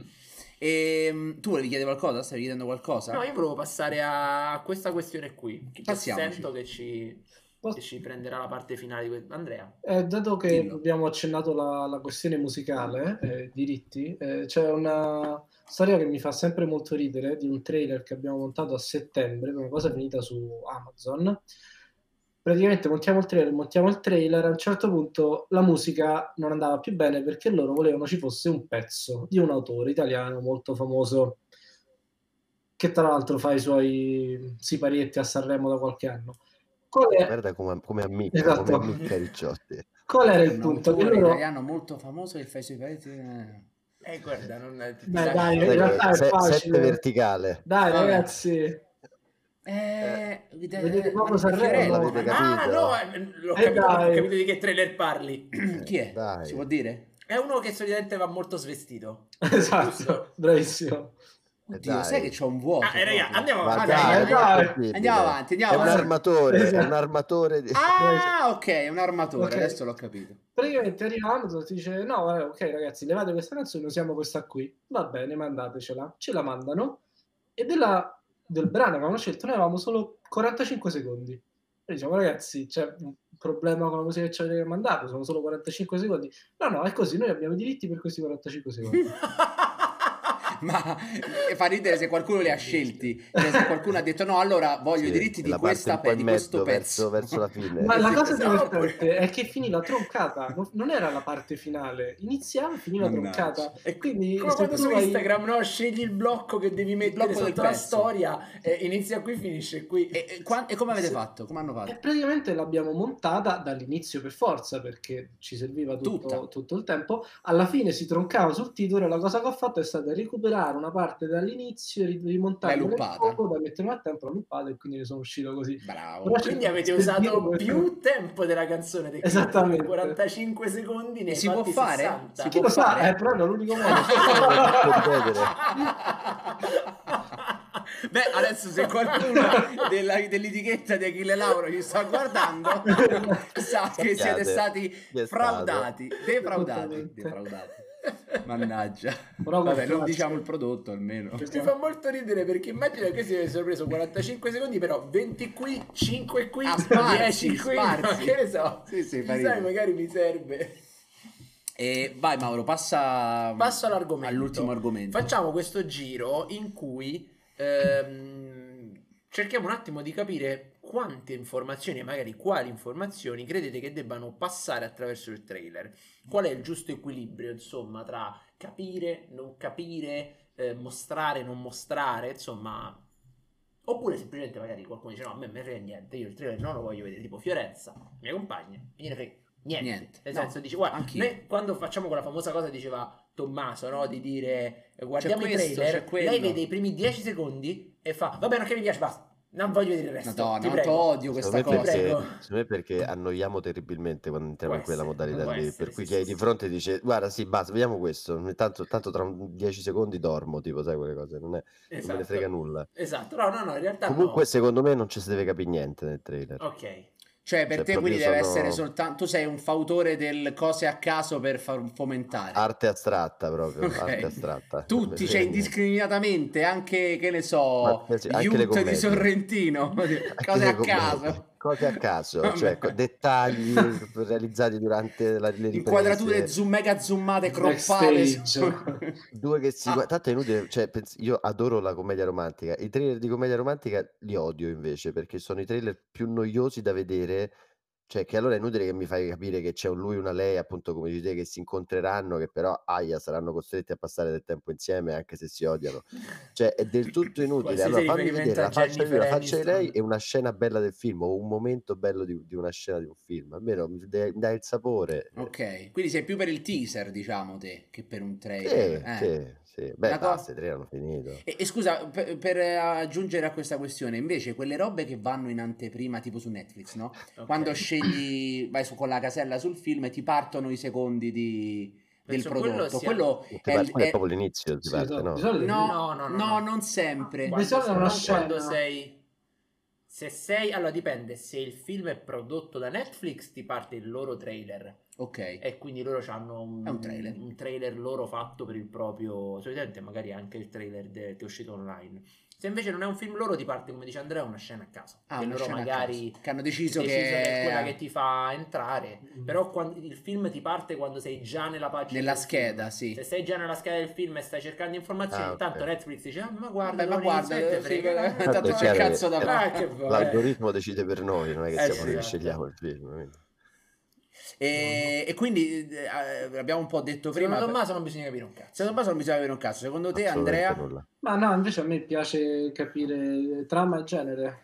E tu volevi chiedere qualcosa? Stavi chiedendo qualcosa? No, io volevo passare a questa questione qui, che Passiamoci. sento che ci, che ci prenderà la parte finale di questo. Andrea. Eh, dato che Dillo. abbiamo accennato la, la questione musicale, eh, diritti, eh, c'è una storia che mi fa sempre molto ridere di un trailer che abbiamo montato a settembre, una cosa finita su Amazon. Praticamente montiamo il trailer, montiamo il trailer, a un certo punto la musica non andava più bene perché loro volevano ci fosse un pezzo di un autore italiano molto famoso, che tra l'altro fa i suoi siparietti a Sanremo da qualche anno. Qual è- Guarda come, come ammicca, Esatto. come ammicca Ricciotti. Qual era il Un punto? Che autore loro... italiano molto famoso che fa i suoi pezzi. eh. Eh, guarda, non è... Beh, dai, in Sai realtà che è se- facile. sette verticale. Dai, Vabbè. ragazzi, Eh, vedete eh, poco ma- Sanremo? Fiorello, L'avete ma- Ah, capito? no, eh, l'ho Eh, capito, dai. ho capito di che trailer parli. Chi è? Dai. Si può dire? È uno che solitamente va molto svestito. esatto, Giusto? bravissimo. Oddio, dai. sai che c'ho un vuoto. Ah, eh, raga, proprio. andiamo Ma avanti. dai, dai, dai, non è dai. possibile. Andiamo avanti, andiamo È un avanti. armatore, è Esatto. un armatore di... Ah, ok, è un armatore, Ok. adesso l'ho capito. Praticamente arriva Amazon e ti dice: no, guarda, ok, ragazzi, levate questa canzone, usiamo questa qui. Va bene, mandatecela. Ce la mandano. E della, del brano che avevamo scelto, noi avevamo solo quarantacinque secondi. E diciamo, ragazzi, c'è un problema con la musica che ci avete mandato, sono solo quarantacinque secondi. No, no, è così, noi abbiamo i diritti per questi quarantacinque secondi. Ma fa ridere se qualcuno li ha scelti. Cioè, se qualcuno ha detto no, allora voglio Sì, i diritti di la parte questa un po' pe- in di questo mezzo, pezzo. verso, verso la fine. Ma la Sì, cosa esatto. divertente è che finiva troncata, non- non era la parte finale, iniziava e finiva Mannaggia. troncata. E Quindi come se quando tu su hai- Instagram, no? Scegli il blocco che devi mettere blocco del sotto la pezzo. storia e inizia qui, finisce qui. E, e qua- e come avete Sì. fatto? Come hanno E fatto? praticamente l'abbiamo montata dall'inizio per forza, perché ci serviva Tutta. tutto, tutto il tempo. Alla fine si troncava sul titolo e la cosa che ho fatto è stata recuperare una parte dall'inizio, ri- rimontarla L'hai nel loopata. poco, da mettermi a tempo, l'ho loopata e quindi ne sono uscito così. Bravo. Però c'è- Quindi avete per usato dire- più tempo della canzone dei Esattamente. quarantacinque secondi, ne hai Si può fatti fare? sessanta. Si Chi può lo sa, fare? eh, però è l'unico modo. Può ripetere. Beh, adesso se qualcuno della- dell'etichetta di Achille Lauro ci sta guardando, sa che siete Sappiate stati chi è fraudati, stato. defraudati, Assolutamente. defraudati. Mannaggia. Però Vabbè, non cazzo. diciamo il prodotto almeno. Mi fa molto ridere perché immagina che si avessero preso quarantacinque secondi, però venti qui, cinque qui, Ah, sparsi, dieci qui, sparsi. no, che ne so. Sì, sì, fa Sai, ridere. magari mi serve. E vai Mauro, passa Passo all'argomento. all'ultimo argomento. Facciamo questo giro in cui ehm, cerchiamo un attimo di capire quante informazioni e magari quali informazioni credete che debbano passare attraverso il trailer. Qual è il giusto equilibrio, insomma, tra capire, non capire, eh, mostrare, non mostrare, insomma. Oppure semplicemente magari qualcuno dice no, a me me frega niente, io il trailer non lo voglio vedere, tipo Fiorenza, mia compagna, me ne frega niente. Niente. Nel No, senso, dice, guarda, anch'io. noi quando facciamo quella famosa cosa diceva Tommaso, no? Di dire eh, guardiamo C'è i questo, trailer, c'è quello. lei vede i primi dieci secondi e fa va bene, ok, mi piace, basta, non voglio vedere il resto. Madonna, ti quanto prego. odio questa Secondo me, cosa. Prego. perché, secondo me perché annoiamo terribilmente quando entriamo Può in quella essere, modalità può lì. essere, Per cui sì, chi hai sì, di sì. fronte dice guarda sì basta, vediamo questo, tanto, tanto tra dieci secondi dormo, tipo sai quelle cose, non, è, non me ne Esatto. frega nulla. Esatto, no, no, no, in realtà Comunque no. secondo me non ci si deve capire niente nel trailer. Ok. Cioè, per Cioè, te proprio quindi deve sono- essere soltanto. Tu sei un fautore del cose a caso per far fomentare. Arte astratta proprio, Ok. arte astratta. Tutti, Non me cioè frega niente. indiscriminatamente, anche che ne so, Qualsiasi- anche le Youth di commedie. Sorrentino, Anche cose le a commedie. caso. Cose a caso, Vabbè. cioè co- dettagli realizzati durante la, le riprese. Inquadrature zoom, mega zoomate, croppate. Backstage. Due che si Ah. guarda- tanto è inutile, cioè, pens- io adoro la commedia romantica. I trailer di commedia romantica li odio invece perché sono i trailer più noiosi da vedere. Cioè, che allora è inutile che mi fai capire che c'è un lui e una lei, appunto, come dici te, che si incontreranno, che però aia saranno costretti a passare del tempo insieme anche se si odiano. Cioè, è del tutto inutile. Qualsiasi Allora, fammi riferimento vedere a la faccia di lui, la Jennifer faccia di lei Aniston. e una scena bella del film, o un momento bello di, di una scena di un film. Almeno mi dà mi dà il sapore. Ok, quindi sei più per il teaser, diciamo te, che per un Sì, trailer. Eh. sì, sì. Beh, Una co- basta, i tre hanno finito. E, e scusa, per, per aggiungere a questa questione, invece, quelle robe che vanno in anteprima, tipo su Netflix, no? Ok. Quando scegli, vai su con la casella sul film e ti partono i secondi di- del Penso quello prodotto. sia- Quello Ti è, parte- quello è è- proprio l'inizio, ti Sì, parte, no, no? di solito- no, No, no, no, no, no. non sempre. Di solito è una non scena. quando sei se sei allora dipende, se il film è prodotto da Netflix ti parte il loro trailer Ok. e quindi loro hanno un, È un trailer. un trailer loro fatto per il proprio, solitamente magari anche il trailer de- che è uscito online. Se invece non è un film loro ti parte, come dice Andrea, una scena a caso Ah, che una loro scena a magari caso, che hanno deciso, deciso che... è quella che ti fa entrare. Mm. Però quando il film ti parte quando sei già nella pagina Nella del scheda, film. sì. Se sei già nella scheda del film e stai cercando informazioni, Ah, ok. intanto Netflix dice ah, ma guarda, Vabbè, ma non guarda, inizia e te eh, frega. sì, Eh, tanto è c'è chiaro cazzo che- da fare. Ah, che vuoi. L'algoritmo decide per noi, non è che Eh, siamo noi che sì, scegliamo il film. quindi. E, e quindi eh, abbiamo un po' detto prima. Secondo Tommaso non bisogna capire un cazzo. Secondo Tommaso non bisogna avere un cazzo. Secondo te, Assolutamente Andrea? nulla. Ma no, invece a me piace capire trama e genere.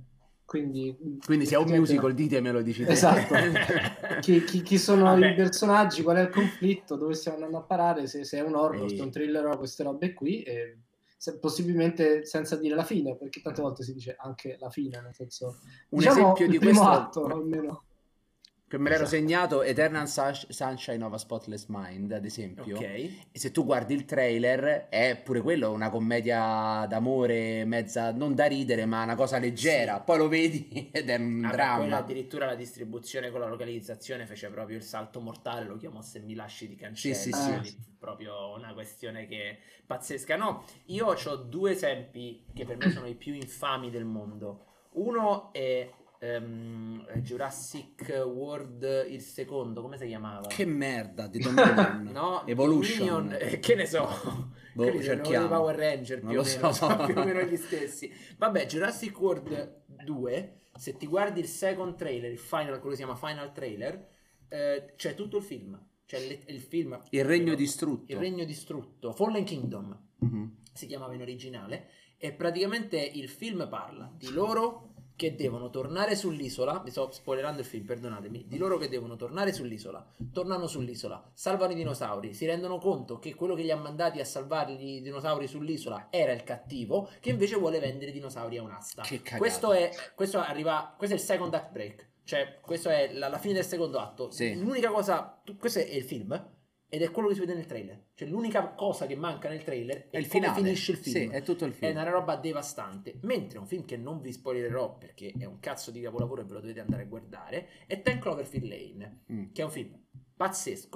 Quindi, Quindi sia un effettivamente musical, ditemelo, dici te. Esatto. chi, chi- chi sono Vabbè. i personaggi, qual è il conflitto, dove stiamo andando a parare, se, se è un horror, Sì. se è un thriller o queste robe qui, e se- possibilmente senza dire la fine, perché tante volte si dice anche la fine, nel senso, Un diciamo, esempio il di primo questo- atto almeno. Che me l'ero Esatto. segnato, Eternal Sunsh- Sunshine of a Spotless Mind, ad esempio. Ok. E se tu guardi il trailer, è pure quello una commedia d'amore, mezza non da ridere, ma una cosa leggera. Sì. Poi lo vedi ed è un Vabbè, dramma. quella addirittura la distribuzione con la localizzazione fece proprio il salto mortale, lo chiamò Se mi lasci di cancello. Sì, sì, sì. quindi proprio una questione che pazzesca. No, io ho due esempi che per me sono i più infami del mondo. Uno è ehm, Jurassic World, il secondo, come si chiamava? Che merda, di Dominion. No, Evolution. Dominion, eh, che ne so. Boh, Quelli sono cerchiamo. i Power Ranger Non più o, lo meno, so. sono più o meno gli stessi. Vabbè, Jurassic World due, se ti guardi il second trailer, il final, quello che si chiama final trailer, eh, c'è tutto il film. C'è il, il film Il regno distrutto. Il regno distrutto, Fallen Kingdom Mhm. si chiamava in originale, e praticamente il film parla di loro che devono tornare sull'isola, mi sto spoilerando il film, perdonatemi, di loro che devono tornare sull'isola, tornano sull'isola, salvano i dinosauri, si rendono conto che quello che li ha mandati a salvare i dinosauri sull'isola era il cattivo, che invece vuole vendere i dinosauri a un'asta. Che cagata. Questo è, questo arriva, questo è il second act break, cioè questo è la, la fine del secondo atto. Sì. L'unica cosa, tu- questo è il film, ed è quello che si vede nel trailer, cioè l'unica cosa che manca nel trailer è, È il come finale. finisce il film. Sì, è tutto il È film. una roba devastante. Mentre un film che non vi spoilerò perché è un cazzo di capolavoro e ve lo dovete andare a guardare è Ten Cloverfield Lane, Mm. che è un film pazzesco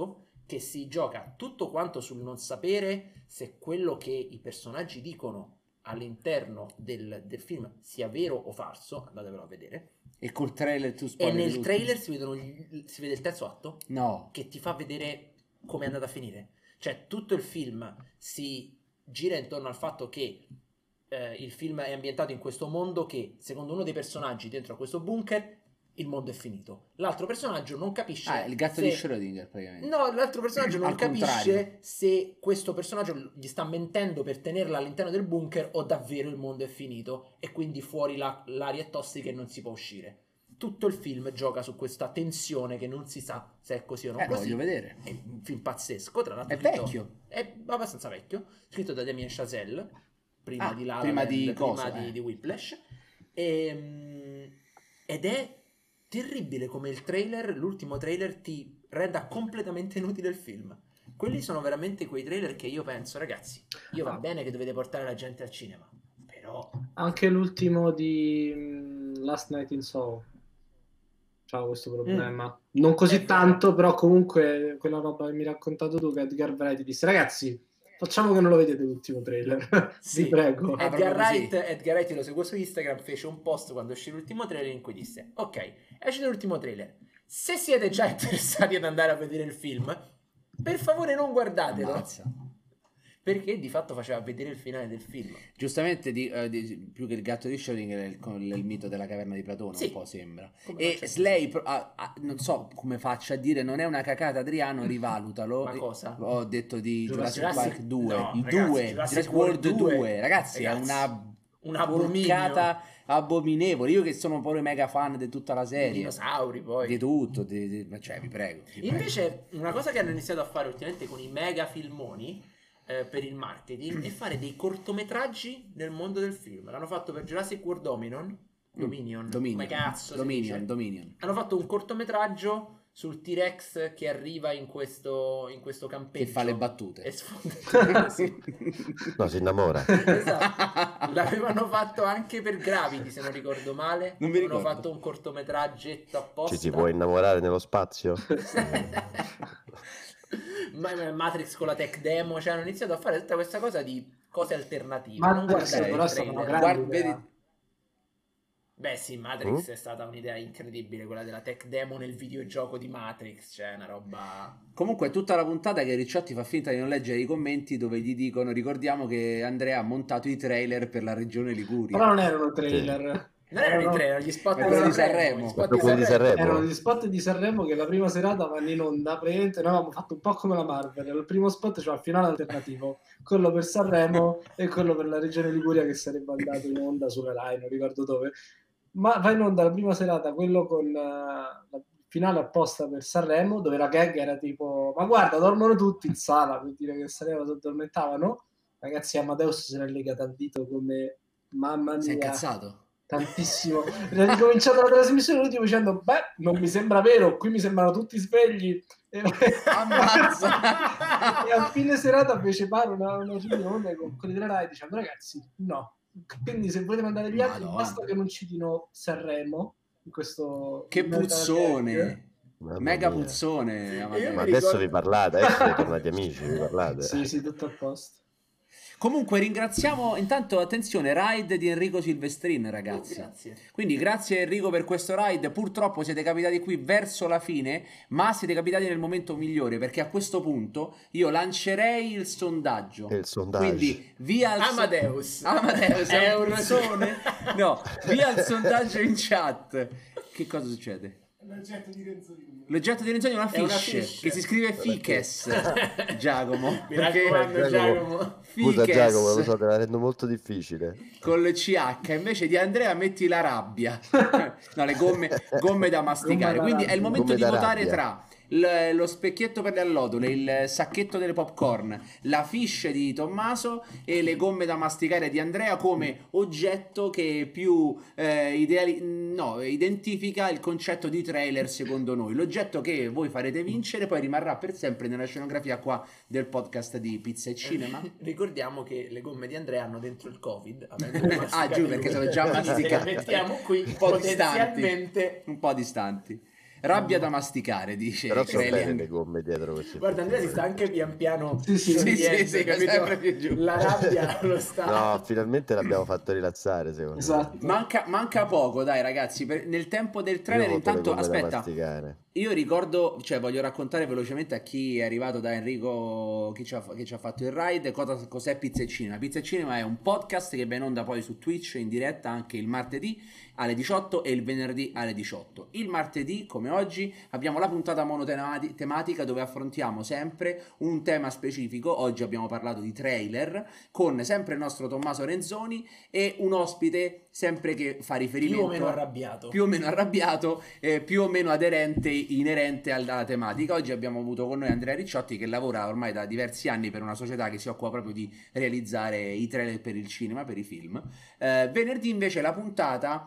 che si gioca tutto quanto sul non sapere se quello che i personaggi dicono all'interno del, del film sia vero o falso, andatevelo a vedere. E col trailer tu E spoileri nel tutto. trailer si, vedono gli- si vede il terzo atto No. che ti fa vedere come è andata a finire. Cioè tutto il film si gira intorno al fatto che eh, il film è ambientato in questo mondo che, secondo uno dei personaggi dentro a questo bunker, il mondo è finito. L'altro personaggio non capisce Ah, il gatto se- di Schrödinger praticamente. No, l'altro personaggio non Al capisce contrario. se questo personaggio gli sta mentendo per tenerla all'interno del bunker o davvero il mondo è finito e quindi fuori la- l'aria è tossica e non si può uscire. Tutto il film gioca su questa tensione che non si sa se è così o non Eh, lo così. voglio vedere. È un film pazzesco, tra l'altro. È scritto- vecchio. È abbastanza vecchio. Scritto da Damien Chazelle, prima Ah, di La La prima Land, di prima coso, di, eh. di Whiplash. Ehm, ed è terribile come il trailer, l'ultimo trailer, ti renda completamente inutile il film. Quelli sono veramente quei trailer che io penso, ragazzi, io va bene che dovete portare la gente al cinema, però Anche l'ultimo di mm, Last Night in Soho c'ha questo problema. Non così È vero. tanto, però comunque quella roba che mi hai raccontato tu, che Edgar Wright ti disse, ragazzi, facciamo che non lo vedete l'ultimo trailer. Sì. Vi prego. Ah, Edgar proprio così. Wright, Edgar Wright lo seguo su Instagram, fece un post quando uscì l'ultimo trailer in cui disse: ok, esce l'ultimo trailer, se siete già interessati ad andare a vedere il film, per favore non guardatelo, Ammazza. perché di fatto faceva vedere il finale del film. Giustamente di- eh, di- più che il gatto di Schrödinger è il, con il mito della caverna di Platone, Sì. un po' sembra. Come E non c'è Slay, pro- ah, ah, non so come faccia a dire, non è una cacata, Adriano, rivalutalo. Ma cosa? Ho detto di Jurassic, Jurassic- Park due, no, il ragazzi, due, Jurassic Jurassic World World due. due, ragazzi, Ragazzi, è una un abominio. porcata abominevole. Io che sono pure mega fan di tutta la I serie, dinosauri poi. di tutto, di- di- cioè vi prego. vi prego. Invece, una cosa che hanno iniziato a fare ultimamente con i mega filmoni eh, per il marketing è fare dei cortometraggi nel mondo del film. L'hanno fatto per Jurassic World Dominion. Dominion. Dominion, Come cazzo si Dominion, dice? Dominion. Hanno fatto un cortometraggio sul T-Rex che arriva in questo, in questo campeggio. Che fa le battute. E sfonda. Sì. No, si innamora. Esatto. L'avevano fatto anche per Gravity, se non ricordo male. Non mi Hanno ricordo. fatto un cortometraggetto apposta. Ci si può innamorare nello spazio? Ma- Matrix con la tech demo, cioè hanno iniziato a fare tutta questa cosa di cose alternative. Ma non adesso guardare però il è stata una trailer. grande Guarda, idea. vedi- Beh sì, Matrix Mm? è stata un'idea incredibile, quella della tech demo nel videogioco di Matrix, cioè una roba... Comunque è tutta la puntata che Ricciotti fa finta di non leggere i commenti dove gli dicono: ricordiamo che Andrea ha montato i trailer per la regione Liguria. Però non erano trailer. Non erano i Erano- trailer, gli spot Quello di Sanremo, Sanremo. gli spot Quello di di Sanremo. Sanremo. Erano gli spot di Sanremo che la prima serata vanno in onda. Praticamente noi avevamo fatto un po' come la Marvel. Il primo spot c'era il finale alternativo, quello per Sanremo e quello per la regione Liguria che sarebbe andato in onda sulle Rai, non ricordo dove. Ma va in onda la prima serata quello con eh, la finale apposta per Sanremo, dove la gag era tipo: ma guarda, dormono tutti in sala, per dire che Sanremo si addormentavano. Ragazzi, Amadeus se l'è legata al dito come mamma Si è mia. incazzato. Tantissimo. Era ricominciata la trasmissione l'ultimo dicendo: beh, non mi sembra vero, qui mi sembrano tutti svegli. E, Ammazza! e a fine serata fece fare una, una riunione con quelli della Rai dicendo: ragazzi, no. Quindi se volete mandare gli altri, Madonna. basta che non citino Sanremo in questo Che in mezzo alla gag. puzzone! Mamma Mega mia. puzzone. Io Amadeus. mi Ma adesso ricordo- vi parlate, adesso siete tornati amici, vi parlate. Sì, sì, tutto a posto. Comunque ringraziamo intanto, attenzione, ride di Enrico Silvestrin, ragazzi. Grazie. Quindi grazie Enrico per questo ride. Purtroppo siete capitati qui verso la fine, ma siete capitati nel momento migliore, perché a questo punto io lancerei il sondaggio. E il sondaggio. Quindi via il so- Amadeus. Amadeus è È un un- persone. No, via il sondaggio in chat. Che cosa succede? L'oggetto di Renzolino. L'oggetto di Renzoni è una È una fiche, fiche. che si scrive fiches, Giacomo. Mi perché- raccomando, Giacomo. Giacomo. Scusa Fiches Giacomo, lo so, te la rendo molto difficile. col C H, invece di Andrea metti la rabbia. No, le gomme, gomme da masticare. Gomme da Quindi è il rabbia. momento Gomme di da votare rabbia. tra l- lo specchietto per le allodole, il sacchetto delle popcorn, la fish di Tommaso e le gomme da masticare di Andrea come oggetto che più eh, ideali- no, identifica il concetto di trailer secondo noi. L'oggetto che voi farete vincere poi rimarrà per sempre nella scenografia qua del podcast di Pizza e Cinema. Ricordiamo che le gomme di Andrea hanno dentro il Covid. Ah, giù, perché sono già masticate. Le mettiamo qui Un po' distanti. potenzialmente. Un po' distanti. Rabbia da masticare, dice Però so bene Crelian. le gomme dietro questi Guarda, Andrea si sta effettivamente. anche pian piano Sì, sì, Sì, sì, sciogliendo, sì, capito? sempre più giù. La rabbia lo sta. No, finalmente l'abbiamo fatto rilassare, secondo Esatto. Manca, manca poco, dai ragazzi, per- nel tempo del me. Io trailer ho avuto le intanto, gomme da aspetta, masticare. io ricordo, cioè voglio raccontare velocemente a chi è arrivato da Enrico, chi ci ha, che ci ha fatto il ride, cosa- cos'è Pizza e Cinema. Pizza e Cinema è un podcast che va in onda poi su Twitch in diretta anche il martedì alle diciotto e il venerdì alle diciotto. Il martedì, come oggi, abbiamo la puntata monotematica dove affrontiamo sempre un tema specifico. Oggi abbiamo parlato di trailer con sempre il nostro Tommaso Renzoni e un ospite sempre che fa riferimento Più o meno arrabbiato. più o meno arrabbiato, eh, più o meno aderente, inerente alla tematica. Oggi abbiamo avuto con noi Andrea Ricciotti che lavora ormai da diversi anni per una società che si occupa proprio di realizzare i trailer per il cinema, per i film. Eh, venerdì invece la puntata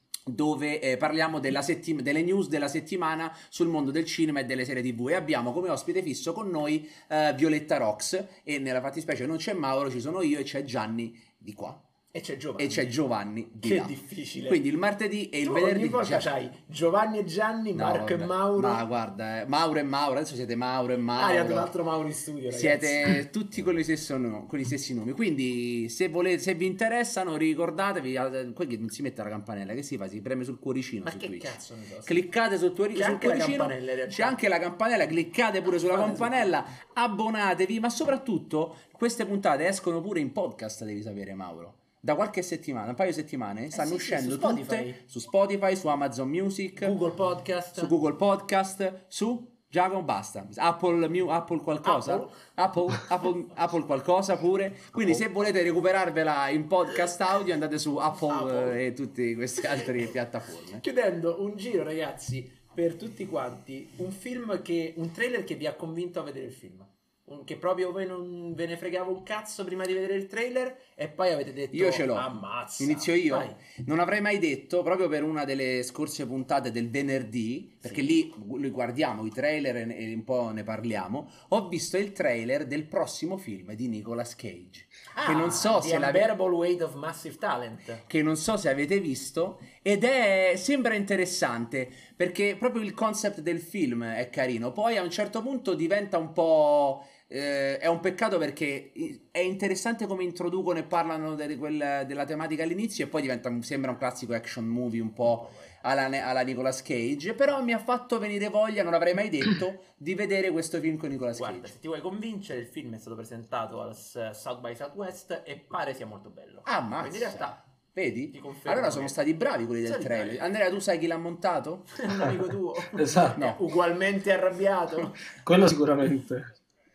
dove eh, parliamo della settim- delle news della settimana sul mondo del cinema e delle serie tv e abbiamo come ospite fisso con noi eh, Violetta Rox e nella fattispecie non c'è Mauro, ci sono io e c'è Gianni di qua. E c'è Giovanni. E c'è Giovanni di Che là. difficile. Quindi il martedì e il Tu venerdì ogni volta già- c'hai Giovanni e Gianni, No, Marco vabbè. e Mauro. Ma guarda, eh, Mauro e Mauro, adesso siete Mauro e Ah, è arrivato un Mauro. altro Mauro in studio, ragazzi. Siete tutti con, lo stesso no- con gli stessi nomi. Quindi, se, volete, se vi interessano, ricordatevi. eh, Qui che non si mette la campanella, che si fa? Si preme sul cuoricino Ma su che Twitch. cazzo ne so? Cliccate sul, tuo, C'è sul anche la cuoricino. campanella, in realtà. C'è anche la campanella. Cliccate pure sulla Fate campanella. Abbonatevi. Ma soprattutto, queste puntate escono pure in podcast. Devi sapere, Mauro. Da qualche settimana, un paio di settimane, stanno sì, sì, uscendo su Spotify. tutte su Spotify, su Amazon Music, Google Podcast. su Google Podcast, su Giacomo basta, Apple, Mu- Apple qualcosa, Apple? Apple, Apple, Apple qualcosa pure, quindi se volete recuperarvela in podcast audio andate su Apple, Apple. eh, e tutte queste altre piattaforme. Chiudendo un giro, ragazzi, per tutti quanti, un film che, un trailer che vi ha convinto a vedere il film. Un- che proprio voi non ve ne fregava un cazzo prima di vedere il trailer e poi avete detto Io ce l'ho. ammazza. Inizio io. Vai. Non avrei mai detto, proprio per una delle scorse puntate del venerdì, perché lì, li guardiamo i trailer e e un po' ne parliamo, ho visto il trailer del prossimo film di Nicolas Cage. che non so Ah, The se l'avete Unbearable Weight of Massive Talent. che non so se avete visto ed è sembra interessante perché proprio il concept del film è carino, poi a un certo punto diventa un po' eh, è un peccato perché è interessante come introducono e parlano de- quel- della tematica all'inizio e poi diventa un- sembra un classico action movie un po' alla, alla Nicolas Cage, però mi ha fatto venire voglia, non avrei mai detto, di vedere questo film con Nicolas Guarda, Cage. se ti vuoi convincere, il film è stato presentato al S- South by Southwest e pare sia molto bello. Ah, ma Quindi in realtà vedi? ti confermo Allora sono che- stati bravi quelli del Sono trailer. bravi. Andrea, tu sai chi l'ha montato? è un amico tuo. Esatto. No. Ugualmente arrabbiato. Quello sicuramente.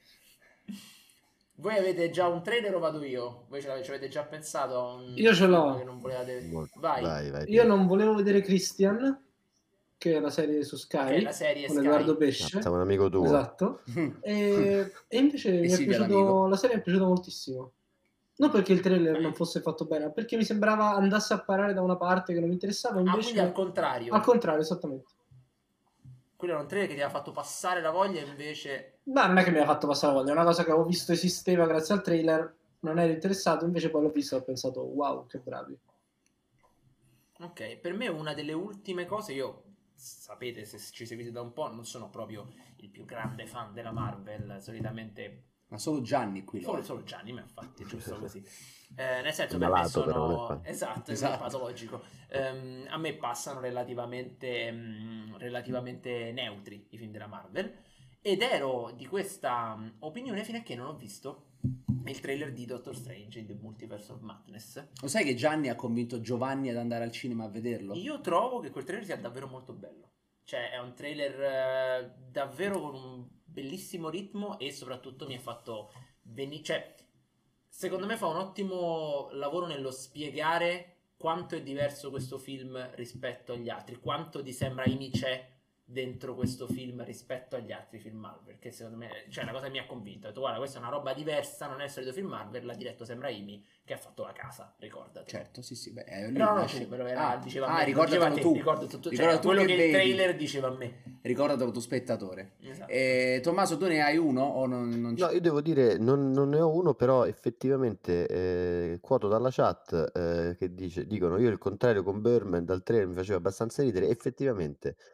Voi avete già un trailer o vado io? Voi ce l'avete, ci avete già pensato a un Io ce l'ho. film che non volevate... Molto- Vai. Vai, vai. Io non volevo vedere Christian, che è la serie su Sky, Che è la serie con Sky. Edoardo Pesce. Mazza, un amico tuo. Esatto. E, e invece mi è Silvia piaciuto, l'amico. la serie mi è piaciuta moltissimo. Non perché il trailer non fosse fatto bene, ma perché mi sembrava andasse a parare da una parte che non mi interessava, Ah, invece quindi al contrario. al contrario, esattamente. Quello era un trailer che ti ha fatto passare la voglia, invece... Ma non è che mi ha fatto passare la voglia, è una cosa che avevo visto esisteva grazie al trailer, non ero interessato, invece poi l'ho visto e ho pensato wow, che bravi. Ok, per me una delle ultime cose, io sapete se ci seguite da un po', non sono proprio il più grande fan della Marvel, solitamente Ma solo Gianni qui. solo, lo è. solo Gianni, ma infatti è giusto così. Eh, nel senso È per me malato, però, non è sono fa- esatto, Esatto. è patologico. Ehm, a me passano relativamente mm, relativamente neutri i film della Marvel ed ero di questa mm, opinione fino a che non ho visto il trailer di Doctor Strange in The Multiverse of Madness. Lo sai che Gianni ha convinto Giovanni ad andare al cinema a vederlo? Io trovo che quel trailer sia davvero molto bello. Cioè, è un trailer eh, davvero con un bellissimo ritmo e soprattutto mi ha fatto venire... Cioè, secondo me fa un ottimo lavoro nello spiegare quanto è diverso questo film rispetto agli altri, quanto di Sam Raimi c'è dentro questo film rispetto agli altri film Marvel, che secondo me, cioè, una cosa che mi ha convinto. Ho detto, guarda, questa è una roba diversa, non è il solito film Marvel, l'ha diretto Sam Raimi, che ha fatto La Casa, ricordati. Certo, sì, sì. Beh, eh, lui No, no, nasce- tu, però era, ah, diceva a ah, me, ricordatelo diceva a te, tu. ricordatelo tu, cioè, Ricorda tu quello che che il vedi. trailer diceva a me. Ricordatelo tu spettatore. Esatto. Eh, Tommaso, tu ne hai uno o non, non No, io devo dire, non, non ne ho uno, però effettivamente eh, quoto dalla chat eh, che dice, dicono io il contrario con Birdman dal trailer mi faceva abbastanza ridere, effettivamente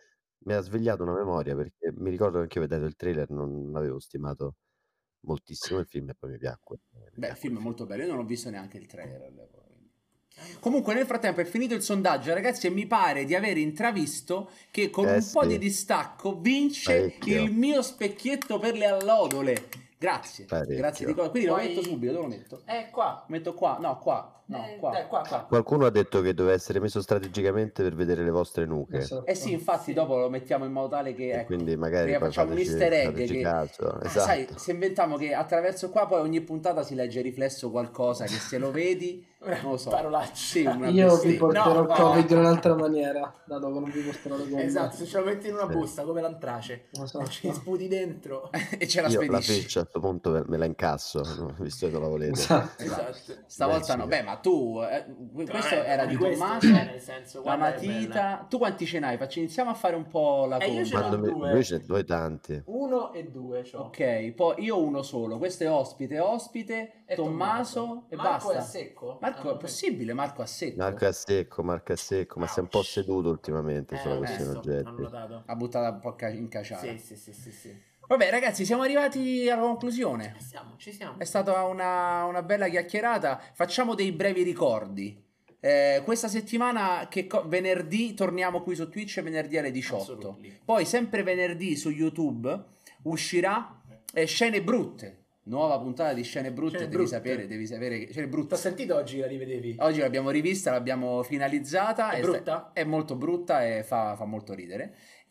mi ha svegliato una memoria, perché mi ricordo che anche io ho veduto il trailer, non avevo stimato moltissimo il film e poi mi piacque. mi Beh, il piacque film è il molto bello, io non ho visto neanche il trailer all'epoca, quindi. Comunque nel frattempo è finito il sondaggio, ragazzi, e mi pare di aver intravisto che con Eh un po' sì. di distacco vince Parecchio. il mio specchietto per le allodole. Grazie, Parecchio. grazie di cuore. Quindi lo Poi- metto subito, dove lo metto? Eh, qua. Lo metto qua, no, qua, no, Eh, qua. dai, qua, qua. Qualcuno ha detto che deve essere messo strategicamente per vedere le vostre nuche. Esatto. Eh sì, infatti Sì. dopo lo mettiamo in modo tale che, E ecco, quindi magari che poi facciamo un fateci, easter egg fateci che, caso. ah, Esatto. sai, se inventiamo che attraverso qua poi ogni puntata si legge riflesso qualcosa che se lo vedi, non lo so. Parolacce. Sì, una Io vi bestemmia. porterò No, no. Covid in un'altra maniera, dato che non vi porterò le gomme. Esatto, se ce lo metti in una Sì. busta come l'antrace, Esatto. ci sputi dentro. E ce la Io la spedisci. freccia a questo punto me- me la incasso, no? Visto che la volete. Esatto. Esatto. Stavolta Beh, no, sì. beh, ma tu, eh, questo Eh, era di di questo, Tommaso, cioè, nel senso, la guarda che matita. Tu quanti ce n'hai? Facci, iniziamo a fare un po' la Eh, io conta. ce n'ho Quando mi- due. Lui ce ne due tanti. Uno e due, c'ho. Ok, poi io uno solo. Questo è ospite, ospite, E Tommaso e Marco basta. è a secco? Marco, Ah, è possibile? Marco a secco? Marco è a secco, Marco è a secco, ma si è un po' Ouch. seduto ultimamente Eh, sulla ho questione visto, oggetti. hanno notato. Ha buttato un po' ca- in caciara. Sì, sì, sì, sì, sì. Vabbè, ragazzi, siamo arrivati alla conclusione. Ci siamo, ci siamo. È stata una, una bella chiacchierata. Facciamo dei brevi ricordi. Eh, questa settimana, che co- venerdì, torniamo qui su Twitch, venerdì alle diciotto. Assolutamente. Poi, sempre venerdì su YouTube, uscirà eh, Scene Brutte. Nuova puntata di Scene Brutte. Scene devi Brutte. sapere, devi sapere che Scene T'ho Brutte. sentito oggi la rivedevi? Oggi l'abbiamo rivista, l'abbiamo finalizzata. È sta- brutta? È molto brutta e fa, fa molto ridere.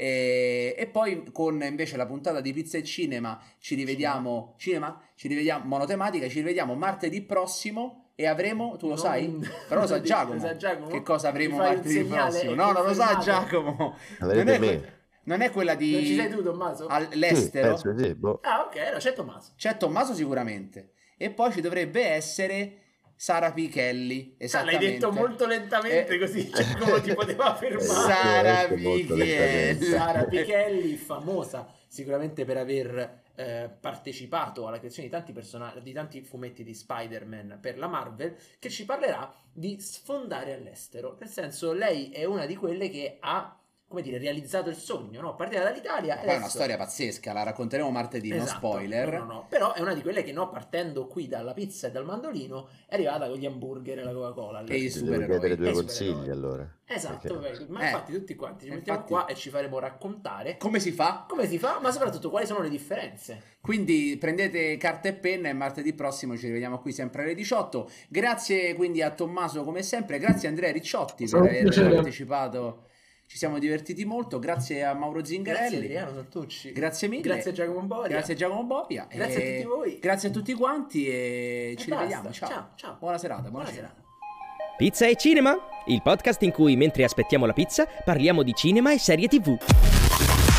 E, e poi con invece la puntata di Pizza e Cinema ci rivediamo. Cinema? Ci rivediamo monotematica. Ci rivediamo martedì prossimo. E avremo, tu lo Non- sai? Però lo sa Giacomo. Lo sa Giacomo? Che cosa avremo Mi fai un martedì segnale prossimo? e No, non lo sa confermate. Giacomo. Avrete non, è me. que- non è quella di Non ci sei tu, Tommaso? Sì, all'estero. penso sì, boh. Ah, ok, no, c'è Tommaso. C'è Tommaso sicuramente. E poi ci dovrebbe essere Sara Pichelli. Ah, l'hai Esattamente. detto molto lentamente Eh, così Giacomo ti poteva fermare. Sara Veramente molto Pichelli. lentamente. Sara Pichelli, famosa sicuramente per aver eh, partecipato alla creazione di tanti personaggi, di tanti fumetti di Spider-Man per la Marvel, che ci parlerà di sfondare all'estero. Nel senso, lei è una di quelle che ha, come dire, realizzato il sogno, no? Partita dall'Italia e Poi è una adesso- storia pazzesca, la racconteremo martedì, no Esatto, spoiler. no, no, no. Però è una di quelle che, no, partendo qui dalla pizza e dal mandolino, è arrivata con gli hamburger e la Coca-Cola. E i Ti devo supereroi. chiedere due E i consigli supereroi. allora. Esatto, Perché- vedi, ma Eh, infatti tutti quanti ci mettiamo infatti- qua e ci faremo raccontare Come si fa? come si fa, ma soprattutto quali sono le differenze. Quindi prendete carta e penna e martedì prossimo ci rivediamo qui sempre alle diciotto. Grazie quindi a Tommaso come sempre, grazie a Andrea Ricciotti per Stato un aver piacere. partecipato. Ci siamo divertiti molto, grazie a Mauro Grazie Zingarelli. Adriano Santucci. Grazie mille. Grazie a Giacomo Boria. Grazie a Giacomo Bobbia. Grazie e a tutti voi. Grazie a tutti quanti e, E ci basta. rivediamo. Ciao. Ciao, ciao. Buona serata, buona, Buona serata. serata. Pizza e Cinema, il podcast in cui mentre aspettiamo la pizza parliamo di cinema e serie tivù.